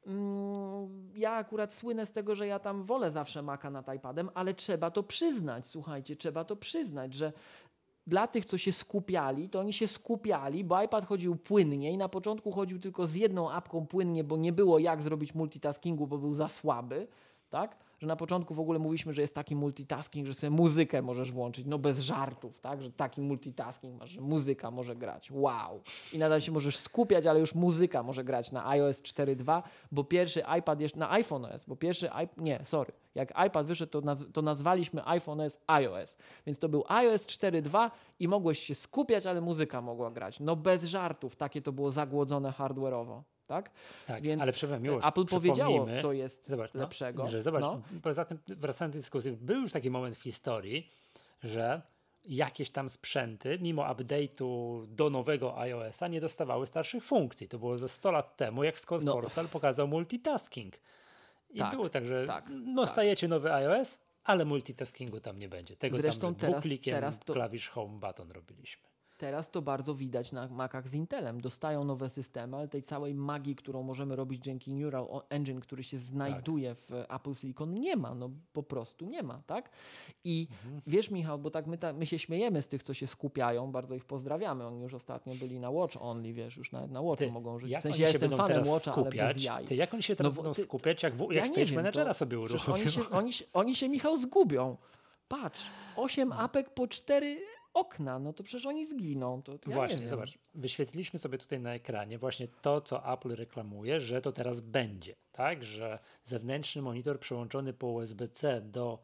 ja akurat słynę z tego, że ja tam wolę zawsze Maca nad iPadem, ale trzeba to przyznać, słuchajcie, że dla tych, co się skupiali, to oni się skupiali, bo iPad chodził płynnie i na początku chodził tylko z jedną apką płynnie, bo nie było jak zrobić multitaskingu, bo był za słaby, tak? Że na początku w ogóle mówiliśmy, że jest taki multitasking, że sobie muzykę możesz włączyć, bez żartów, tak? Że taki multitasking masz, że muzyka może grać, wow. I nadal się możesz skupiać, ale już muzyka może grać na iOS 4.2, bo pierwszy iPad jeszcze, na iPhone OS, bo pierwszy jak iPad wyszedł, to nazwaliśmy iPhone OS iOS, więc to był iOS 4.2 i mogłeś się skupiać, ale muzyka mogła grać. Bez żartów, takie to było zagłodzone hardware'owo. Tak? Więc ale Apple powiedziało, co jest lepszego. Poza tym, wracając do dyskusji, był już taki moment w historii, że jakieś tam sprzęty, mimo update'u do nowego iOS-a, nie dostawały starszych funkcji. To było ze 100 lat temu, jak Scott Forstall pokazał multitasking. I było tak, że stajecie nowy iOS, ale multitaskingu tam nie będzie. Tego zresztą tam dwuklikiem klawisz home button robiliśmy. Teraz to bardzo widać na Macach z Intelem. Dostają nowe systemy, ale tej całej magii, którą możemy robić dzięki Neural Engine, który się znajduje w Apple Silicon, nie ma. Po prostu nie ma, tak? I wiesz, Michał, bo tak my się śmiejemy z tych, co się skupiają, bardzo ich pozdrawiamy. Oni już ostatnio byli na Watch Only, wiesz, już nawet na Watchu mogą żyć. W sensie ja jestem fanem Watcha, ale bez jaj. Jak oni się teraz będą skupiać, jak Stage Managera sobie uruchomią? Oni się, Michał, zgubią. Patrz, 8 apek po 4 okna, to przecież oni zginą. To właśnie, zobacz, wyświetliliśmy sobie tutaj na ekranie właśnie to, co Apple reklamuje, że to teraz będzie, tak, że zewnętrzny monitor przyłączony po USB-C do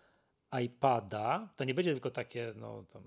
iPada, to nie będzie tylko takie,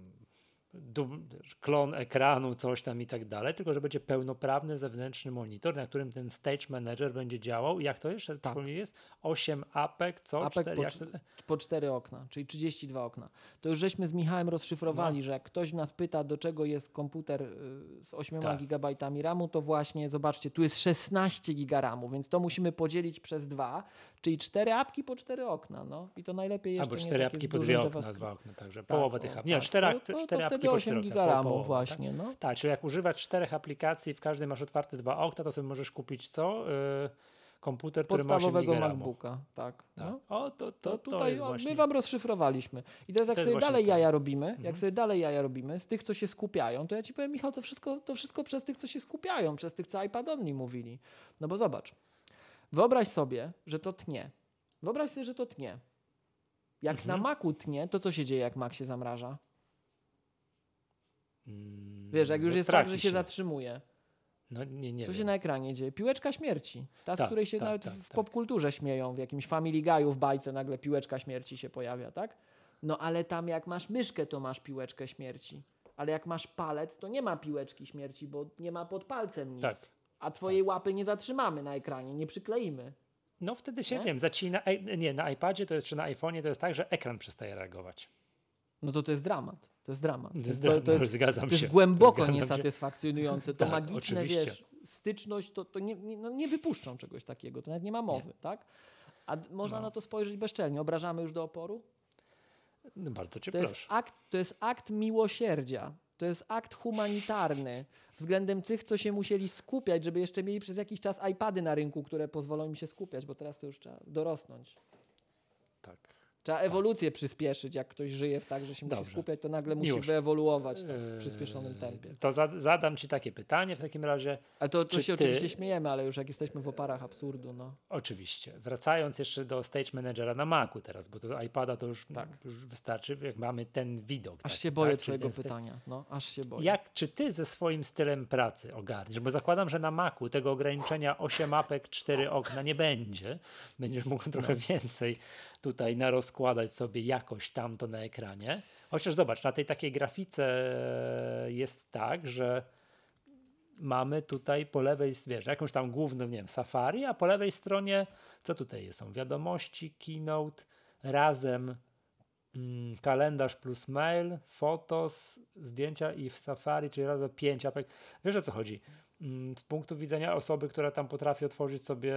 klon ekranu, coś tam i tak dalej, tylko że będzie pełnoprawny zewnętrzny monitor, na którym ten Stage Manager będzie działał. I jak to jeszcze jest? 8 apek, po 4 okna, czyli 32 okna. To już żeśmy z Michałem rozszyfrowali, że jak ktoś nas pyta, do czego jest komputer z 8 gigabajtami RAMu, to właśnie, zobaczcie, tu jest 16 giga RAMu, więc to musimy podzielić przez 2, czyli 4 apki po 4 okna. I to najlepiej jeszcze albo 4 apki po 2 okna, 2 okna, także połowę tych apki. Nie, 4 apki po 4 okna. gigaramów właśnie. Tak, czyli jak używasz 4 aplikacji, w każdej masz otwarte 2 okna, to sobie możesz kupić komputer, który ma 8 podstawowego MacBooka, tak. To tutaj jest właśnie... my wam rozszyfrowaliśmy. I teraz jak sobie dalej jaja robimy, z tych, co się skupiają, to ja ci powiem, Michał, to wszystko przez tych, co się skupiają, przez tych, co iPad only mówili. Bo zobacz, wyobraź sobie, że to tnie. Jak na Macu tnie, to co się dzieje, jak Mac się zamraża? Wiesz, jak już jest tak, że się zatrzymuje. Nie co się na ekranie dzieje? Piłeczka śmierci. Z której się nawet w popkulturze śmieją. W jakimś Family Guy'u w bajce nagle piłeczka śmierci się pojawia, tak? Ale tam jak masz myszkę, to masz piłeczkę śmierci. ale jak masz palec, to nie ma piłeczki śmierci, bo nie ma pod palcem nic. Tak. A twojej łapy nie zatrzymamy na ekranie, nie przykleimy. No wtedy się, Nie? nie wiem, zacina, nie, na iPadzie to jest, czy na iPhone'ie to jest tak, że ekran przestaje reagować. No to jest dramat. To jest dramat. Zgadzam To jest się. głęboko Zgadzam się. niesatysfakcjonujące. To Tak, magiczne, oczywiście. wiesz, styczność, to nie wypuszczą czegoś takiego. To nawet nie ma mowy, tak? A można na to spojrzeć bezczelnie. Obrażamy już do oporu? No bardzo cię To proszę. to jest akt miłosierdzia. To jest akt humanitarny względem tych, co się musieli skupiać, żeby jeszcze mieli przez jakiś czas iPady na rynku, które pozwolą im się skupiać, bo teraz to już trzeba dorosnąć. Tak. Trzeba ewolucję przyspieszyć. Jak ktoś żyje tak, że się musi Dobrze. skupiać, to nagle musi Miłosz. wyewoluować tak, w przyspieszonym tempie. To zadam ci takie pytanie w takim razie. Ale to Czy się ty- oczywiście śmiejemy, ale już jak jesteśmy w oparach absurdu, no. Oczywiście. Wracając jeszcze do Stage Managera na Macu teraz, bo to iPada to już, Tak. już wystarczy, jak mamy ten widok. Aż taki, się boję tak? Czyli twojego ten styl. pytania. No, aż się boję. Czy ty ze swoim stylem pracy ogarniesz? Bo zakładam, że na Macu tego ograniczenia 8 apek, 4 okna nie będzie. Będziesz mógł trochę więcej tutaj narozkładać sobie jakoś tam to na ekranie. Chociaż zobacz, na tej takiej grafice jest tak, że mamy tutaj po lewej, wiesz, jakąś tam główną, nie wiem, Safari, a po lewej stronie, co tutaj są? Wiadomości, Keynote, razem kalendarz plus mail, fotos, zdjęcia i w Safari, czyli razem 5 apek. Wiesz, o co chodzi? Z punktu widzenia osoby, która tam potrafi otworzyć sobie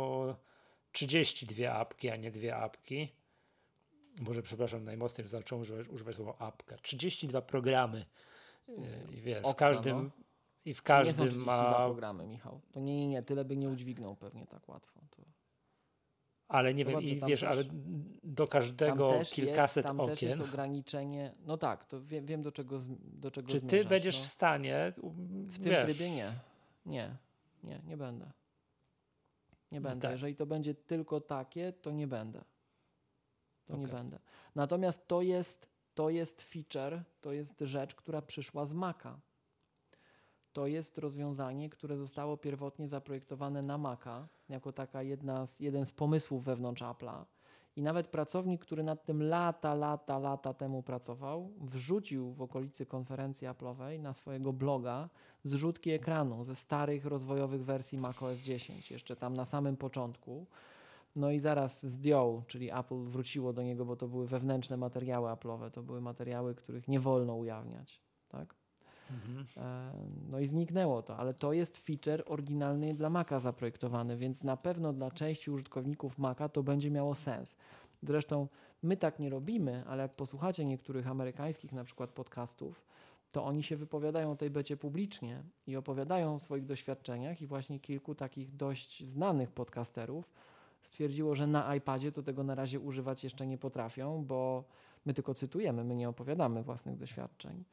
32 apki, a nie 2 apki. Może, przepraszam, najmocniej zacząłem używać słowa apka. 32 programy. I wiesz, Okna, w każdym... no. I w Nie są każdym 32 ma. programy, Michał. To nie, tyle by nie udźwignął pewnie tak łatwo. Ale nie wiem, Zobacz, że i tam wiesz, też- ale do każdego kilkaset tam też jest okien. ograniczenie. No tak, to wiem do czego Czy zmierzasz. ty będziesz no. w stanie. W tym trybie nie. Nie będę. Nie będę. tak. Jeżeli to będzie tylko takie, to nie będę. Nie Okej. będę. Natomiast to jest feature, to jest rzecz, która przyszła z Maca. To jest rozwiązanie, które zostało pierwotnie zaprojektowane na Maca, jako taka jeden z pomysłów wewnątrz Apple'a. I nawet pracownik, który nad tym lata temu pracował, wrzucił w okolicy konferencji Apple'owej na swojego bloga zrzutki ekranu ze starych rozwojowych wersji macOS 10, jeszcze tam na samym początku. No i zaraz zdjął, czyli Apple wróciło do niego, bo to były wewnętrzne materiały Apple'owe, to były materiały, których nie wolno ujawniać, tak? No i zniknęło to, ale to jest feature oryginalny dla Maca zaprojektowany, więc na pewno dla części użytkowników Maca to będzie miało sens. Zresztą my tak nie robimy, ale jak posłuchacie niektórych amerykańskich na przykład podcastów, to oni się wypowiadają o tej becie publicznie i opowiadają o swoich doświadczeniach i właśnie kilku takich dość znanych podcasterów stwierdziło, że na iPadzie to tego na razie używać jeszcze nie potrafią, bo my tylko cytujemy, my nie opowiadamy własnych doświadczeń.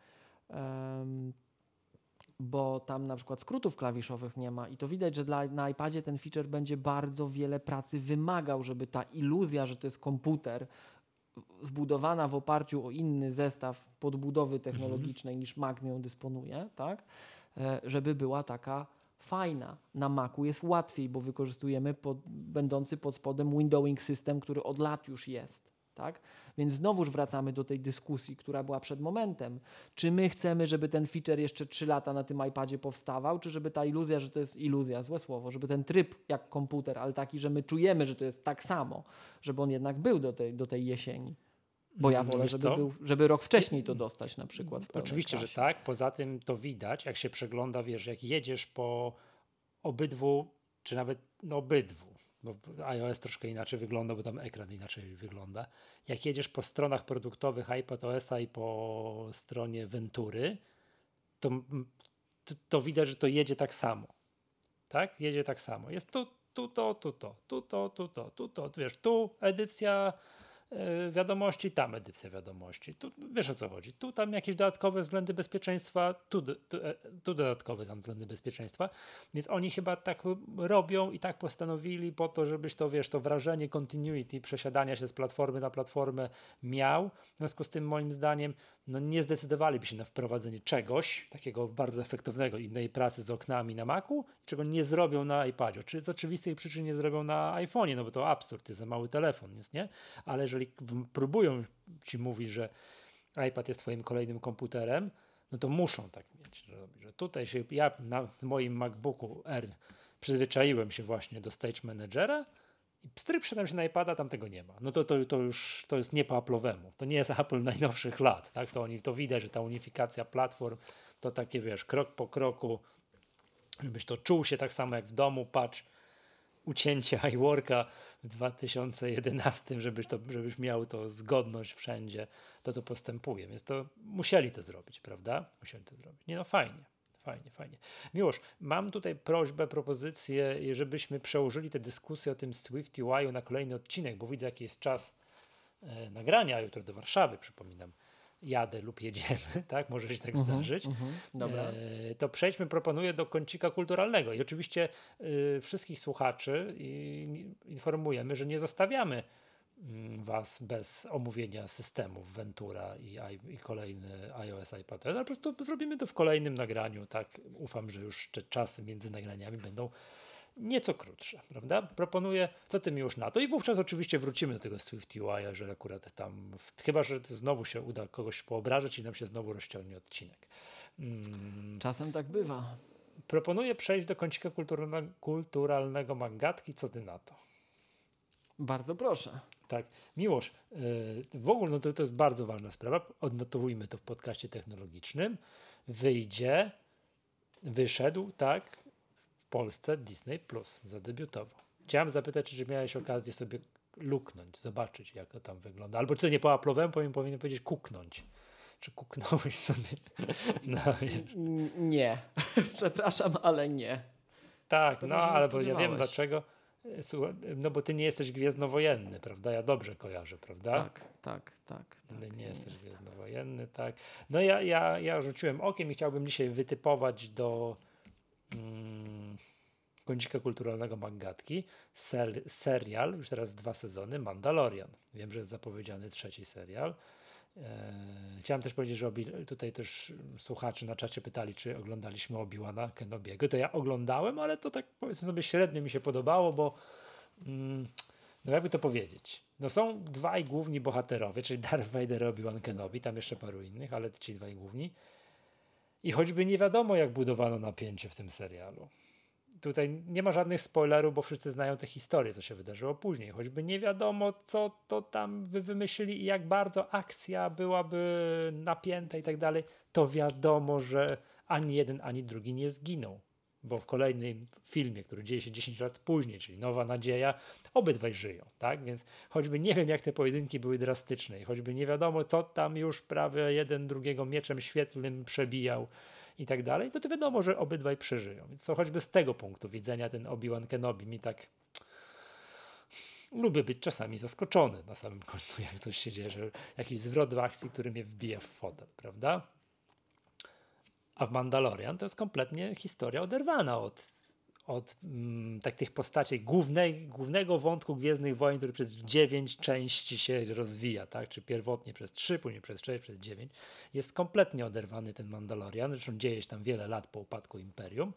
Bo tam na przykład skrótów klawiszowych nie ma i to widać, że na iPadzie ten feature będzie bardzo wiele pracy wymagał, żeby ta iluzja, że to jest komputer zbudowana w oparciu o inny zestaw podbudowy technologicznej niż Mac nią dysponuje, tak? Żeby była taka fajna. Na Macu jest łatwiej, bo wykorzystujemy będący pod spodem windowing system, który od lat już jest. Tak? Więc znowuż wracamy do tej dyskusji, która była przed momentem. Czy my chcemy, żeby ten feature jeszcze 3 lata na tym iPadzie powstawał, czy żeby ta iluzja, że to jest iluzja, złe słowo, żeby ten tryb jak komputer, ale taki, że my czujemy, że to jest tak samo, żeby on jednak był do tej jesieni. Bo ja wolę, żeby rok wcześniej to dostać na przykład w pełnej Oczywiście, krasie. że tak. Poza tym to widać, jak się przegląda, wiesz, jak jedziesz po obydwu, czy nawet obydwu, bo iOS troszkę inaczej wygląda, bo tam ekran inaczej wygląda. Jak jedziesz po stronach produktowych iPadOS-a i po stronie Ventury, to widać, że to jedzie tak samo. Tak? Jedzie tak samo. Jest tu, wiesz, tu edycja wiadomości, tam edycja wiadomości. Tu, wiesz o co chodzi. Tu tam jakieś dodatkowe względy bezpieczeństwa, tu dodatkowe tam względy bezpieczeństwa. Więc oni chyba tak robią i tak postanowili po to, żebyś to, wiesz, to wrażenie continuity, przesiadania się z platformy na platformę miał. W związku z tym moim zdaniem nie zdecydowaliby się na wprowadzenie czegoś takiego bardzo efektywnego, innej pracy z oknami na Macu, czego nie zrobią na iPadzie. Czy z oczywistej przyczyny nie zrobią na iPhone'ie, bo to absurd, jest za mały telefon, jest, nie? Ale jeżeli próbują ci mówić, że iPad jest twoim kolejnym komputerem, no to muszą tak mieć, że tutaj się, ja na moim MacBooku R przyzwyczaiłem się właśnie do Stage Managera i pstryk przydam się na iPada, tam tego nie ma. No to już to jest nie po Apple'owemu. To nie jest Apple najnowszych lat, tak? To widać, że ta unifikacja platform to takie, wiesz, krok po kroku, żebyś to czuł się tak samo jak w domu, patrz, ucięcie iWorka w 2011, żebyś miał to zgodność wszędzie, to postępuje. Więc to musieli to zrobić, prawda? Musieli to zrobić. Nie no, fajnie. Miłosz, mam tutaj prośbę, propozycję, żebyśmy przełożyli tę dyskusję o tym Swift UI na kolejny odcinek, bo widzę, jaki jest czas nagrania. Jutro do Warszawy, przypominam, jadę lub jedziemy, tak? Może się tak zdarzyć. Dobra. To przejdźmy, proponuję, do kącika kulturalnego. I oczywiście wszystkich słuchaczy informujemy, że nie zostawiamy was bez omówienia systemów Ventura i kolejny iOS, iPadOS, ale po prostu zrobimy to w kolejnym nagraniu, tak? Ufam, że już te czasy między nagraniami będą nieco krótsze, prawda? Proponuję, co ty mi już na to, i wówczas oczywiście wrócimy do tego Swift UI, jeżeli akurat tam, chyba że znowu się uda kogoś poobrażać i nam się znowu rozciągnie odcinek. Czasem tak bywa. Proponuję przejść do kącika kulturalnego Magatki, co ty na to? Bardzo proszę. Tak, Miłosz, w ogóle no to jest bardzo ważna sprawa, odnotowujmy to w podcaście technologicznym, wyszedł, tak, w Polsce Disney Plus, zadebiutował. Chciałem zapytać, czy miałeś okazję sobie luknąć, zobaczyć, jak to tam wygląda, albo czy nie po Apple'owemu, powinien powiedzieć kuknąć. Czy kuknąłeś sobie? No, Nie. Przepraszam, ale nie. tak, To no się nie ale bo ja wiem spodziewałeś. dlaczego. Słuchaj, no bo ty nie jesteś gwiezdnowojenny, prawda? Ja dobrze kojarzę, prawda? Tak. Nie jesteś gwiezdnowojenny, tak. No ja rzuciłem okiem i chciałbym dzisiaj wytypować do kącika kulturalnego Magatki serial, już teraz 2 sezony, Mandalorian. Wiem, że jest zapowiedziany 3. serial. Chciałem też powiedzieć, że tutaj też słuchacze na czacie pytali, czy oglądaliśmy Obi-Wana Kenobiego. To ja oglądałem, ale to tak, powiedzmy sobie, średnio mi się podobało, bo no jakby to powiedzieć, no są dwaj główni bohaterowie, czyli Darth Vader i Obi-Wan Kenobi, tam jeszcze paru innych, ale ci dwaj główni, i choćby nie wiadomo, jak budowano napięcie w tym serialu. Tutaj nie ma żadnych spoilerów, bo wszyscy znają tę historię, co się wydarzyło później. Choćby nie wiadomo, co to tam wymyślili i jak bardzo akcja byłaby napięta i tak dalej, to wiadomo, że ani jeden, ani drugi nie zginą. Bo w kolejnym filmie, który dzieje się 10 lat później, czyli Nowa Nadzieja, obydwaj żyją, tak? Więc choćby nie wiem, jak te pojedynki były drastyczne i choćby nie wiadomo, co tam już prawie jeden drugiego mieczem świetlnym przebijał i tak dalej, to wiadomo, że obydwaj przeżyją. Więc to choćby z tego punktu widzenia ten Obi-Wan Kenobi mi tak... Lubię być czasami zaskoczony na samym końcu, jak coś się dzieje, że jakiś zwrot w akcji, który mnie wbija w fotel, prawda? A w Mandalorian to jest kompletnie historia oderwana od tych postaci głównego wątku Gwiezdnych Wojen, który przez 9 części się rozwija, tak? Czy pierwotnie przez 3, później przez 6, przez 9. Jest kompletnie oderwany ten Mandalorian, zresztą dzieje się tam wiele lat po upadku Imperium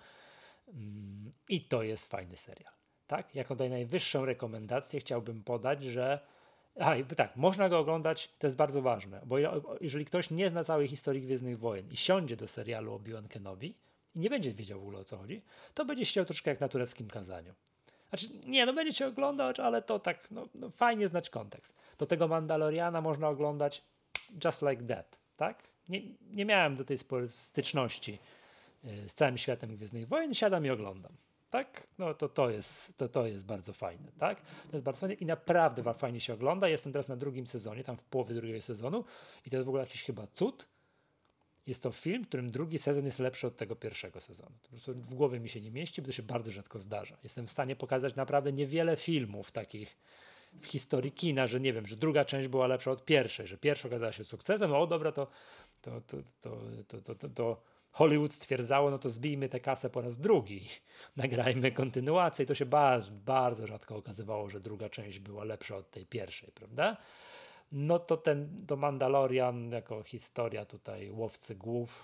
i to jest fajny serial. Tak? Jako tutaj najwyższą rekomendację chciałbym podać, że tak, można go oglądać, to jest bardzo ważne, bo jeżeli ktoś nie zna całej historii Gwiezdnych Wojen i siądzie do serialu Obi-Wan Kenobi i nie będzie wiedział w ogóle, o co chodzi, to będzie siedział troszkę jak na tureckim kazaniu. Znaczy, nie, no będziecie oglądać, ale to tak, no fajnie znać kontekst. Do tego Mandaloriana można oglądać just like that, tak? Nie miałem do tej styczności z całym światem Gwiezdnych Wojen, siadam i oglądam. Tak? No to jest bardzo fajne, tak? To jest bardzo fajne i naprawdę fajnie się ogląda. Jestem teraz na 2. sezonie, tam w połowie 2. sezonu i to jest w ogóle jakiś chyba cud. Jest to film, w którym 2. sezon jest lepszy od tego 1. sezonu. To po prostu w głowie mi się nie mieści, bo to się bardzo rzadko zdarza. Jestem w stanie pokazać naprawdę niewiele filmów takich w historii kina, że nie wiem, że 2. część była lepsza od 1., że 1. okazała się sukcesem, o dobra, to Hollywood stwierdzało, no to zbijmy tę kasę po raz 2. Nagrajmy kontynuację i to się bardzo, bardzo rzadko okazywało, że 2. część była lepsza od tej 1., prawda? No to Mandalorian jako historia tutaj łowcy głów,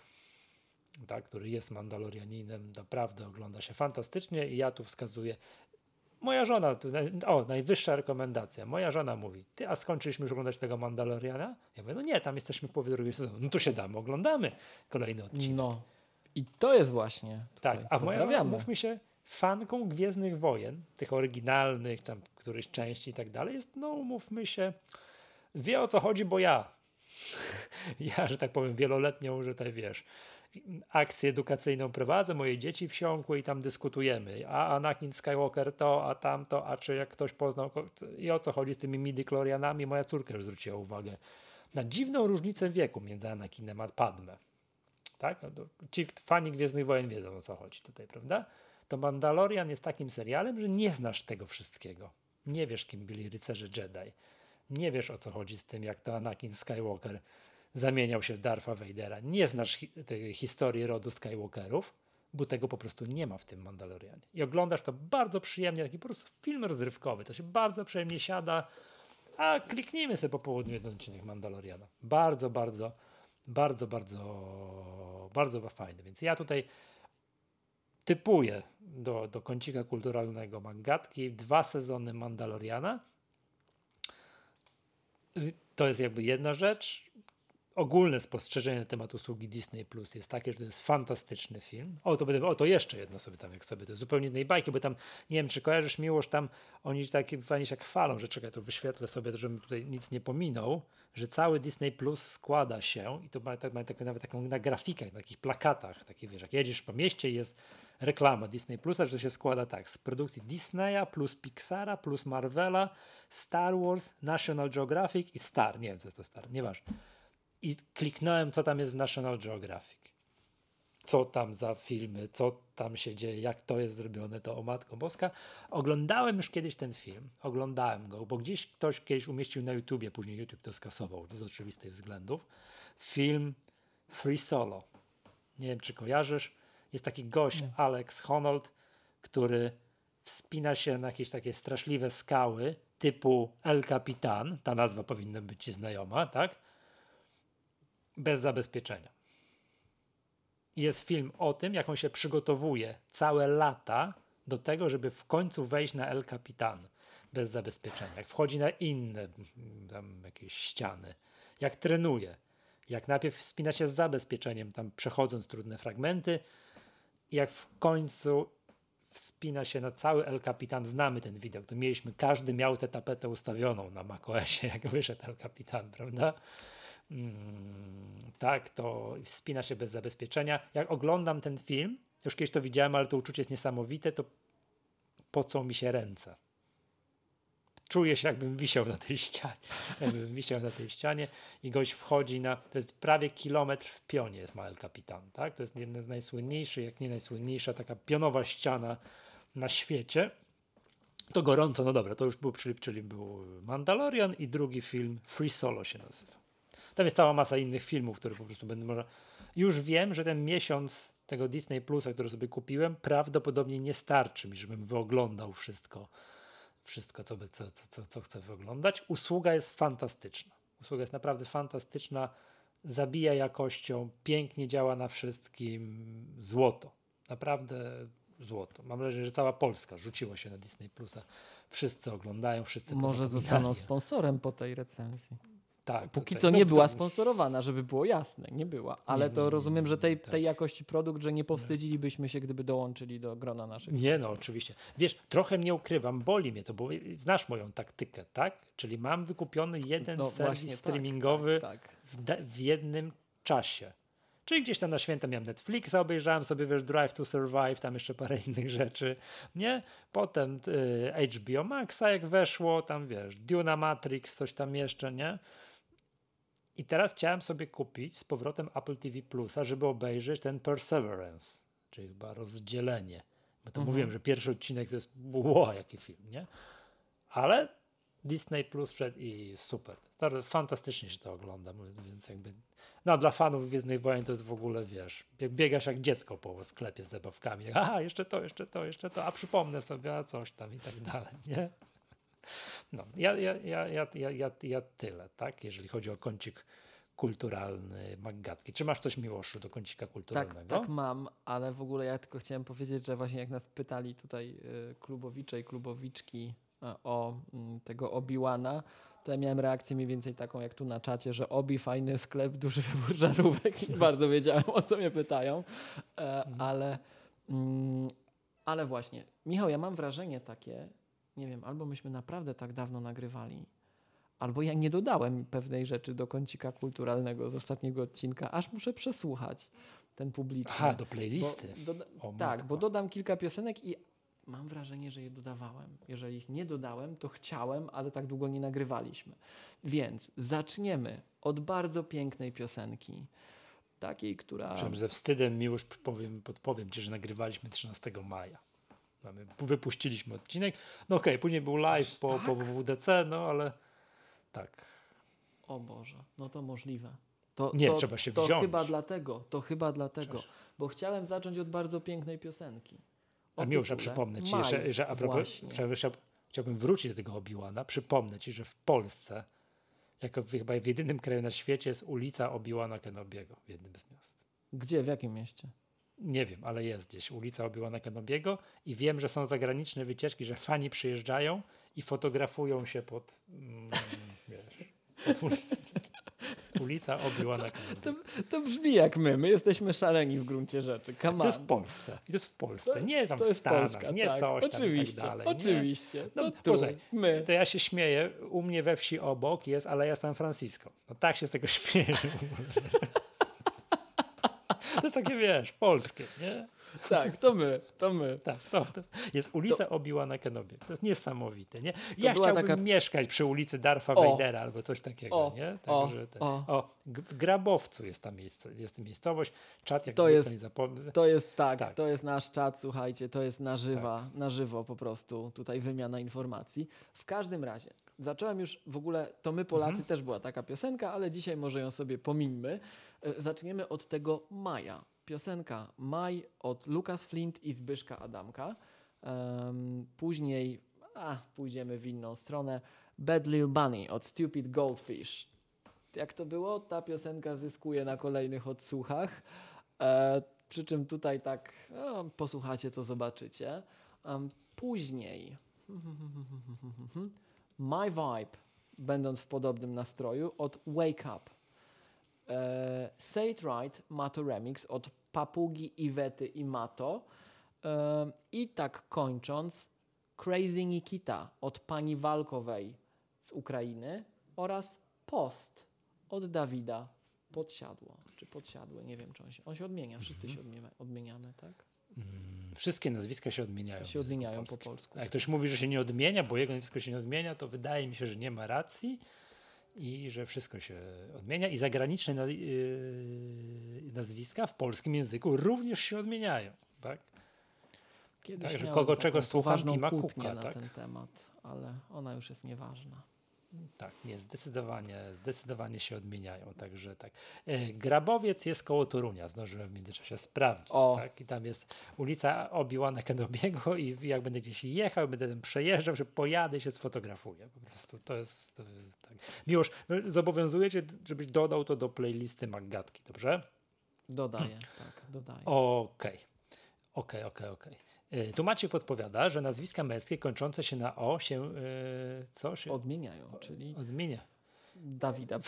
tak, który jest Mandalorianinem, naprawdę ogląda się fantastycznie i ja tu wskazuję, Moja żona, najwyższa rekomendacja. Moja żona mówi, a skończyliśmy już oglądać tego Mandaloriana? Ja mówię, no nie, tam jesteśmy w połowie drugiego sezonu. No to siadamy, oglądamy kolejny odcinek. No. I to jest właśnie. Tak, a moja żona, mówmy się, fanką Gwiezdnych Wojen, tych oryginalnych, tam któryś części i tak dalej, jest, no umówmy się, wie o co chodzi, bo ja, że tak powiem, wieloletnią, że tak wiesz, akcję edukacyjną prowadzę, moje dzieci wsiąkły i tam dyskutujemy, a Anakin Skywalker to, a tamto, a czy jak ktoś poznał i o co chodzi z tymi midi-chlorianami, moja córka już zwróciła uwagę na dziwną różnicę wieku między Anakinem a Padme. Tak? Ci fani Gwiezdnych Wojen wiedzą o co chodzi tutaj, prawda? To Mandalorian jest takim serialem, że nie znasz tego wszystkiego. Nie wiesz, kim byli rycerze Jedi. Nie wiesz, o co chodzi z tym, jak to Anakin Skywalker zamieniał się w Dartha Vadera. Nie znasz tej historii rodu Skywalkerów, bo tego po prostu nie ma w tym Mandalorianie. I oglądasz to bardzo przyjemnie, taki po prostu film rozrywkowy. To się bardzo przyjemnie siada, a kliknijmy sobie po południu jeden odcinek Mandaloriana. Bardzo, bardzo, bardzo, bardzo, bardzo fajny. Więc ja tutaj typuję do kącika kulturalnego Maggatki 2 sezony Mandaloriana. To jest jakby jedna rzecz. Ogólne spostrzeżenie na temat usługi Disney Plus jest takie, że to jest fantastyczny film. To jeszcze jedno sobie tam, jak sobie, to jest zupełnie z innej bajki, bo tam, nie wiem, czy kojarzysz, Miłosz, tam oni takie fajnie się chwalą, że czekaj, to wyświetlę sobie, żebym tutaj nic nie pominął, że cały Disney Plus składa się i to ma nawet taką na grafikach, na takich plakatach, takie wiesz, jak jedziesz po mieście i jest reklama Disney Plusa, że to się składa tak, z produkcji Disneya plus Pixara plus Marvela, Star Wars, National Geographic i Star, nie wiem co to Star, nieważne. I kliknąłem, co tam jest w National Geographic. Co tam za filmy, co tam się dzieje, jak to jest zrobione, to o Matko Boska. Oglądałem już kiedyś ten film, oglądałem go, bo gdzieś ktoś kiedyś umieścił na YouTubie, później YouTube to skasował z oczywistych względów. Film Free Solo. Nie wiem, czy kojarzysz. Jest taki gość, Alex Honnold, który wspina się na jakieś takie straszliwe skały typu El Capitan, ta nazwa powinna być ci znajoma, tak? Bez zabezpieczenia. Jest film o tym, jak on się przygotowuje całe lata do tego, żeby w końcu wejść na El Capitan bez zabezpieczenia. Jak wchodzi na inne tam jakieś ściany. Jak trenuje. Jak najpierw wspina się z zabezpieczeniem, tam przechodząc trudne fragmenty. Jak w końcu wspina się na cały El Capitan. Znamy ten widok. To każdy miał tę tapetę ustawioną na macOSie, jak wyszedł El Capitan, prawda? Tak, to wspina się bez zabezpieczenia. Jak oglądam ten film, już kiedyś to widziałem, ale to uczucie jest niesamowite, to pocą mi się ręce. Czuję się, jakbym wisiał na tej ścianie. I gość wchodzi to jest prawie kilometr w pionie jest El Capitan, tak? To jest jedna z najsłynniejszych, jak nie najsłynniejsza taka pionowa ściana na świecie. To gorąco, no dobra, to już był, czyli był Mandalorian i drugi film Free Solo się nazywa. Tam jest cała masa innych filmów, które po prostu będę może... Już wiem, że ten miesiąc tego Disney Plusa, który sobie kupiłem, prawdopodobnie nie starczy mi, żebym wyoglądał wszystko co chcę wyoglądać. Usługa jest fantastyczna. Usługa jest naprawdę fantastyczna. Zabija jakością, pięknie działa na wszystkim. Złoto. Naprawdę złoto. Mam wrażenie, że cała Polska rzuciła się na Disney Plusa. Wszyscy oglądają, wszyscy może zostaną sponsorem po tej recenzji. Tak, póki co nie była sponsorowana, żeby było jasne, nie była, ale to rozumiem, że tej jakości produkt, że nie powstydzilibyśmy się, gdyby dołączyli do grona naszych sponsorów. Nie, no oczywiście. Wiesz, trochę mnie ukrywam, boli mnie to, bo znasz moją taktykę, tak? Czyli mam wykupiony jeden serwis streamingowy w jednym czasie. Czyli gdzieś tam na święta miałem Netflixa, obejrzałem sobie, wiesz, Drive to Survive, tam jeszcze parę innych rzeczy, nie? Potem HBO Maxa jak weszło, tam wiesz, Duna Matrix, coś tam jeszcze, nie? I teraz chciałem sobie kupić z powrotem Apple TV Plusa, żeby obejrzeć ten Perseverance, czyli chyba rozdzielenie. Bo to mówiłem, że pierwszy odcinek to jest jaki film, nie? Ale Disney Plus wszedł i super. Fantastycznie się to ogląda, więc jakby... No dla fanów Gwiezdnych Wojen to jest w ogóle, wiesz, biegasz jak dziecko po sklepie z zabawkami. Aha, jeszcze to, a przypomnę sobie, a coś tam i tak dalej, nie? No, ja tyle, tak? Jeżeli chodzi o kącik kulturalny Maggatki. Czy masz coś, Miłoszu, do kącika kulturalnego? Tak mam, ale w ogóle ja tylko chciałem powiedzieć, że właśnie jak nas pytali tutaj klubowicze i klubowiczki o tego Obi-Wana, to ja miałem reakcję mniej więcej taką jak tu na czacie, że Obi, fajny sklep, duży wybór żarówek. Nie bardzo wiedziałem, o co mnie pytają, ale właśnie. Michał, ja mam wrażenie takie, nie wiem, albo myśmy naprawdę tak dawno nagrywali, albo ja nie dodałem pewnej rzeczy do kącika kulturalnego z ostatniego odcinka, aż muszę przesłuchać ten publiczny. Aha, do playlisty. Bo dodam kilka piosenek i mam wrażenie, że je dodawałem. Jeżeli ich nie dodałem, to chciałem, ale tak długo nie nagrywaliśmy. Więc zaczniemy od bardzo pięknej piosenki. Takiej, która... Przynajmniej ze wstydem, Miłosz, podpowiem ci, że nagrywaliśmy 13 maja. Wypuściliśmy odcinek. No okej, później był live po WWDC, no ale tak. O Boże, no to możliwe. Trzeba się wziąć. To chyba dlatego, bo chciałem zacząć od bardzo pięknej piosenki. A Miłosza, przypomnę ci, że a propos, chciałbym wrócić do tego Obi-Wana. Przypomnę ci, że w Polsce, jako chyba w jedynym kraju na świecie, jest ulica Obi-Wana Kenobiego w jednym z miast. Gdzie? W jakim mieście? Nie wiem, ale jest gdzieś ulica Obi-Wana Kenobiego i wiem, że są zagraniczne wycieczki, że fani przyjeżdżają i fotografują się pod ulicą. Ulica Obi-Wana Kenobiego. To brzmi jak my. My jesteśmy szaleni w gruncie rzeczy. To jest w Polsce. I to jest w Polsce. Nie tam w Stanach, Polska, nie tak. coś tam i tak dalej. Oczywiście. My. To ja się śmieję. U mnie we wsi obok jest Aleja San Francisco. No tak się z tego śmieję. To jest takie, wiesz, polskie, nie? Tak, to my. Tak, to jest ulica Obi-Wana Kenobi. To jest niesamowite, nie? Ja chciałbym mieszkać przy ulicy Darfa Vadera albo coś takiego, nie? Także w Grabowcu jest ta miejscowość. Czat, jak zwykle nie zapomnę. To jest to jest nasz czat, słuchajcie, to jest na żywo po prostu tutaj wymiana informacji. W każdym razie, zacząłem już w ogóle, to my Polacy też była taka piosenka, ale dzisiaj może ją sobie pomińmy. Zaczniemy od tego Maja. Piosenka Maj od Lucas Flint i Zbyszka Adamka. Później pójdziemy w inną stronę. Bad Lil Bunny od Stupid Goldfish. Jak to było? Ta piosenka zyskuje na kolejnych odsłuchach. Przy czym tutaj tak posłuchacie, to zobaczycie. Później My Vibe, będąc w podobnym nastroju, od Wake Up. Say It Right, Mato Remix od Papugi, Iwety i Mato. I tak kończąc, Crazy Nikita od pani Walkowej z Ukrainy oraz Post od Dawida Podsiadło. Czy Podsiadły, nie wiem, czy on się odmienia. Wszyscy się odmieniamy, tak? Wszystkie nazwiska się odmieniają. Się odmieniają po polsku. A jak ktoś mówi, że się nie odmienia, bo jego nazwisko się nie odmienia, to wydaje mi się, że nie ma racji i że wszystko się odmienia. I zagraniczne nazwiska w polskim języku również się odmieniają. Tak? Kiedyś także kogo czego słucham, ma kłótnię na tak? ten temat, ale ona już jest nieważna. Tak, nie, zdecydowanie się odmieniają, także tak. Grabowiec jest koło Torunia, zdążyłem w międzyczasie sprawdzić, tak? I tam jest ulica Obi-Wana Kenobiego i jak będę gdzieś jechał, będę tam przejeżdżał, że pojadę i się sfotografuję. Po prostu to jest tak. Miłosz, zobowiązuję cię, żebyś dodał to do playlisty Maggatki, dobrze? Dodaję. Okej. Tu Maciek podpowiada, że nazwiska męskie kończące się na O się odmieniają, czyli odmienia. Dawida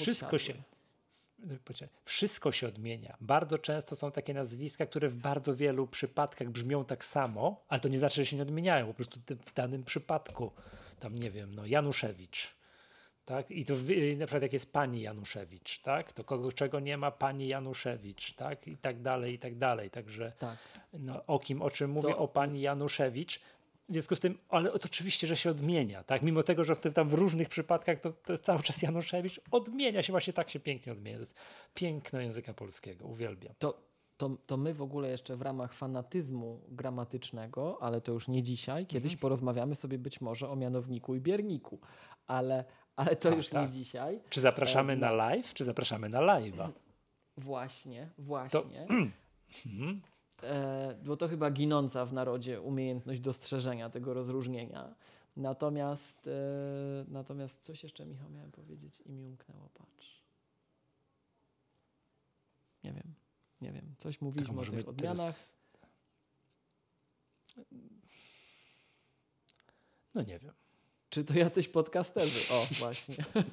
Wszystko się odmienia. Bardzo często są takie nazwiska, które w bardzo wielu przypadkach brzmią tak samo, ale to nie znaczy, że się nie odmieniają. Po prostu w danym przypadku, tam nie wiem, Januszewicz. Tak? I to na przykład jak jest pani Januszewicz, tak? To czego nie ma pani Januszewicz, tak? I tak dalej. Także o czym mówię, o pani Januszewicz. W związku z tym, ale to oczywiście, że się odmienia, tak? Mimo tego, że tam w różnych przypadkach to jest cały czas Januszewicz, odmienia się, właśnie tak się pięknie odmienia. To jest piękno języka polskiego, uwielbiam. To my w ogóle jeszcze w ramach fanatyzmu gramatycznego, ale to już nie dzisiaj, kiedyś porozmawiamy sobie być może o mianowniku i bierniku, ale to już nie dzisiaj. Czy zapraszamy na live, czy zapraszamy na live'a? Właśnie. Bo to chyba ginąca w narodzie umiejętność dostrzeżenia tego rozróżnienia. Natomiast coś jeszcze, Michał, miałem powiedzieć i mi umknęło, patrz. Nie wiem. Coś mówiliśmy o tych odmianach. No nie wiem. Czy to jacyś podcasterzy? O, właśnie.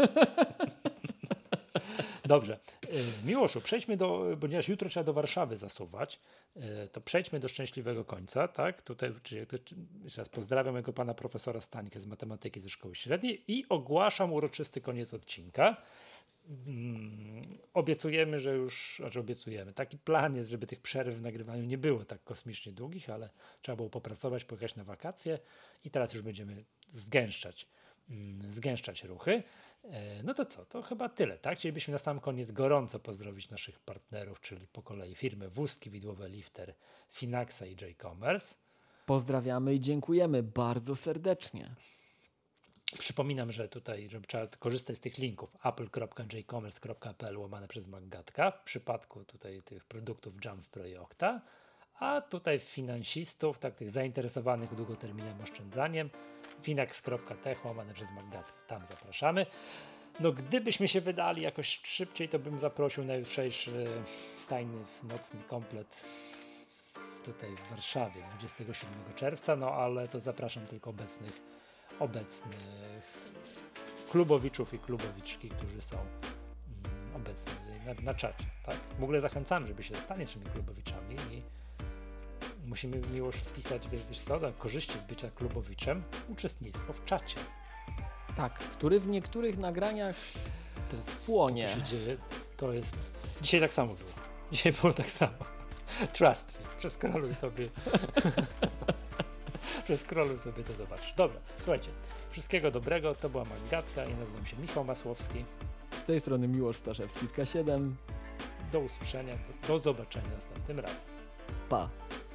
Dobrze. Miłoszu, przejdźmy ponieważ jutro trzeba do Warszawy zasuwać, to przejdźmy do szczęśliwego końca, tak? Tutaj jeszcze raz pozdrawiam mojego pana profesora Stańkę z matematyki ze szkoły średniej i ogłaszam uroczysty koniec odcinka. Obiecujemy, taki plan jest, żeby tych przerw w nagrywaniu nie było tak kosmicznie długich, ale trzeba było popracować, pojechać na wakacje i teraz już będziemy zgęszczać ruchy. No to co? To chyba tyle, tak? Chcielibyśmy na sam koniec gorąco pozdrowić naszych partnerów, czyli po kolei firmy Wózki Widłowe Lifter, Finaxa i J-Commerce. Pozdrawiamy i dziękujemy bardzo serdecznie. Przypominam, że tutaj trzeba korzystać z tych linków apple.jcommerce.pl/Maggatka w przypadku tutaj tych produktów Jump Pro i Okta, a tutaj finansistów, tak, tych zainteresowanych długoterminowym oszczędzaniem finax.tech/Maggatka. Tam zapraszamy. No gdybyśmy się wydali jakoś szybciej, to bym zaprosił na jutrzejszy tajny nocny komplet tutaj w Warszawie 27 czerwca, no ale to zapraszam tylko obecnych klubowiczów i klubowiczki, którzy są obecni na czacie, tak? W ogóle zachęcamy, żeby się zostali naszymi klubowiczami i musimy Miłosz wpisać, wiesz co, korzyści z bycia klubowiczem, uczestnictwo w czacie. Tak, który w niektórych nagraniach płonie. To się dzieje, dzisiaj tak samo było. Dzisiaj było tak samo. Trust me, przeskroluj sobie. Przeskroluj sobie, to zobacz. Dobra, słuchajcie, wszystkiego dobrego, to była Maggatka, ja nazywam się Michał Masłowski. Z tej strony Miłosz Staszewski z K7. Do usłyszenia, do zobaczenia następnym razem. Pa!